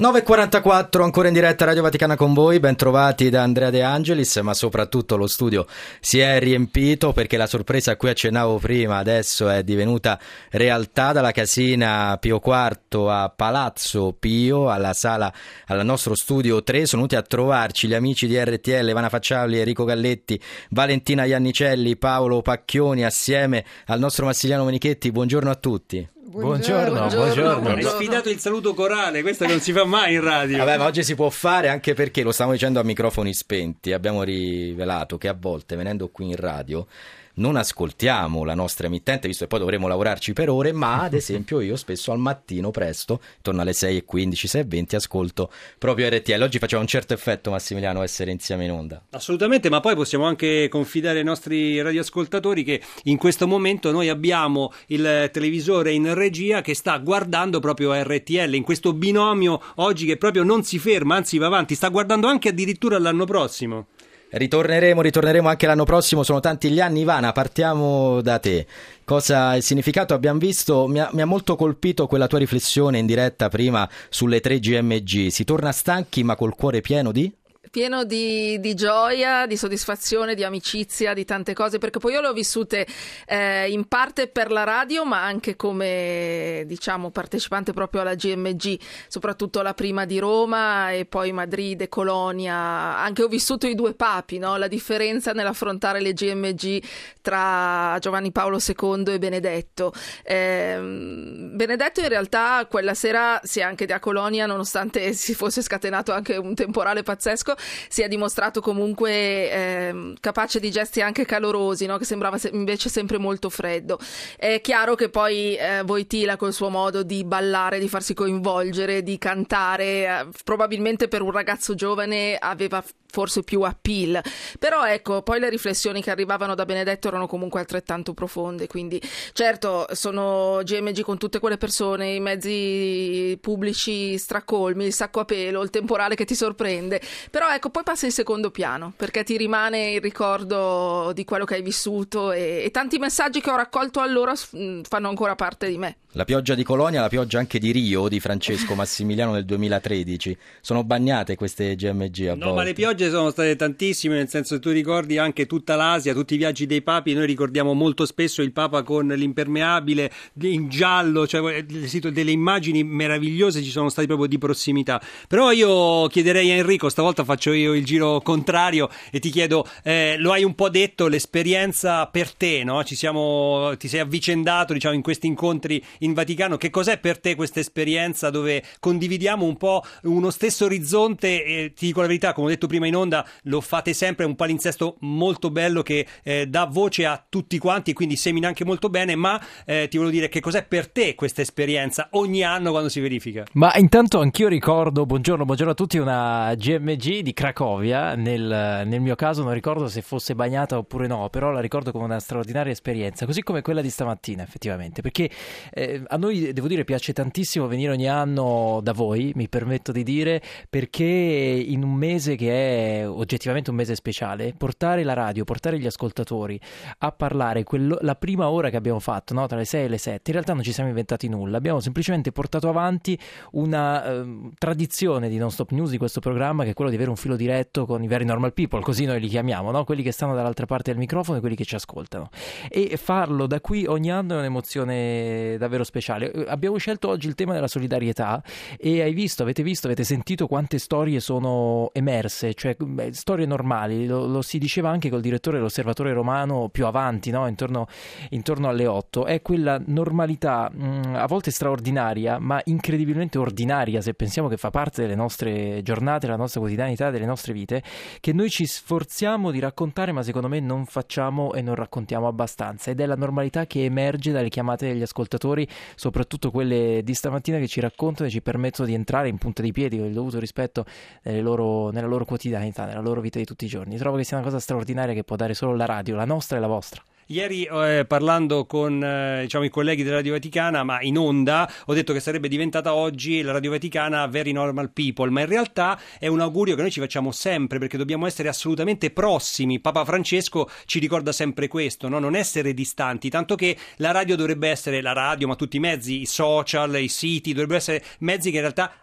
9.44 ancora in diretta Radio Vaticana con voi, ben trovati da Andrea De Angelis, ma soprattutto lo studio si è riempito perché la sorpresa a cui accennavo prima adesso è divenuta realtà. Dalla casina Pio IV a Palazzo Pio, al nostro studio 3, sono venuti a trovarci gli amici di RTL, Ivana Facciali, Enrico Galletti, Valentina Iannicelli, Paolo Pacchioni, assieme al nostro Massimiliano Menichetti. Buongiorno a tutti. Buongiorno. Hai sfidato il saluto corale, questo non si fa mai in radio. Vabbè, ma oggi si può fare, anche perché lo stiamo dicendo a microfoni spenti. Abbiamo rivelato che a volte, venendo qui in radio, non ascoltiamo la nostra emittente, visto che poi dovremo lavorarci per ore, ma ad esempio io spesso al mattino presto, intorno alle 6:15, 6:20, ascolto proprio RTL. Oggi faceva un certo effetto, Massimiliano, essere insieme in onda. Assolutamente, ma poi possiamo anche confidare ai nostri radioascoltatori che in questo momento noi abbiamo il televisore in regia che sta guardando proprio RTL, in questo binomio oggi che proprio non si ferma, anzi va avanti, sta guardando anche addirittura l'anno prossimo. Ritorneremo anche l'anno prossimo, sono tanti gli anni. Ivana, partiamo da te. Cosa il significato abbiamo visto? Mi ha molto colpito quella tua riflessione in diretta prima sulle 3 GMG. Si torna stanchi ma col cuore pieno di gioia, di soddisfazione, di amicizia, di tante cose, perché poi io le ho vissute in parte per la radio, ma anche come, diciamo, partecipante proprio alla GMG, soprattutto la prima di Roma e poi Madrid e Colonia. Anche ho vissuto i 2 papi, no? La differenza nell'affrontare le GMG tra Giovanni Paolo II e Benedetto. Benedetto in realtà quella sera, sia anche a Colonia, nonostante si fosse scatenato anche un temporale pazzesco, si è dimostrato comunque capace di gesti anche calorosi, no? Che sembrava invece sempre molto freddo. È chiaro che poi Wojtyła col suo modo di ballare, di farsi coinvolgere, di cantare, probabilmente per un ragazzo giovane aveva forse più appeal, però ecco, poi le riflessioni che arrivavano da Benedetto erano comunque altrettanto profonde, quindi certo sono GMG con tutte quelle persone, i mezzi pubblici stracolmi, il sacco a pelo, il temporale che ti sorprende, però ecco, poi passa in secondo piano perché ti rimane il ricordo di quello che hai vissuto e tanti messaggi che ho raccolto allora fanno ancora parte di me. La pioggia di Colonia, la pioggia anche di Rio di Francesco Massimiliano nel 2013, sono bagnate queste GMG a volte. Ma le piogge sono state tantissime, nel senso che tu ricordi anche tutta l'Asia, tutti i viaggi dei papi, noi ricordiamo molto spesso il Papa con l'impermeabile in giallo, cioè delle immagini meravigliose ci sono state proprio di prossimità. Però io chiederei a Enrico, stavolta faccio io il giro contrario e ti chiedo, lo hai un po' detto, l'esperienza per te, no? Ti sei avvicendato, diciamo, in questi incontri in Vaticano. Che cos'è per te questa esperienza dove condividiamo un po' uno stesso orizzonte e ti dico la verità, come ho detto prima in onda, lo fate sempre, è un palinsesto molto bello che dà voce a tutti quanti e quindi semina anche molto bene, ma ti volevo dire che cos'è per te questa esperienza ogni anno quando si verifica? Ma intanto anch'io ricordo, buongiorno a tutti, una GMG di Cracovia, nel mio caso non ricordo se fosse bagnata oppure no, però la ricordo come una straordinaria esperienza, così come quella di stamattina effettivamente, perché a noi, devo dire, piace tantissimo venire ogni anno da voi, mi permetto di dire, perché in un mese che è oggettivamente un mese speciale, portare la radio, portare gli ascoltatori a parlare la prima ora che abbiamo fatto, no? Tra le 6 e le 7, in realtà non ci siamo inventati nulla, abbiamo semplicemente portato avanti una tradizione di Non Stop News, di questo programma, che è quello di avere un filo diretto con i very normal people, così noi li chiamiamo, no? Quelli che stanno dall'altra parte del microfono e quelli che ci ascoltano, e farlo da qui ogni anno è un'emozione davvero speciale. Abbiamo scelto oggi il tema della solidarietà e avete sentito quante storie sono emerse, cioè storie normali, lo si diceva anche col direttore dell'Osservatore Romano più avanti, no? intorno alle 8, è quella normalità a volte straordinaria ma incredibilmente ordinaria, se pensiamo che fa parte delle nostre giornate, della nostra quotidianità, delle nostre vite, che noi ci sforziamo di raccontare ma secondo me non facciamo e non raccontiamo abbastanza, ed è la normalità che emerge dalle chiamate degli ascoltatori, soprattutto quelle di stamattina, che ci raccontano e ci permettono di entrare in punta di piedi con il dovuto rispetto nella loro quotidianità, nella loro vita di tutti i giorni. Trovo che sia una cosa straordinaria che può dare solo la radio, la nostra e la vostra. Ieri parlando con i colleghi della Radio Vaticana, ma in onda, ho detto che sarebbe diventata oggi la Radio Vaticana Very Normal People, ma in realtà è un augurio che noi ci facciamo sempre, perché dobbiamo essere assolutamente prossimi. Papa Francesco ci ricorda sempre questo, no? Non essere distanti, tanto che la radio dovrebbe essere la radio, ma tutti i mezzi, i social, i siti, dovrebbero essere mezzi che in realtà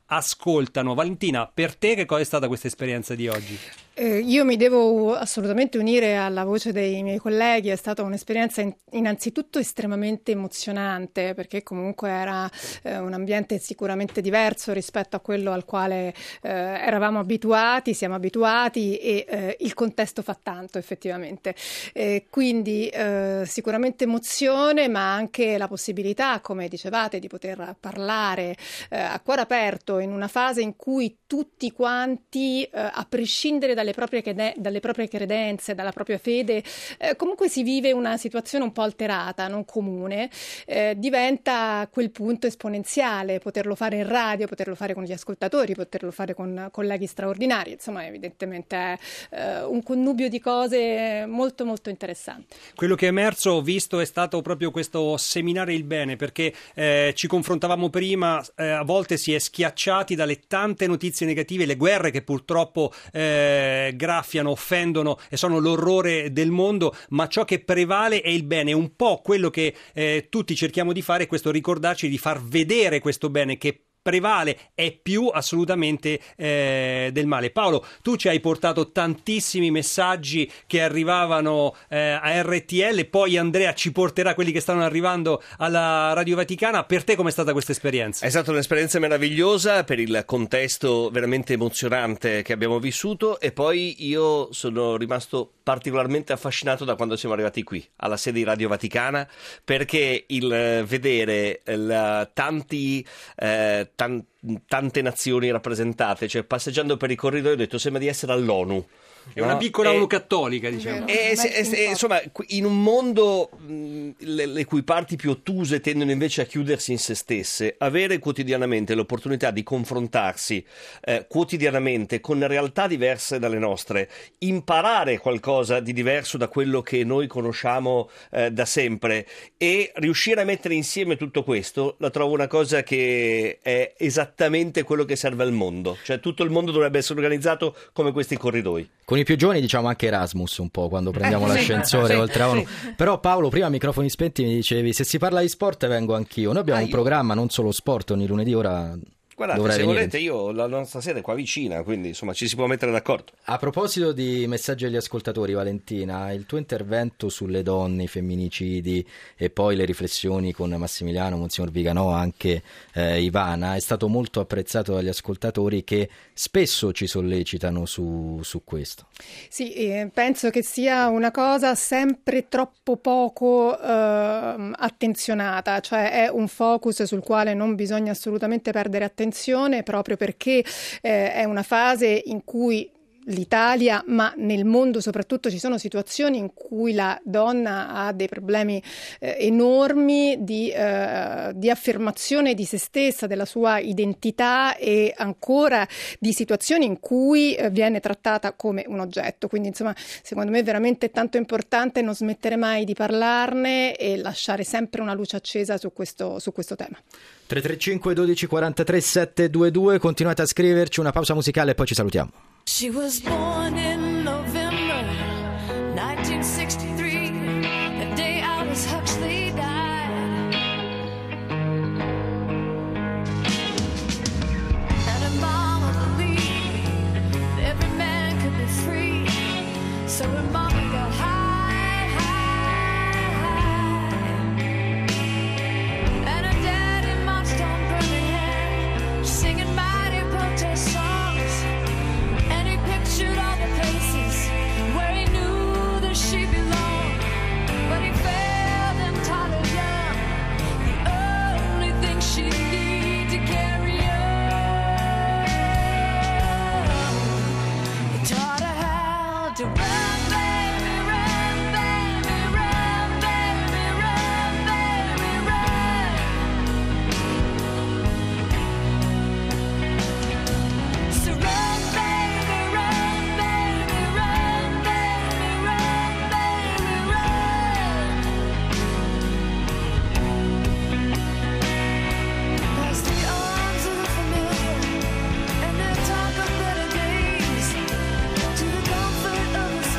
ascoltano. Valentina, per te che cosa è stata questa esperienza di oggi? Io mi devo assolutamente unire alla voce dei miei colleghi, è stata un'esperienza innanzitutto estremamente emozionante, perché comunque era un ambiente sicuramente diverso rispetto a quello al quale siamo abituati e il contesto fa tanto effettivamente. Quindi sicuramente emozione, ma anche la possibilità, come dicevate, di poter parlare a cuore aperto in una fase in cui tutti quanti, a prescindere dalle proprie credenze, dalla propria fede, comunque si vive una situazione un po' alterata, non comune, diventa a quel punto esponenziale, poterlo fare in radio, poterlo fare con gli ascoltatori, poterlo fare con colleghi straordinari, insomma evidentemente è un connubio di cose molto molto interessanti. Quello che è emerso, ho visto, è stato proprio questo seminare il bene, perché ci confrontavamo prima, a volte si è schiacciati dalle tante notizie negative, le guerre che purtroppo graffiano, offendono e sono l'orrore del mondo, ma ciò che prevale è il bene. Un po' quello che tutti cerchiamo di fare è questo, ricordarci di far vedere questo bene che prevale, è più assolutamente del male. Paolo, tu ci hai portato tantissimi messaggi che arrivavano a RTL, poi Andrea ci porterà quelli che stanno arrivando alla Radio Vaticana. Per te com'è stata questa esperienza? È stata un'esperienza meravigliosa per il contesto veramente emozionante che abbiamo vissuto, e poi io sono rimasto particolarmente affascinato da quando siamo arrivati qui alla sede di Radio Vaticana, perché il vedere tante nazioni rappresentate, cioè passeggiando per i corridoi ho detto sembra di essere all'ONU. È una piccola ONU cattolica, diciamo. Insomma, in un mondo le cui parti più ottuse tendono invece a chiudersi in se stesse, avere quotidianamente l'opportunità di confrontarsi quotidianamente con realtà diverse dalle nostre, imparare qualcosa di diverso da quello che noi conosciamo da sempre, e riuscire a mettere insieme tutto questo, la trovo una cosa che è esattamente quello che serve al mondo. Cioè tutto il mondo dovrebbe essere organizzato come questi corridoi. Con i più giovani diciamo anche Erasmus un po' quando prendiamo l'ascensore oltre a ONU. Però Paolo, prima a microfoni spenti mi dicevi se si parla di sport vengo anch'io. Noi abbiamo un programma non solo sport ogni lunedì, ora guardate, se volete io la nostra sede è qua vicina, quindi insomma ci si può mettere d'accordo. A proposito di messaggi agli ascoltatori, Valentina, il tuo intervento sulle donne, i femminicidi e poi le riflessioni con Massimiliano, Monsignor Viganò, anche Ivana, è stato molto apprezzato dagli ascoltatori che spesso ci sollecitano su questo. Sì, penso che sia una cosa sempre troppo poco attenzionata, cioè è un focus sul quale non bisogna assolutamente perdere attenzione, proprio perché è una fase in cui l'Italia, ma nel mondo soprattutto, ci sono situazioni in cui la donna ha dei problemi enormi di affermazione di se stessa, della sua identità, e ancora di situazioni in cui viene trattata come un oggetto. Quindi insomma, secondo me è veramente tanto importante non smettere mai di parlarne e lasciare sempre una luce accesa su questo tema. 335 12 43 722, continuate a scriverci, una pausa musicale e poi ci salutiamo. She was born in November 1963, the day Aldous Huxley died. And her mama believed that every man could be free, so her mama got high, high, high. And her daddy marched on Birmingham, singing mighty protest songs. Pictured all the places where he knew that she belonged, but he failed and taught her young the only thing she needed to carry on. He taught her how to run, baby, run, baby, run, baby, run, baby, run. So run, baby, run, baby, run, baby, run, baby, run. Past the arms of the familiar and their talk of better days, to the comfort of the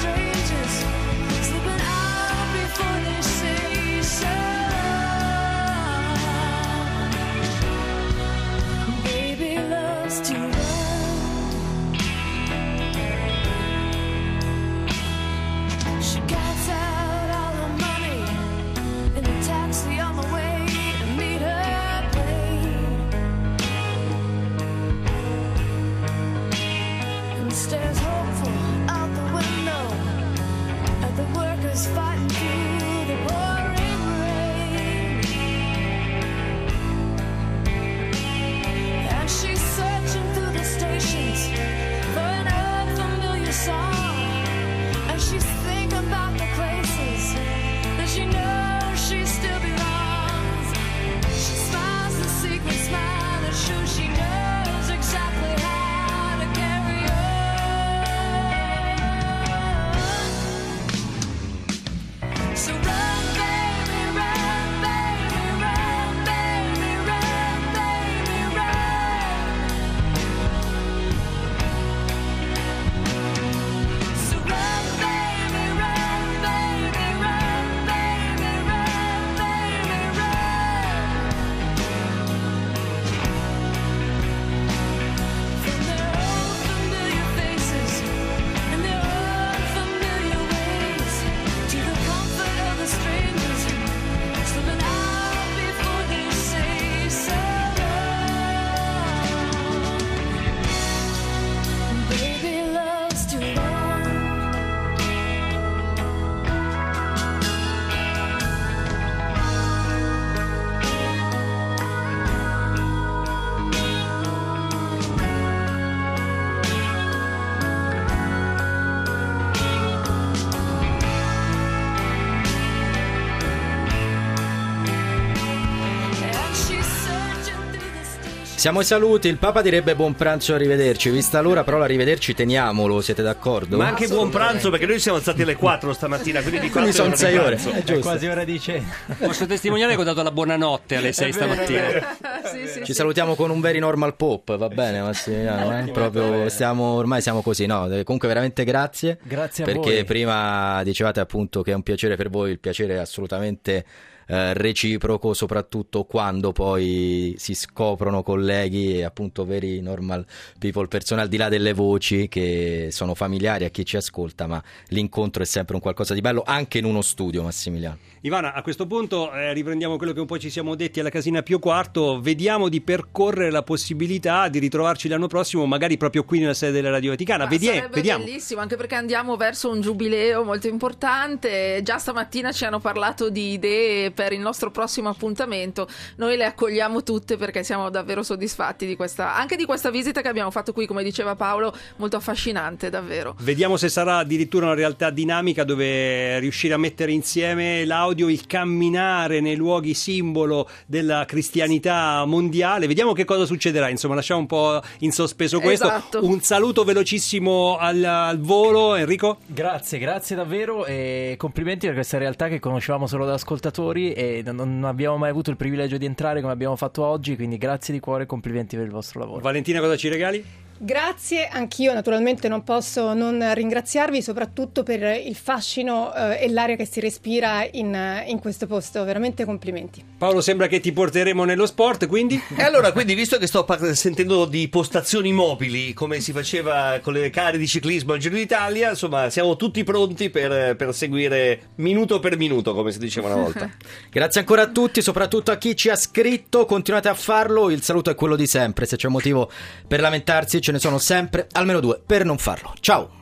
Siamo ai saluti, il Papa direbbe buon pranzo, arrivederci. Vista l'ora, però l'arrivederci teniamolo, siete d'accordo? Ma anche buon pranzo, perché noi siamo alzati alle 4 stamattina, quindi di Quindi sono 6 ore, È quasi ora di cena. Posso testimoniare che ho dato la buonanotte alle 6 stamattina. Ci salutiamo con un very normal pop, va bene Massimiliano? Proprio ormai siamo così, no? Comunque veramente grazie. Grazie a perché voi. Prima dicevate appunto che è un piacere per voi, il piacere è assolutamente reciproco, soprattutto quando poi si scoprono colleghi e appunto veri normal people, persone al di là delle voci che sono familiari a chi ci ascolta, ma l'incontro è sempre un qualcosa di bello anche in uno studio. Massimiliano, Ivana, a questo punto riprendiamo quello che un po' ci siamo detti alla Casina Pio IV, vediamo di percorrere la possibilità di ritrovarci l'anno prossimo, magari proprio qui nella sede della Radio Vaticana. Sarebbe Vediamo. bellissimo, anche perché andiamo verso un giubileo molto importante. Già stamattina ci hanno parlato di idee per il nostro prossimo appuntamento. Noi le accogliamo tutte perché siamo davvero soddisfatti di questa visita che abbiamo fatto qui, come diceva Paolo, molto affascinante davvero. Vediamo se sarà addirittura una realtà dinamica dove riuscire a mettere insieme l'audio, il camminare nei luoghi simbolo della cristianità mondiale. Vediamo che cosa succederà, insomma lasciamo un po' in sospeso questo. Esatto. Un saluto velocissimo al volo, Enrico. Grazie davvero e complimenti per questa realtà che conoscevamo solo da ascoltatori e non abbiamo mai avuto il privilegio di entrare come abbiamo fatto oggi, quindi grazie di cuore e complimenti per il vostro lavoro. Valentina, cosa ci regali? Grazie, anch'io naturalmente non posso non ringraziarvi, soprattutto per il fascino e l'aria che si respira in questo posto, veramente complimenti. Paolo, sembra che ti porteremo nello sport, quindi? E allora, quindi, visto che sto sentendo di postazioni mobili, come si faceva con le gare di ciclismo al Giro d'Italia, insomma, siamo tutti pronti per seguire minuto per minuto, come si diceva una volta. grazie ancora a tutti, soprattutto a chi ci ha scritto, continuate a farlo, il saluto è quello di sempre, se c'è motivo per lamentarsi ce ne sono sempre almeno 2 per non farlo. Ciao!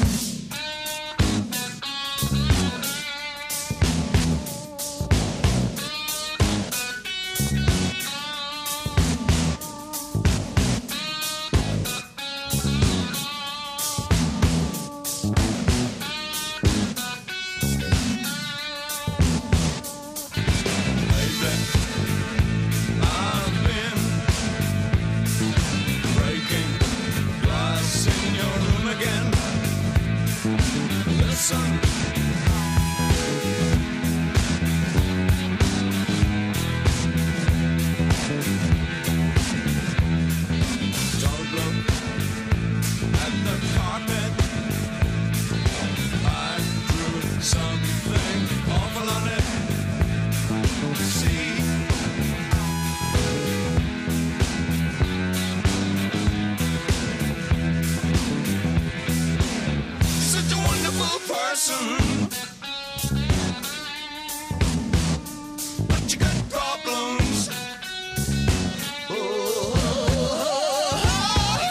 But you got problems.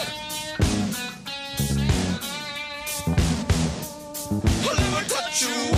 I'll never touch you.